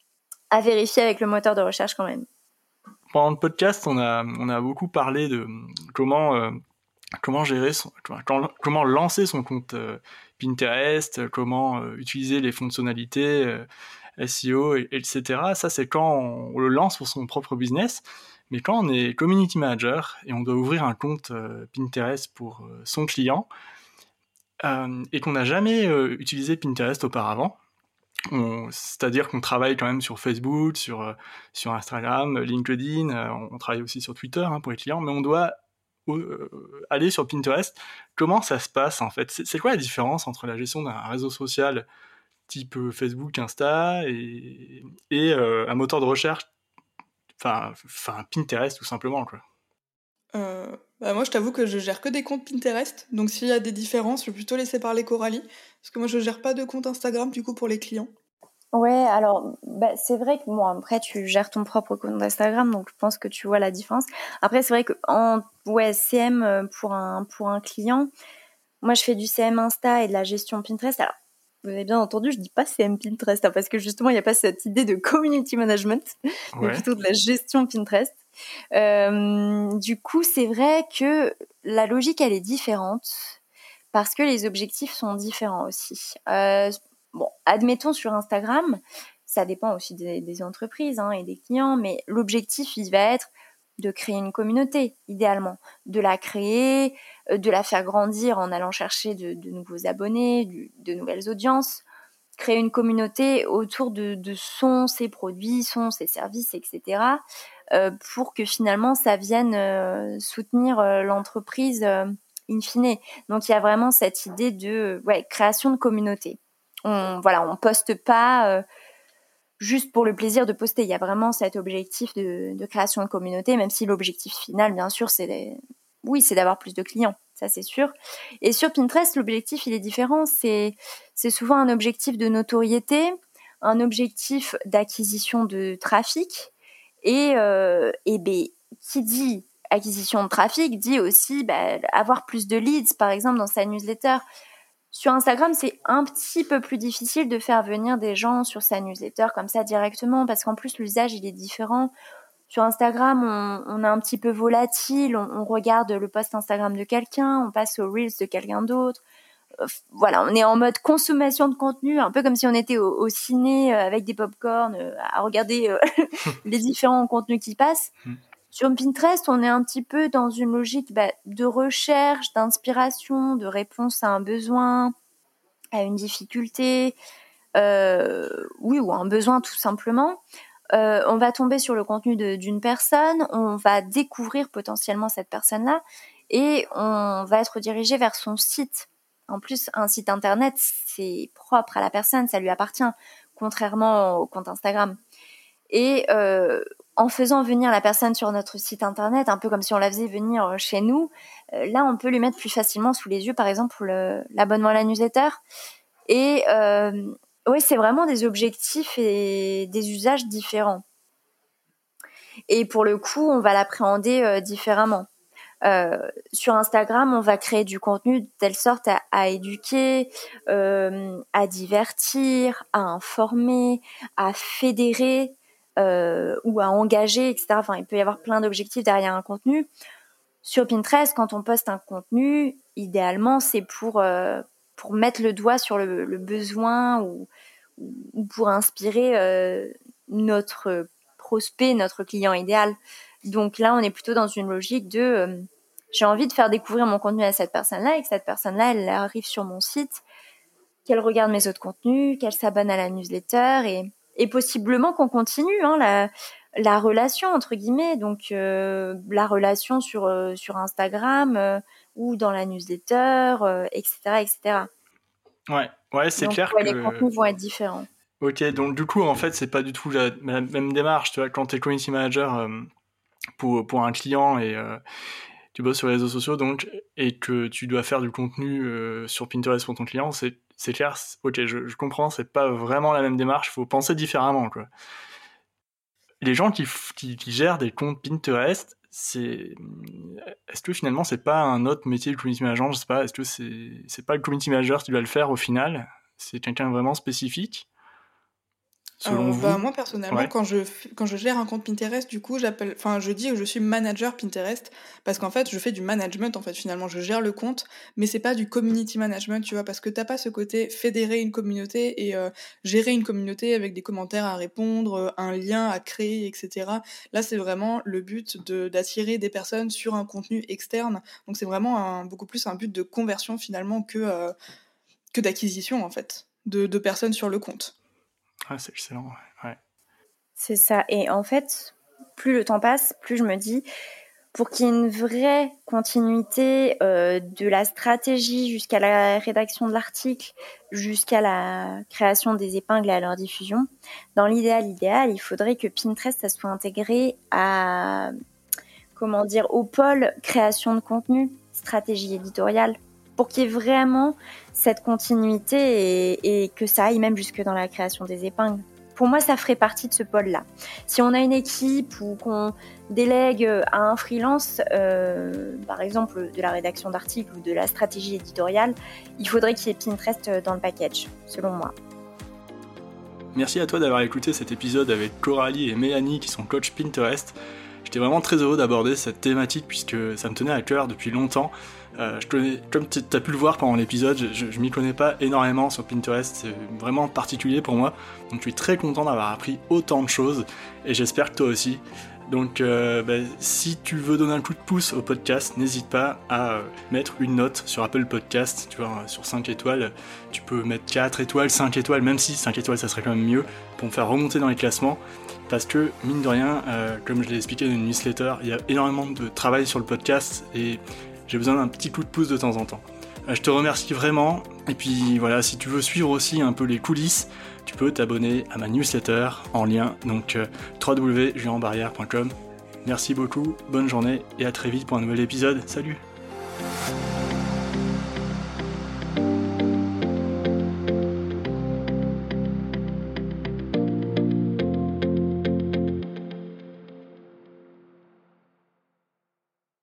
À vérifier avec le moteur de recherche quand même. Pendant le podcast, on a, on a beaucoup parlé de comment, euh, comment gérer, son, comment, comment lancer son compte euh, Pinterest, comment euh, utiliser les fonctionnalités euh, S E O, et, etc. Ça, c'est quand on, on le lance pour son propre business. Mais quand on est community manager et on doit ouvrir un compte euh, Pinterest pour euh, son client euh, et qu'on n'a jamais euh, utilisé Pinterest auparavant, On, c'est-à-dire qu'on travaille quand même sur Facebook, sur, euh, sur Instagram, LinkedIn, euh, on travaille aussi sur Twitter hein, pour les clients, mais on doit euh, aller sur Pinterest. Comment ça se passe en fait? c'est, c'est quoi la différence entre la gestion d'un réseau social type Facebook, Insta et, et euh, un moteur de recherche, enfin Pinterest tout simplement quoi. Euh, bah moi, je t'avoue que je gère que des comptes Pinterest, donc s'il y a des différences, je vais plutôt laisser parler Coralie, parce que moi, je gère pas de compte Instagram du coup pour les clients. Ouais, alors bah, c'est vrai que bon, après tu gères ton propre compte Instagram, donc je pense que tu vois la différence. Après, c'est vrai que en ouais, C M pour un pour un client, moi je fais du C M Insta et de la gestion Pinterest. Alors vous avez bien entendu, je dis pas C M Pinterest hein, parce que justement il n'y a pas cette idée de community management, ouais. mais plutôt de la gestion Pinterest. Euh, du coup, c'est vrai que la logique elle est différente parce que les objectifs sont différents aussi. Euh, bon, admettons sur Instagram, ça dépend aussi des, des entreprises hein, et des clients, mais l'objectif il va être de créer une communauté, idéalement, de la créer, de la faire grandir en allant chercher de, de nouveaux abonnés, de, de nouvelles audiences, créer une communauté autour de, de son, ses produits, son, ses services, et cetera, euh, pour que finalement ça vienne euh, soutenir euh, l'entreprise euh, in fine. Donc il y a vraiment cette idée de ouais, création de communauté. On, voilà, on poste pas euh, juste pour le plaisir de poster. Il y a vraiment cet objectif de, de création de communauté, même si l'objectif final, bien sûr, c'est des... oui, c'est d'avoir plus de clients. Ça, c'est sûr. Et sur Pinterest, l'objectif, il est différent. C'est, c'est souvent un objectif de notoriété, un objectif d'acquisition de trafic. Et, euh, et ben, qui dit acquisition de trafic dit aussi bah, avoir plus de leads, par exemple, dans sa newsletter. Sur Instagram, c'est un petit peu plus difficile de faire venir des gens sur sa newsletter comme ça directement, parce qu'en plus, l'usage, il est différent. Sur Instagram, on, on est un petit peu volatile, on, on regarde le post Instagram de quelqu'un, on passe aux Reels de quelqu'un d'autre. Euh, voilà, on est en mode consommation de contenu, un peu comme si on était au, au ciné euh, avec des pop-corn, euh, à regarder euh, les différents contenus qui passent. Sur Pinterest, on est un petit peu dans une logique bah, de recherche, d'inspiration, de réponse à un besoin, à une difficulté, euh, oui, ou un besoin tout simplement. Euh, on va tomber sur le contenu de, d'une personne, on va découvrir potentiellement cette personne-là et on va être dirigé vers son site. En plus, un site internet, c'est propre à la personne, ça lui appartient, contrairement au compte Instagram. Et euh, en faisant venir la personne sur notre site internet, un peu comme si on la faisait venir chez nous, euh, là, on peut lui mettre plus facilement sous les yeux, par exemple, le, l'abonnement à la newsletter. Et euh, oui, c'est vraiment des objectifs et des usages différents. Et pour le coup, on va l'appréhender euh, différemment. Euh, sur Instagram, on va créer du contenu de telle sorte à, à éduquer, euh, à divertir, à informer, à fédérer euh, ou à engager, et cetera. Enfin, il peut y avoir plein d'objectifs derrière un contenu. Sur Pinterest, quand on poste un contenu, idéalement, c'est pour, euh, pour mettre le doigt sur le, le besoin ou, ou pour inspirer euh, notre prospect, notre client idéal. Donc là, on est plutôt dans une logique de euh, j'ai envie de faire découvrir mon contenu à cette personne-là et que cette personne-là, elle arrive sur mon site, qu'elle regarde mes autres contenus, qu'elle s'abonne à la newsletter et, et possiblement qu'on continue hein, la, la relation, entre guillemets, donc euh, la relation sur, euh, sur Instagram euh, ou dans la newsletter, euh, et cetera, et cetera. Ouais, ouais, c'est donc, clair ouais, que... les contenus vont être différents. Ok, donc du coup, en fait, c'est pas du tout la, la même démarche, tu vois, quand t'es community manager euh, pour, pour un client et euh, tu bosses sur les réseaux sociaux, donc, et que tu dois faire du contenu euh, sur Pinterest pour ton client, c'est, c'est clair, c'est, ok, je, je comprends, c'est pas vraiment la même démarche, faut penser différemment, quoi. Les gens qui, qui, qui gèrent des comptes Pinterest, c'est... Est-ce que finalement c'est pas un autre métier de community manager, je sais pas, est-ce que c'est, c'est pas le community manager qui doit le faire au final, c'est quelqu'un vraiment spécifique? Selon Euh, vous? bah, moi personnellement, Ouais. quand je f- quand je gère un compte Pinterest, du coup, j'appelle, enfin, je dis que je suis manager Pinterest parce qu'en fait, je fais du management. En fait, finalement, je gère le compte, mais c'est pas du community management, tu vois, parce que t'as pas ce côté fédérer une communauté et euh, gérer une communauté avec des commentaires à répondre, euh, un lien à créer, et cetera. Là, c'est vraiment le but de d'attirer des personnes sur un contenu externe. Donc, c'est vraiment un, beaucoup plus un but de conversion finalement que euh, que d'acquisition en fait de, de personnes sur le compte. Ah, c'est excellent, ouais. C'est ça. Et en fait, plus le temps passe, plus je me dis, pour qu'il y ait une vraie continuité euh, de la stratégie jusqu'à la rédaction de l'article, jusqu'à la création des épingles et à leur diffusion, dans l'idéal idéal, il faudrait que Pinterest ça soit intégré à, comment dire, au pôle création de contenu, stratégie éditoriale, pour qu'il y ait vraiment cette continuité et, et que ça aille même jusque dans la création des épingles. Pour moi, ça ferait partie de ce pôle-là. Si on a une équipe ou qu'on délègue à un freelance, euh, par exemple de la rédaction d'articles ou de la stratégie éditoriale, il faudrait qu'il y ait Pinterest dans le package, selon moi. Merci à toi d'avoir écouté cet épisode avec Coralie et Mélanie qui sont coach Pinterest. J'étais vraiment très heureux d'aborder cette thématique puisque ça me tenait à cœur depuis longtemps. Euh, je connais, comme tu as pu le voir pendant l'épisode, je, je, je m'y connais pas énormément sur Pinterest, c'est vraiment particulier pour moi, donc je suis très content d'avoir appris autant de choses, et j'espère que toi aussi. Donc euh, bah, si tu veux donner un coup de pouce au podcast, n'hésite pas à euh, mettre une note sur Apple Podcast, tu vois, sur cinq étoiles, tu peux mettre quatre étoiles, cinq étoiles, même si cinq étoiles ça serait quand même mieux, pour me faire remonter dans les classements, parce que, mine de rien, euh, comme je l'ai expliqué dans une newsletter, il y a énormément de travail sur le podcast, et j'ai besoin d'un petit coup de pouce de temps en temps. Euh, je te remercie vraiment, et puis voilà, si tu veux suivre aussi un peu les coulisses, tu peux t'abonner à ma newsletter en lien, donc euh, w w w point julien barrière point com. Merci beaucoup, bonne journée, et à très vite pour un nouvel épisode. Salut!